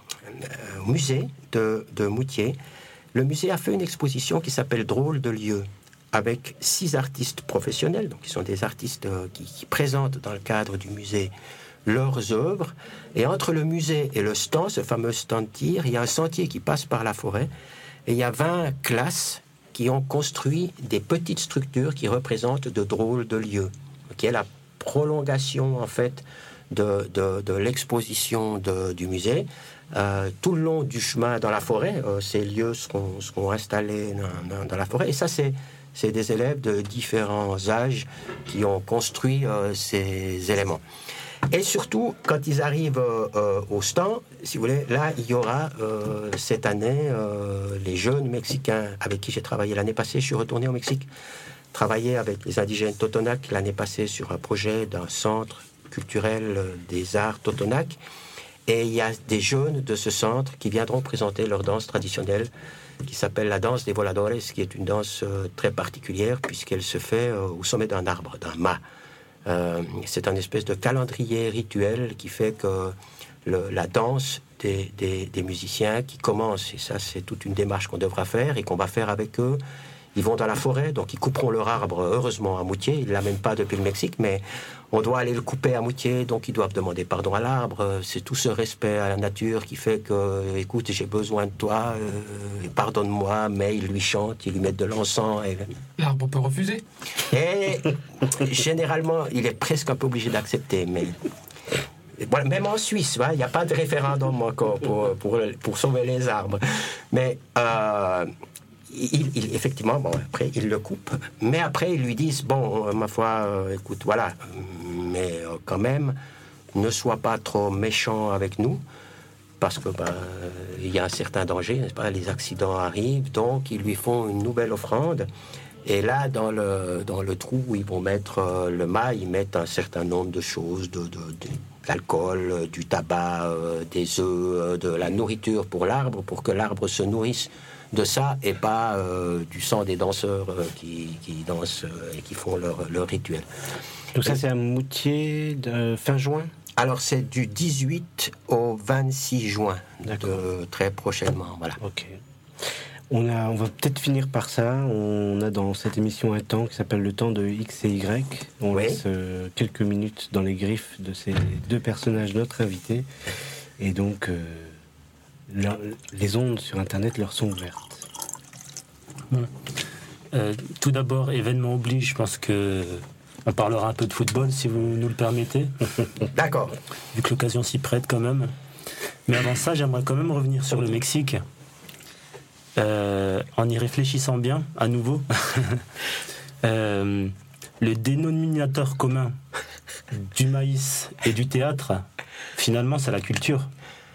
musée de Moutier. Le musée a fait une exposition qui s'appelle Drôle de lieu, avec 6 artistes professionnels, donc qui sont des artistes qui présentent dans le cadre du musée leurs œuvres. Et entre le musée et le stand, ce fameux stand tir, il y a un sentier qui passe par la forêt, et il y a 20 classes qui ont construit des petites structures qui représentent de drôles de lieux, qui est la prolongation en fait de l'exposition du musée. Tout le long du chemin dans la forêt, ces lieux seront installés dans la forêt. Et ça, c'est des élèves de différents âges qui ont construit ces éléments. Et surtout, quand ils arrivent au stand, si vous voulez, là, il y aura cette année les jeunes Mexicains avec qui j'ai travaillé l'année passée. Je suis retourné au Mexique, travailler avec les indigènes Totonac l'année passée sur un projet d'un centre culturel des arts Totonac. Et il y a des jeunes de ce centre qui viendront présenter leur danse traditionnelle qui s'appelle la danse des voladores, qui est une danse très particulière puisqu'elle se fait au sommet d'un arbre, d'un mât. C'est un espèce de calendrier rituel qui fait que la danse des musiciens qui commence, et ça c'est toute une démarche qu'on devra faire et qu'on va faire avec eux. Ils vont dans la forêt, donc ils couperont leur arbre, heureusement, à Moutier. Ils ne l'amènent pas depuis le Mexique, mais on doit aller le couper à Moutier, donc ils doivent demander pardon à l'arbre. C'est tout ce respect à la nature qui fait que, écoute, j'ai besoin de toi, pardonne-moi, mais ils lui chantent, ils lui mettent de l'encens. Et... L'arbre peut refuser. Et généralement, il est presque un peu obligé d'accepter, mais... Voilà, même en Suisse, il n'y a pas de référendum encore pour sauver les arbres. Mais... effectivement, bon, après, ils le coupent. Mais après, ils lui disent, bon, ma foi, écoute, voilà, mais quand même, ne sois pas trop méchant avec nous, parce que il y a un certain danger, n'est-ce pas, les accidents arrivent, donc ils lui font une nouvelle offrande. Et là, dans le trou où ils vont mettre le mât, ils mettent un certain nombre de choses, de l'alcool, du tabac, des œufs, de la nourriture pour l'arbre, pour que l'arbre se nourrisse de ça et pas du sang des danseurs qui dansent et qui font leur rituel. Donc ça, c'est à Moutier de fin juin ? Alors, c'est du 18 au 26 juin, très prochainement. Voilà. Ok. On va peut-être finir par ça. On a dans cette émission un temps qui s'appelle le temps de X et Y. On laisse quelques minutes dans les griffes de ces 2 personnages, notre invité. Et donc... les ondes sur Internet leur sont ouvertes. Tout d'abord, événement oblige, je pense que on parlera un peu de football, si vous nous le permettez. D'accord. Vu que l'occasion s'y prête quand même. Mais avant ça, j'aimerais quand même revenir sur le Mexique. En y réfléchissant bien, à nouveau. Le dénominateur commun du maïs et du théâtre, finalement, c'est la culture.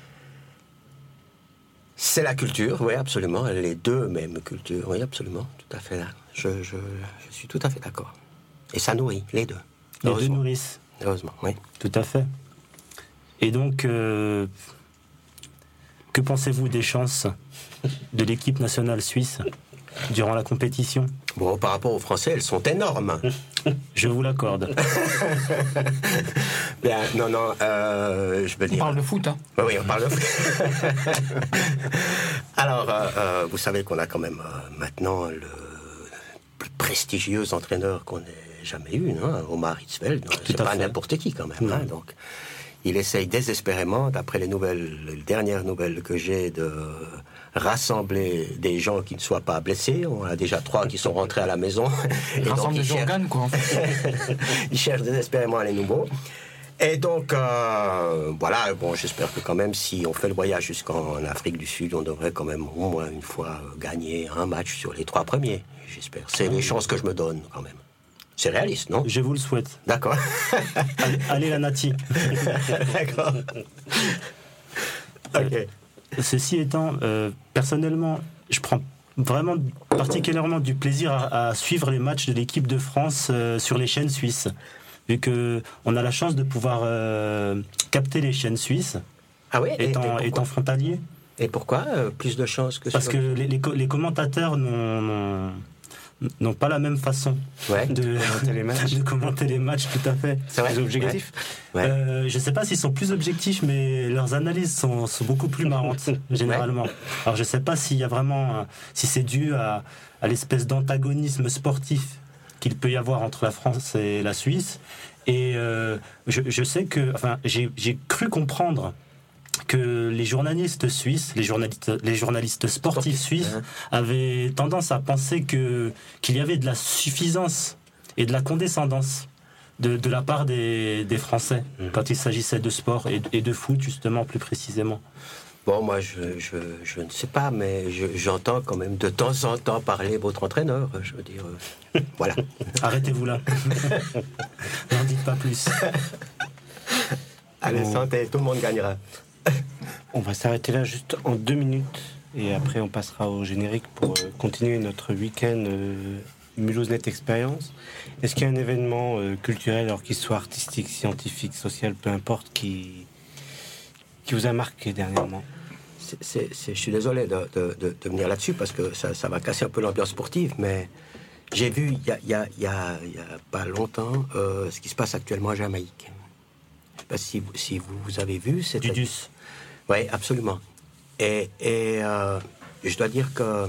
C'est la culture, oui, absolument. Les 2 mêmes cultures, oui, absolument. Tout à fait là. Je suis tout à fait d'accord. Et ça nourrit, les 2. Les 2 nourrissent. Heureusement, oui. Tout à fait. Et donc, Que pensez-vous des chances de l'équipe nationale suisse durant la compétition? Bon, par rapport aux Français, elles sont énormes. Je vous l'accorde. Bien, non, je veux On dire... parle de foot, hein. Oui, on parle de foot. Alors, vous savez qu'on a quand même maintenant le plus prestigieux entraîneur qu'on ait jamais eu, non, Omar Hitzfeld. C'est pas n'importe qui quand même. Hein, donc, il essaye désespérément, d'après les dernières nouvelles que j'ai, de rassembler des gens qui ne soient pas blessés. On a déjà 3 qui sont rentrés à la maison. Il rassemble des organes, quoi. En fait. Il cherche désespérément les nouveaux. Et donc, voilà, bon, j'espère que quand même, si on fait le voyage jusqu'en Afrique du Sud, on devrait quand même au moins une fois gagner un match sur les 3 premiers. J'espère. C'est les chances que je me donne, quand même. C'est réaliste, non? Je vous le souhaite. D'accord. Allez, la Nati. D'accord. Ok. Ceci étant, personnellement, je prends vraiment particulièrement du plaisir à suivre les matchs de l'équipe de France sur les chaînes suisses, vu qu'on a la chance de pouvoir capter les chaînes suisses, Ah oui, étant frontalier. Et pourquoi plus de chances que Parce sur... que les commentateurs n'ont pas la même façon Ouais. de commenter les matchs, tout à fait. C'est vrai. Les objectifs. Ouais. Je ne sais pas s'ils sont plus objectifs, mais leurs analyses sont beaucoup plus marrantes, généralement. Alors je ne sais pas s'il y a vraiment, si c'est dû à l'espèce d'antagonisme sportif qu'il peut y avoir entre la France et la Suisse. Et je sais que, enfin, j'ai cru comprendre que les journalistes suisses, les journalistes sportifs suisses, avaient tendance à penser qu'il y avait de la suffisance et de la condescendance de la part des Français quand il s'agissait de sport et de foot, justement, plus précisément. Bon, moi, je ne sais pas, mais j'entends quand même de temps en temps parler votre entraîneur, je veux dire... voilà. Arrêtez-vous là. N'en dites pas plus. Allez, santé, tout le monde gagnera. On va s'arrêter là juste en 2 minutes et après on passera au générique pour continuer notre week-end Mulhouse-Net Experience. Est-ce qu'il y a un événement culturel, alors qu'il soit artistique, scientifique, social, peu importe, qui vous a marqué dernièrement? Je suis désolé de venir là-dessus parce que ça va casser un peu l'ambiance sportive, mais j'ai vu il y a pas longtemps ce qui se passe actuellement en Jamaïque. Je ne sais pas si vous avez vu. Dudus. Oui, absolument. Et je dois dire que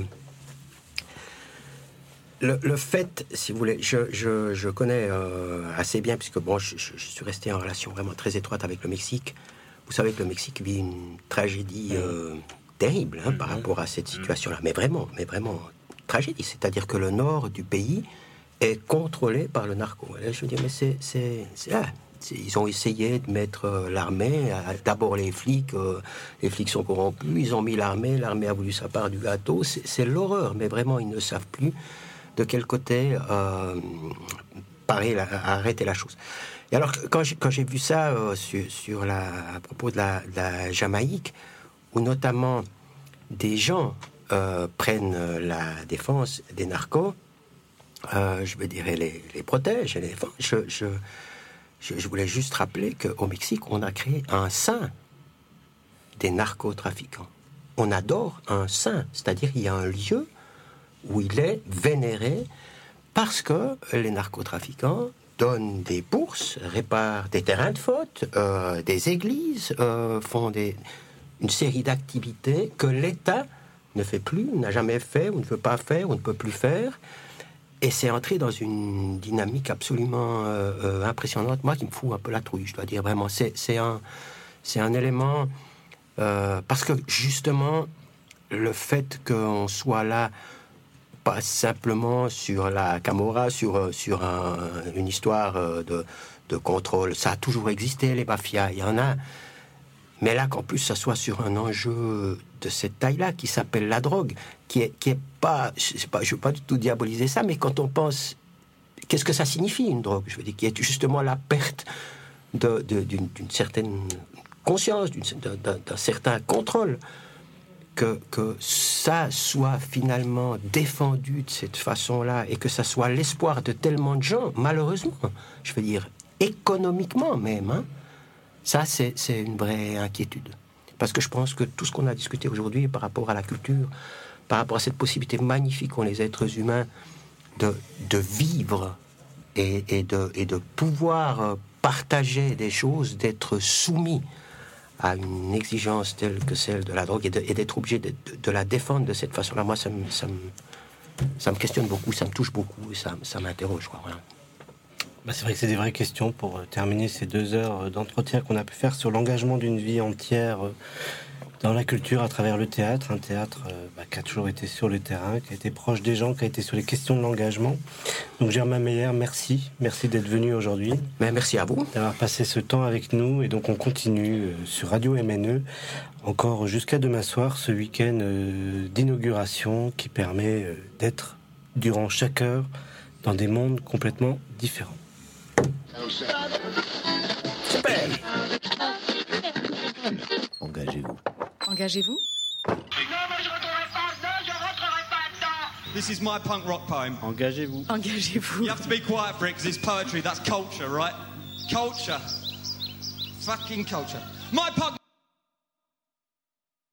le fait, si vous voulez, je connais assez bien, puisque bon, je suis resté en relation vraiment très étroite avec le Mexique. Vous savez que le Mexique vit une tragédie terrible par rapport à cette situation-là. Mais vraiment, tragédie. C'est-à-dire que le nord du pays est contrôlé par le narco. Et je veux dire, mais c'est ils ont essayé de mettre l'armée, d'abord les flics sont corrompus, ils ont mis l'armée a voulu sa part du gâteau, c'est l'horreur, mais vraiment ils ne savent plus de quel côté arrêter la chose. Et alors quand j'ai vu ça à propos de la Jamaïque, où notamment des gens prennent la défense des narcos, je veux dire, les protègent, et les défendent, je voulais juste rappeler qu'au Mexique, on a créé un saint des narcotrafiquants. On adore un saint, c'est-à-dire il y a un lieu où il est vénéré parce que les narcotrafiquants donnent des bourses, réparent des terrains de faute, des églises, font une série d'activités que l'État ne fait plus, n'a jamais fait, ou ne veut pas faire, ou ne peut plus faire. Et c'est entré dans une dynamique absolument impressionnante, moi qui me fout un peu la trouille, je dois dire vraiment. C'est un élément parce que justement le fait qu'on soit là, pas simplement sur la Camorra, sur une histoire de contrôle, ça a toujours existé, les mafias, il y en a. Mais là, qu'en plus, ça soit sur un enjeu de cette taille-là, qui s'appelle la drogue, qui est pas, je ne veux pas du tout diaboliser ça, mais quand on pense, qu'est-ce que ça signifie, une drogue? Je veux dire, qui est justement la perte d'une certaine conscience, d'un certain contrôle, que ça soit finalement défendu de cette façon-là, et que ça soit l'espoir de tellement de gens, malheureusement, je veux dire, économiquement même, hein. Ça, c'est une vraie inquiétude. Parce que je pense que tout ce qu'on a discuté aujourd'hui par rapport à la culture, par rapport à cette possibilité magnifique qu'ont les êtres humains de vivre et de pouvoir partager des choses, d'être soumis à une exigence telle que celle de la drogue et d'être obligé de la défendre de cette façon-là, moi, ça me questionne beaucoup, ça me touche beaucoup, et ça m'interroge, quoi, voilà. C'est vrai que c'est des vraies questions pour terminer ces 2 heures d'entretien qu'on a pu faire sur l'engagement d'une vie entière dans la culture à travers le théâtre. Un théâtre qui a toujours été sur le terrain, qui a été proche des gens, qui a été sur les questions de l'engagement. Donc Germain Meyer, merci d'être venu aujourd'hui. Mais merci à vous. D'avoir passé ce temps avec nous. Et donc on continue sur Radio MNE, encore jusqu'à demain soir, ce week-end d'inauguration qui permet d'être durant chaque heure dans des mondes complètement différents. Super. Engagez-vous. Engagez-vous. Non, moi je rentrerai pas. Non, je rentrerai pas dedans. This is my punk rock poem. Engagez-vous. Engagez-vous. You have to be quiet for it because it's poetry. That's culture, right? Culture. Fucking culture. My punk.